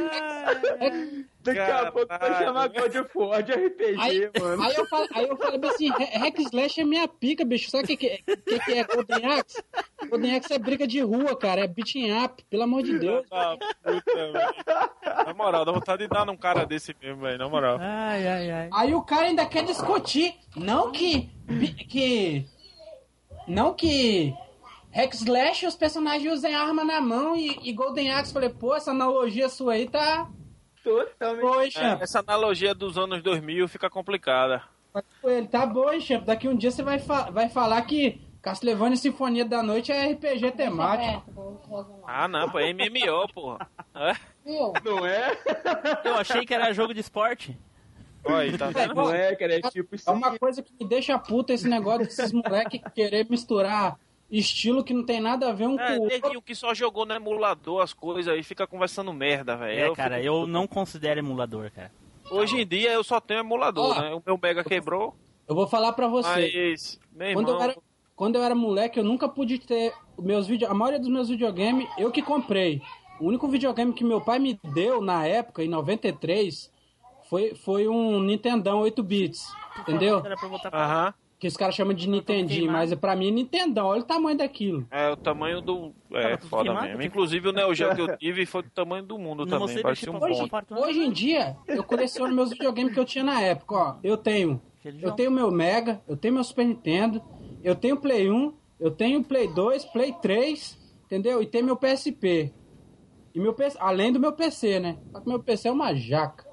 É, é, Daqui a pouco vai chamar God of War de R P G, aí, mano. Aí eu, falei, aí eu falei assim, Hack Slash é minha pica, bicho. Sabe o que, que, que, que é Golden Axe? Golden Axe é briga de rua, cara. É beating up, pelo amor de Deus. Ah, puta, velho. Na moral, dá vontade de dar num cara desse mesmo, velho. Na moral. Ai, ai, ai. Aí o cara ainda quer discutir. Não que... que não que... Hack Slash, os personagens usam arma na mão e, e Golden Axe. Falei, pô, essa analogia sua aí tá... Totalmente. Boa, hein, É, Champ? essa analogia dos anos dois mil fica complicada. Ele tá bom, hein, Champ? Daqui um dia você vai, fa vai falar que Castlevania Sinfonia da Noite é R P G temático. Ah, não, pô, é M M O, porra. É? Não é? Eu achei que era jogo de esporte. Oi, tá vendo? Não é, cara, é tipo isso. É uma coisa que me deixa puta esse negócio desses moleques querer misturar estilo que não tem nada a ver um É, com o outro. neguinho que só jogou no emulador as coisas aí fica conversando merda, velho. É, Eu cara, fico- eu não considero emulador, cara. Hoje em dia eu só tenho emulador, Ó, né? O meu Mega quebrou. Eu vou falar pra você. Mas, meu Quando eu, irmão, era, quando eu era moleque, eu nunca pude ter os meus vídeos. A maioria dos meus videogames, eu que comprei. O único videogame que meu pai me deu na época, em noventa e três, foi, foi um Nintendão oito bits. Entendeu? Era pra voltar pra... aham. Que os caras chamam de Nintendinho, mas pra mim é Nintendão. Olha o tamanho daquilo. É o tamanho do. É, Tava tudo foda queimado, mesmo. tipo- Inclusive o Neo Geo que eu tive foi do tamanho do mundo Não também. sei Parecia um mexer Hoje, pra ponto. hoje em dia, eu coleciono meus videogames que eu tinha na época, ó. Eu tenho. Eu tenho meu Mega, eu tenho meu Super Nintendo, eu tenho Play um, eu tenho Play dois, Play três, entendeu? E tem meu P S P. E meu P C, além do meu P C, né? Só que meu P C é uma jaca.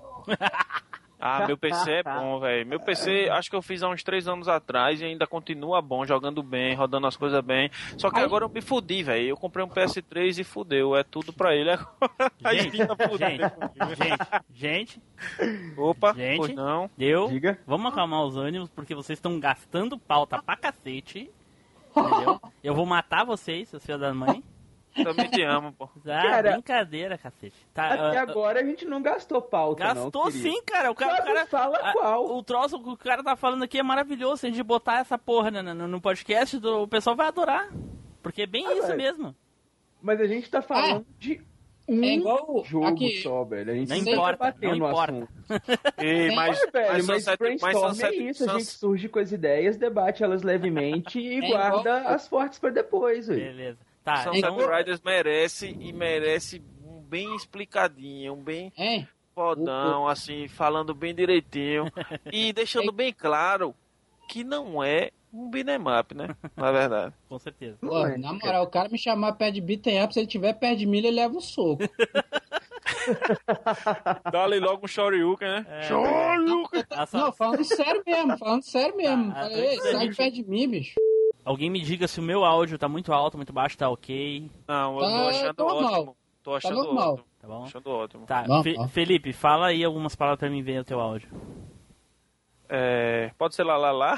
Ah, meu P C é bom, velho. Meu P C, acho que eu fiz há uns três anos atrás e ainda continua bom, jogando bem, rodando as coisas bem. Só que Aí- agora eu me fudi, velho. Eu comprei um P S três e fudeu. É tudo pra ele agora. A Gente, Steam tá fudida. gente, gente, Opa, gente, pois não. deu. Diga. Vamos acalmar os ânimos, porque vocês estão gastando pauta pra cacete. Entendeu? Eu vou matar vocês, seus filhos da mãe. Também te amo, pô. Ah, Cara, brincadeira, cacete. Tá, Até ah, agora a gente não gastou pauta, não. gastou querido. sim, cara. O cara, Só o cara não fala a- qual. O troço que o cara tá falando aqui é maravilhoso. Se a gente botar essa porra no, no- no podcast, do, o pessoal vai adorar. Porque é bem Ah, isso velho. mesmo. Mas a gente tá falando de um É igual jogo aqui. só, velho. A gente Não sempre importa, tá batendo não no importa. assunto. Ei, mas, Mas, velho, mas mas Sunset, mas brainstorm é Sunset, isso. A gente Sunset, surge com as ideias, debate elas levemente e É guarda igual- as fortes pra depois, velho. Beleza. Tá, Sunset então... Riders merece e merece um bem explicadinho, um bem Hein? fodão, assim, falando bem direitinho e deixando bem claro que não é um beat'em up, né? Na verdade. Com certeza. Pô, na moral, o cara me chamar pé de beaten up, se ele tiver perto de mim, ele leva um soco. Dá-lhe logo um Shoryuken, né? É, Shoryuken! Ah, só- Não, falando sério mesmo, falando sério mesmo. Tá, Falei, ei, antes da sai gente- perto de mim, bicho. Alguém me diga se o meu áudio tá muito alto, muito baixo, tá ok. Não, eu Tá tô achando normal. ótimo. Tô achando normal. ótimo. Tá bom? Achando ótimo. Tá, Bom, Fe- bom. Felipe, fala aí algumas palavras pra mim ver o teu áudio. É, pode ser lá, lá, lá?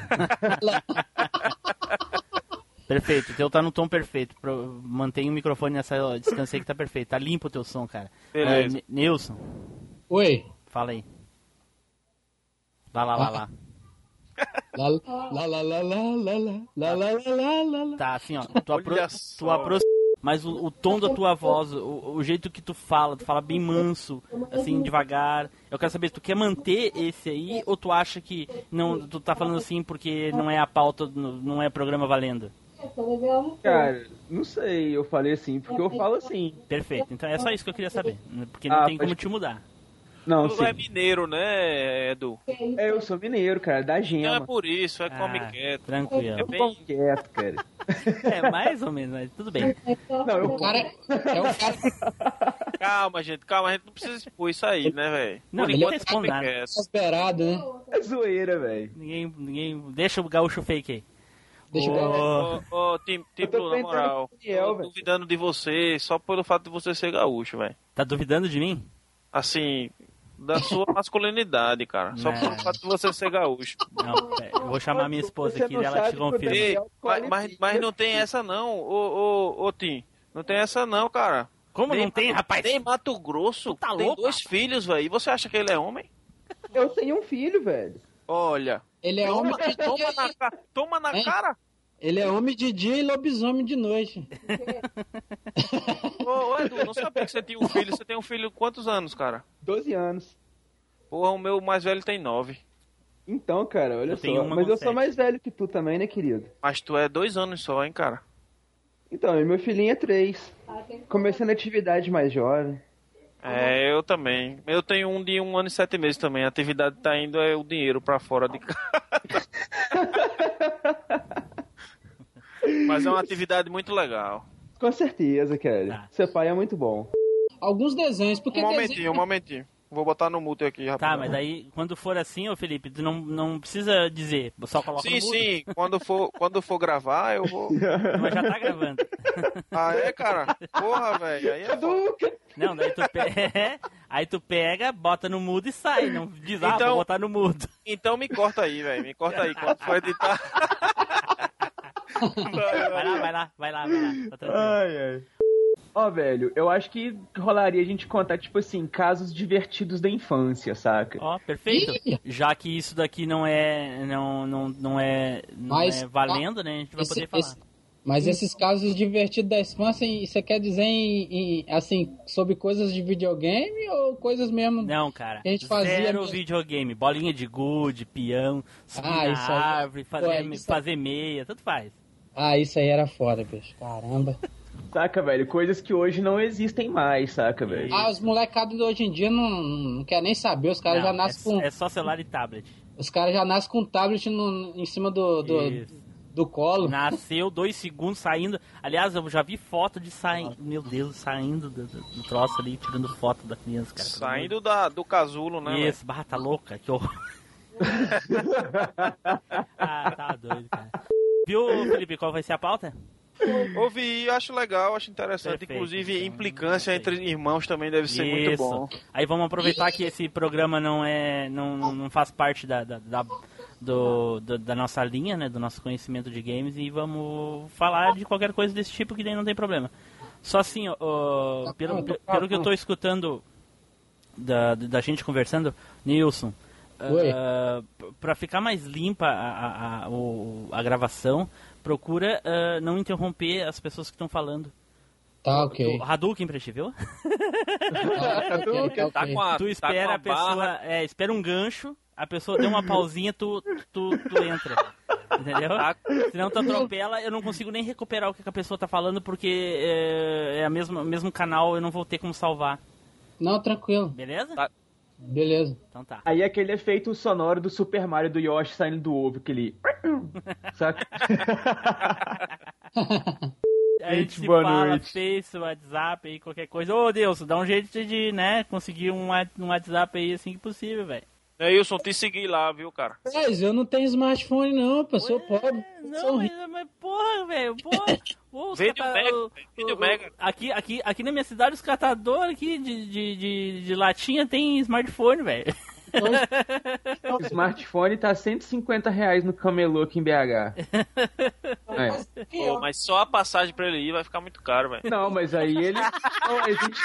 Perfeito, o teu tá no tom perfeito. Pro- Mantém o microfone nessa distância aí que tá perfeito. Tá limpo o teu som, cara. Beleza. É, Ne- Nilson, Oi. fala aí. Lá, lá, lá, lá. Lá, lá, lá, lá, lá, lá, lá, lá, lá, lá, lá, lá. Tá, assim, ó. Tu, apro Olha tu só. aproxima. Mas o, o tom da tua voz, o, o jeito que tu fala, tu fala bem manso, assim, devagar. Eu quero saber se tu quer manter esse aí ou tu acha que não, tu tá falando assim porque não é a pauta, não é programa valendo? Cara, não sei, eu falei assim porque eu falo assim. Perfeito, então é só isso que eu queria saber. Porque não Ah, tem como pode- te mudar. Não, Tu sim. é mineiro, né, Edu? É, eu sou mineiro, cara, da Não é gema. por isso, é come Ah, quieto. tranquilo. É Eu bem... como quieto, cara. É, mais ou menos, mas tudo bem. Não, eu O cara é o cara Calma, gente, calma, a gente não precisa expor isso aí, né, velho? Não, Por ninguém enquanto, responde come nada. quieto. esperado, né? é zoeira, velho. Ninguém, ninguém. Deixa o gaúcho fake aí. Deixa eu Ô, Ô, ô, Tim, Tim Eu tô Blue, na tentando moral, com o Daniel, tô velho. duvidando de você só pelo fato de você ser gaúcho, velho. Tá duvidando de mim? Assim, da sua masculinidade, cara. Só Não. pelo fato de você ser gaúcho. Não, pera, eu vou chamar minha esposa Você aqui não e ela te sabe quando confirma. é- Ei, mas, mas, mas não tem essa não, ô, ô, ô Tim. Não tem essa não, cara. Como não tem, rapaz? Tem Mato Grosso, tá tem louco, dois filhos, velho. E você acha que ele é homem? Eu tenho um filho, velho. Olha. Ele é toma, homem de toma dia. na, ca- toma na Hein? cara. Ele é homem de dia e lobisomem de noite. Ô, ô, Edu, não sabia que você tinha um filho. Você tem um filho quantos anos, cara? doze anos. Porra, o meu mais velho tem nove. Então, cara, olha Eu tenho só. uma Mas com eu sou sete. mais velho que tu também, né, querido? Mas tu é dois anos só, hein, cara? Então, e meu filhinho é três. Começando a atividade mais jovem. É, eu também. Eu tenho um de um ano e sete meses também. A atividade tá indo é o dinheiro pra fora de casa. Mas é uma atividade muito legal. Com certeza, cara. Tá. Seu pai é muito bom. Alguns desenhos, porque Um momentinho, desenho... um momentinho. Vou botar no mute aqui, rapidinho. Tá, mas aí, quando for assim, ô Felipe, tu não, não precisa dizer, só coloca Sim, no mudo. sim. Quando for, quando for gravar, eu vou... Mas já tá gravando. Ah, é, cara? Porra, velho. Aí é foda. Não, daí tu, pe... aí tu pega, bota no mudo e sai. Não diz, ah, Então- vou botar no mudo. Então me corta aí, velho. Me corta aí. Quando for editar... Vai lá, vai lá, vai lá, vai lá. Tá tranquilo. Ai, ai. Ó, velho, eu acho que rolaria a gente contar, tipo assim, casos divertidos da infância, saca? Ó, perfeito. Já que isso daqui não é, não, não, não é, não Mas- é valendo, né? A gente vai Esse- poder falar. esse- Mas esses casos divertidos da infância, você quer dizer em, em, assim, sobre coisas de videogame ou coisas mesmo? Não, cara. Que a gente fazia Zero mesmo? videogame. Bolinha de gude, peão, subir Ah, na isso aí. árvore, fazer, Pô, isso- fazer meia, tanto faz. Ah, isso aí era foda, bicho. Caramba. Saca, velho? Coisas que hoje não existem mais, saca, velho? Ah, os molecados de hoje em dia não, não quer nem saber, os caras Não, já nascem é, com. é só celular e tablet. Os caras já nascem com um tablet no, em cima do, do, Isso. do colo. Nasceu dois segundos saindo. Aliás, eu já vi foto de saindo. Meu Deus, saindo do, do, do troço ali, tirando foto da criança, cara. Saindo da, do casulo, né? velho? Isso, barra tá louca, que horror. Ah, tá doido, cara. Viu, Felipe, qual vai ser a pauta? Ouvi, acho legal, acho interessante. Perfeito, Inclusive, então, implicância entre irmãos também deve ser muito Isso. bom. Aí vamos aproveitar que esse programa não é, não, não faz parte da, da, da, do, do- da nossa linha, né, do nosso conhecimento de games, e vamos falar de qualquer coisa desse tipo que daí não tem problema. Só assim, ó, ó, pelo, pe- pelo que eu tô escutando da, da gente conversando, Nilson, Oi. ah, p- pra ficar mais limpa a, a, a, o- a gravação, procura ah, não interromper as pessoas que estão falando. Tá, ok. O Hadouken pra ti, viu? Tá, ok, tá, Tá ok. com a, Tu tá espera com a a pessoa, barra. é, espera um gancho, a pessoa deu uma pausinha, tu, tu, tu entra. Entendeu? Tá. Senão tu atropela, eu não consigo nem recuperar o que a pessoa tá falando, porque é, é a mesma, o mesmo canal, eu não vou ter como salvar. Não, tranquilo. Beleza? Tá. Beleza. Então tá. Aí aquele efeito sonoro do Super Mario do Yoshi saindo do ovo, aquele... Saca? A gente se boa fala, noite. Face, WhatsApp aí, qualquer coisa. Ô, Deus, dá um jeito de, né, conseguir um, wa- um WhatsApp aí assim que possível, velho. Neilson, te segui lá, viu, cara? Mas eu não tenho smartphone não, pô, sou pobre. Não, Sou mas, rico. mas porra, velho, porra. Pô, os Vídeo cata- mega, o- vídeo o- mega. Aqui, aqui, aqui na minha cidade, os catadores aqui de, de, de, de latinha tem smartphone, velho. O smartphone tá cento e cinquenta reais no camelô aqui em B H. É. Pô, mas só a passagem pra ele ir vai ficar muito caro, velho. Não, mas aí ele... Não, a gente...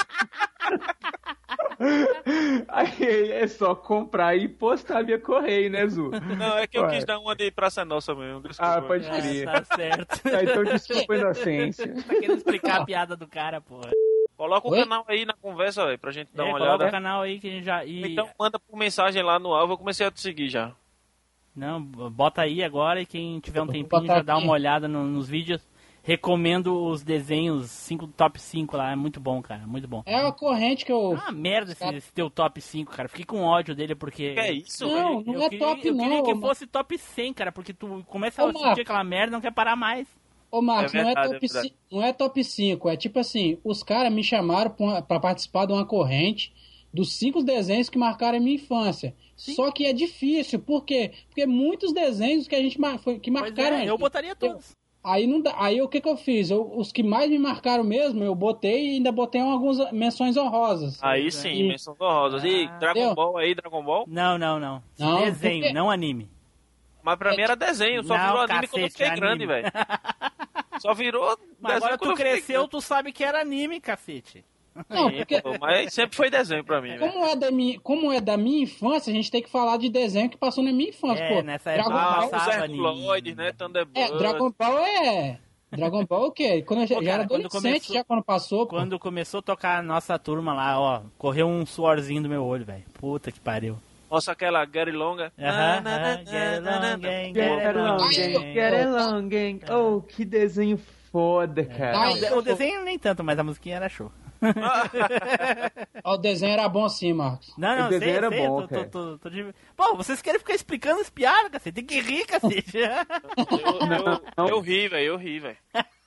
Aí é só comprar e postar via correio, né, Zu? Não, é que eu Ué. quis dar uma de Praça Nossa mesmo. Desculpa. Ah, pode crer. Tá certo. Ah, então desculpa a inocência. Tá querendo explicar a piada do cara, porra. Coloca o Oi? canal aí na conversa, velho, pra gente dar É, uma coloca o olhada. canal aí que a gente já... E... Então manda por mensagem lá no alvo, eu comecei a te seguir já. Não, bota aí agora e quem tiver um Vou tempinho botar já dá aqui. uma olhada no- nos vídeos. Recomendo os desenhos cinco, top cinco lá, é muito bom, cara, muito bom. É uma corrente que eu. Ah, merda esse, esse teu top cinco, cara. Fiquei com ódio dele porque... Que é isso, Não, velho? não eu é queria, top eu queria não, que mas- fosse top cem, cara, porque tu começa Ô, a assistir Marcos. aquela merda e não quer parar mais. Ô, Marcos, É verdade, não, é é top verdade. ci- não é top cinco, é tipo assim, os caras me chamaram pra, uma- pra participar de uma corrente dos cinco desenhos que marcaram a minha infância. Só que é difícil, por quê? Porque muitos desenhos que a gente mar- foi- que Pois marcaram. é, eu botaria todos. Aí, não dá, aí o que que eu fiz? Eu- os que mais me marcaram mesmo, eu botei e ainda botei algumas menções honrosas. Aí sim, E- menções honrosas. E Dragon Entendeu? Ball aí, Dragon Ball? Não, não, não. Não, Desenho, porque- não anime. Mas pra mim era desenho, só Não, virou anime quando eu cacete, fiquei anime. grande, velho. Só virou... Mas agora tu cresceu, tu sabe que era anime, cacete. Não, porque... Mas sempre foi desenho pra mim, como é, da minha, como é da minha infância, a gente tem que falar de desenho que passou na minha infância, é, pô. nessa época Dragon Ball, os Herculoides, né? Thunderbird. É, Dragon Ball é... Dragon Ball o quê? Quando eu já, Pô, já cara, era quando adolescente, começou- já quando passou, pô. Quando começou a tocar a nossa turma lá, ó, correu um suorzinho do meu olho, velho. Puta que pariu. Nossa, aquela Gary Longa. Aham, aham, get along, gang, get Get along, along, gang. gang. Get along, gang. Oh, que desenho foda, cara. Não, o de- o desenho nem tanto, mas a musiquinha era show. Ó, o desenho era bom sim, Marcos. Não, não, O desenho sei, era sei, bom, tô, tô, cara. tô, tô de... Pô, vocês querem ficar explicando as piadas, cacete? Tem que rir, cacete. Eu, eu, eu ri, velho, eu ri, velho.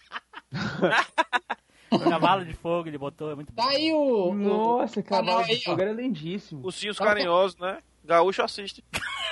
O cavalo de fogo ele botou, é muito bom. Tá aí o... Nossa, o canal cavalo aí, de fogo ó. era lindíssimo. Os Cios Carinhosos, né? Gaúcho assiste.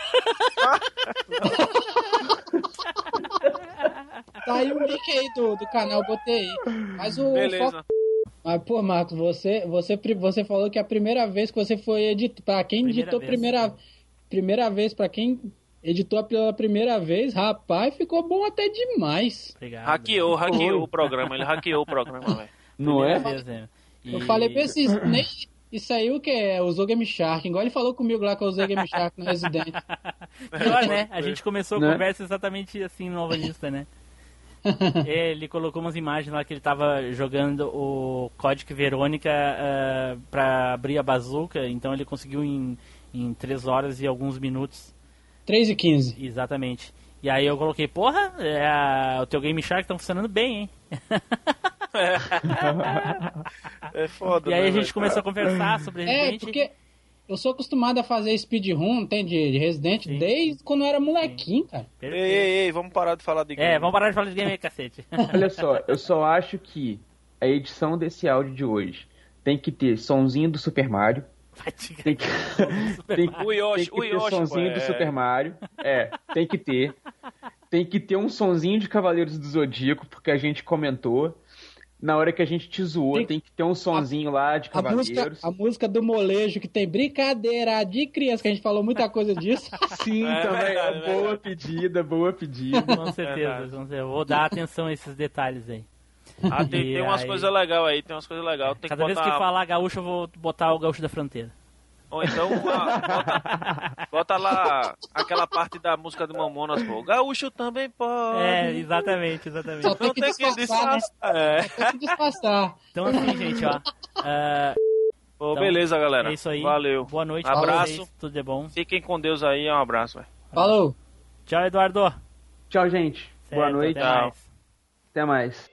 Tá aí o link aí do, do canal, botei aí. Mas o... Beleza. Mas, pô, Marcos, você, você, você falou que a primeira vez que você foi editar... Pra quem Primeira editou vez. primeira, primeira vez, pra quem editou pela primeira vez, rapaz, ficou bom até demais. Obrigado. Hackeou, hackeou o programa. Ele hackeou o programa, velho. Não é? Primeira vez, né? E- Eu falei pra esses... Nem, isso aí o que é? Usou Game Shark. Igual ele falou comigo lá que eu usei Game Shark no Resident. Pior, né? A gente começou a Né? conversa exatamente assim no Alvanista, né? Ele colocou umas imagens lá que ele tava jogando o Código Verônica uh, pra abrir a bazuca, então ele conseguiu em, em três horas e alguns minutos. três e quinze. Exatamente. E aí eu coloquei, porra, é a- o teu Game Shark tá funcionando bem, hein? É foda, E aí né, a gente velho? começou a conversar sobre É, Resident. porque eu sou acostumado a fazer speedrun, tem de, de Resident, desde quando eu era molequinho, cara. Ei, ei, ei, vamos parar de falar de game. É, vamos parar de falar de game aí, cacete. Olha só, eu só acho que a edição desse áudio de hoje tem que ter sonzinho do Super Mario. Vai te Tem que, tem, que- O Yoshi, tem que o ter Yoshi, sonzinho pô, do é. Super Mario. É, tem que ter. Tem que ter um sonzinho de Cavaleiros do Zodíaco, porque a gente comentou. Na hora que a gente te zoou, tem, Tem- que ter um sonzinho lá de A música, Cavaleiros. a música do molejo, que tem brincadeira de criança, que a gente falou muita coisa disso. Sim, É também. verdade, é boa verdade. pedida, boa pedida. Com certeza, com certeza. Eu vou dar atenção a esses detalhes aí. Ah, tem, E tem umas aí- coisas legais aí, tem umas coisas legais. Tem Cada que vez botar... que falar gaúcho, eu vou botar o gaúcho da fronteira. Ou então, ah, bota, bota lá aquela parte da música do Mamonas, pô. O gaúcho também pode. É, exatamente, exatamente. Só tem Não que tem que disfarçar, né? disfarçar. É. Só tem que disfarçar. Então assim, gente, ó. ah, Pô, então, beleza, galera. É isso aí. Valeu. Boa noite pra Abraço. vocês, tudo de bom. Fiquem com Deus aí. Um abraço, velho. Falou. Tchau, Eduardo. Tchau, gente. Boa Certo, noite. Até Tchau. mais. Até mais.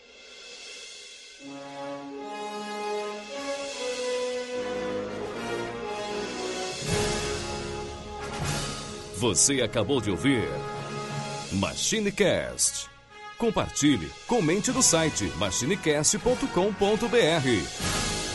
Você acabou de ouvir MachineCast. Compartilhe, comente no site machinecast ponto com ponto br.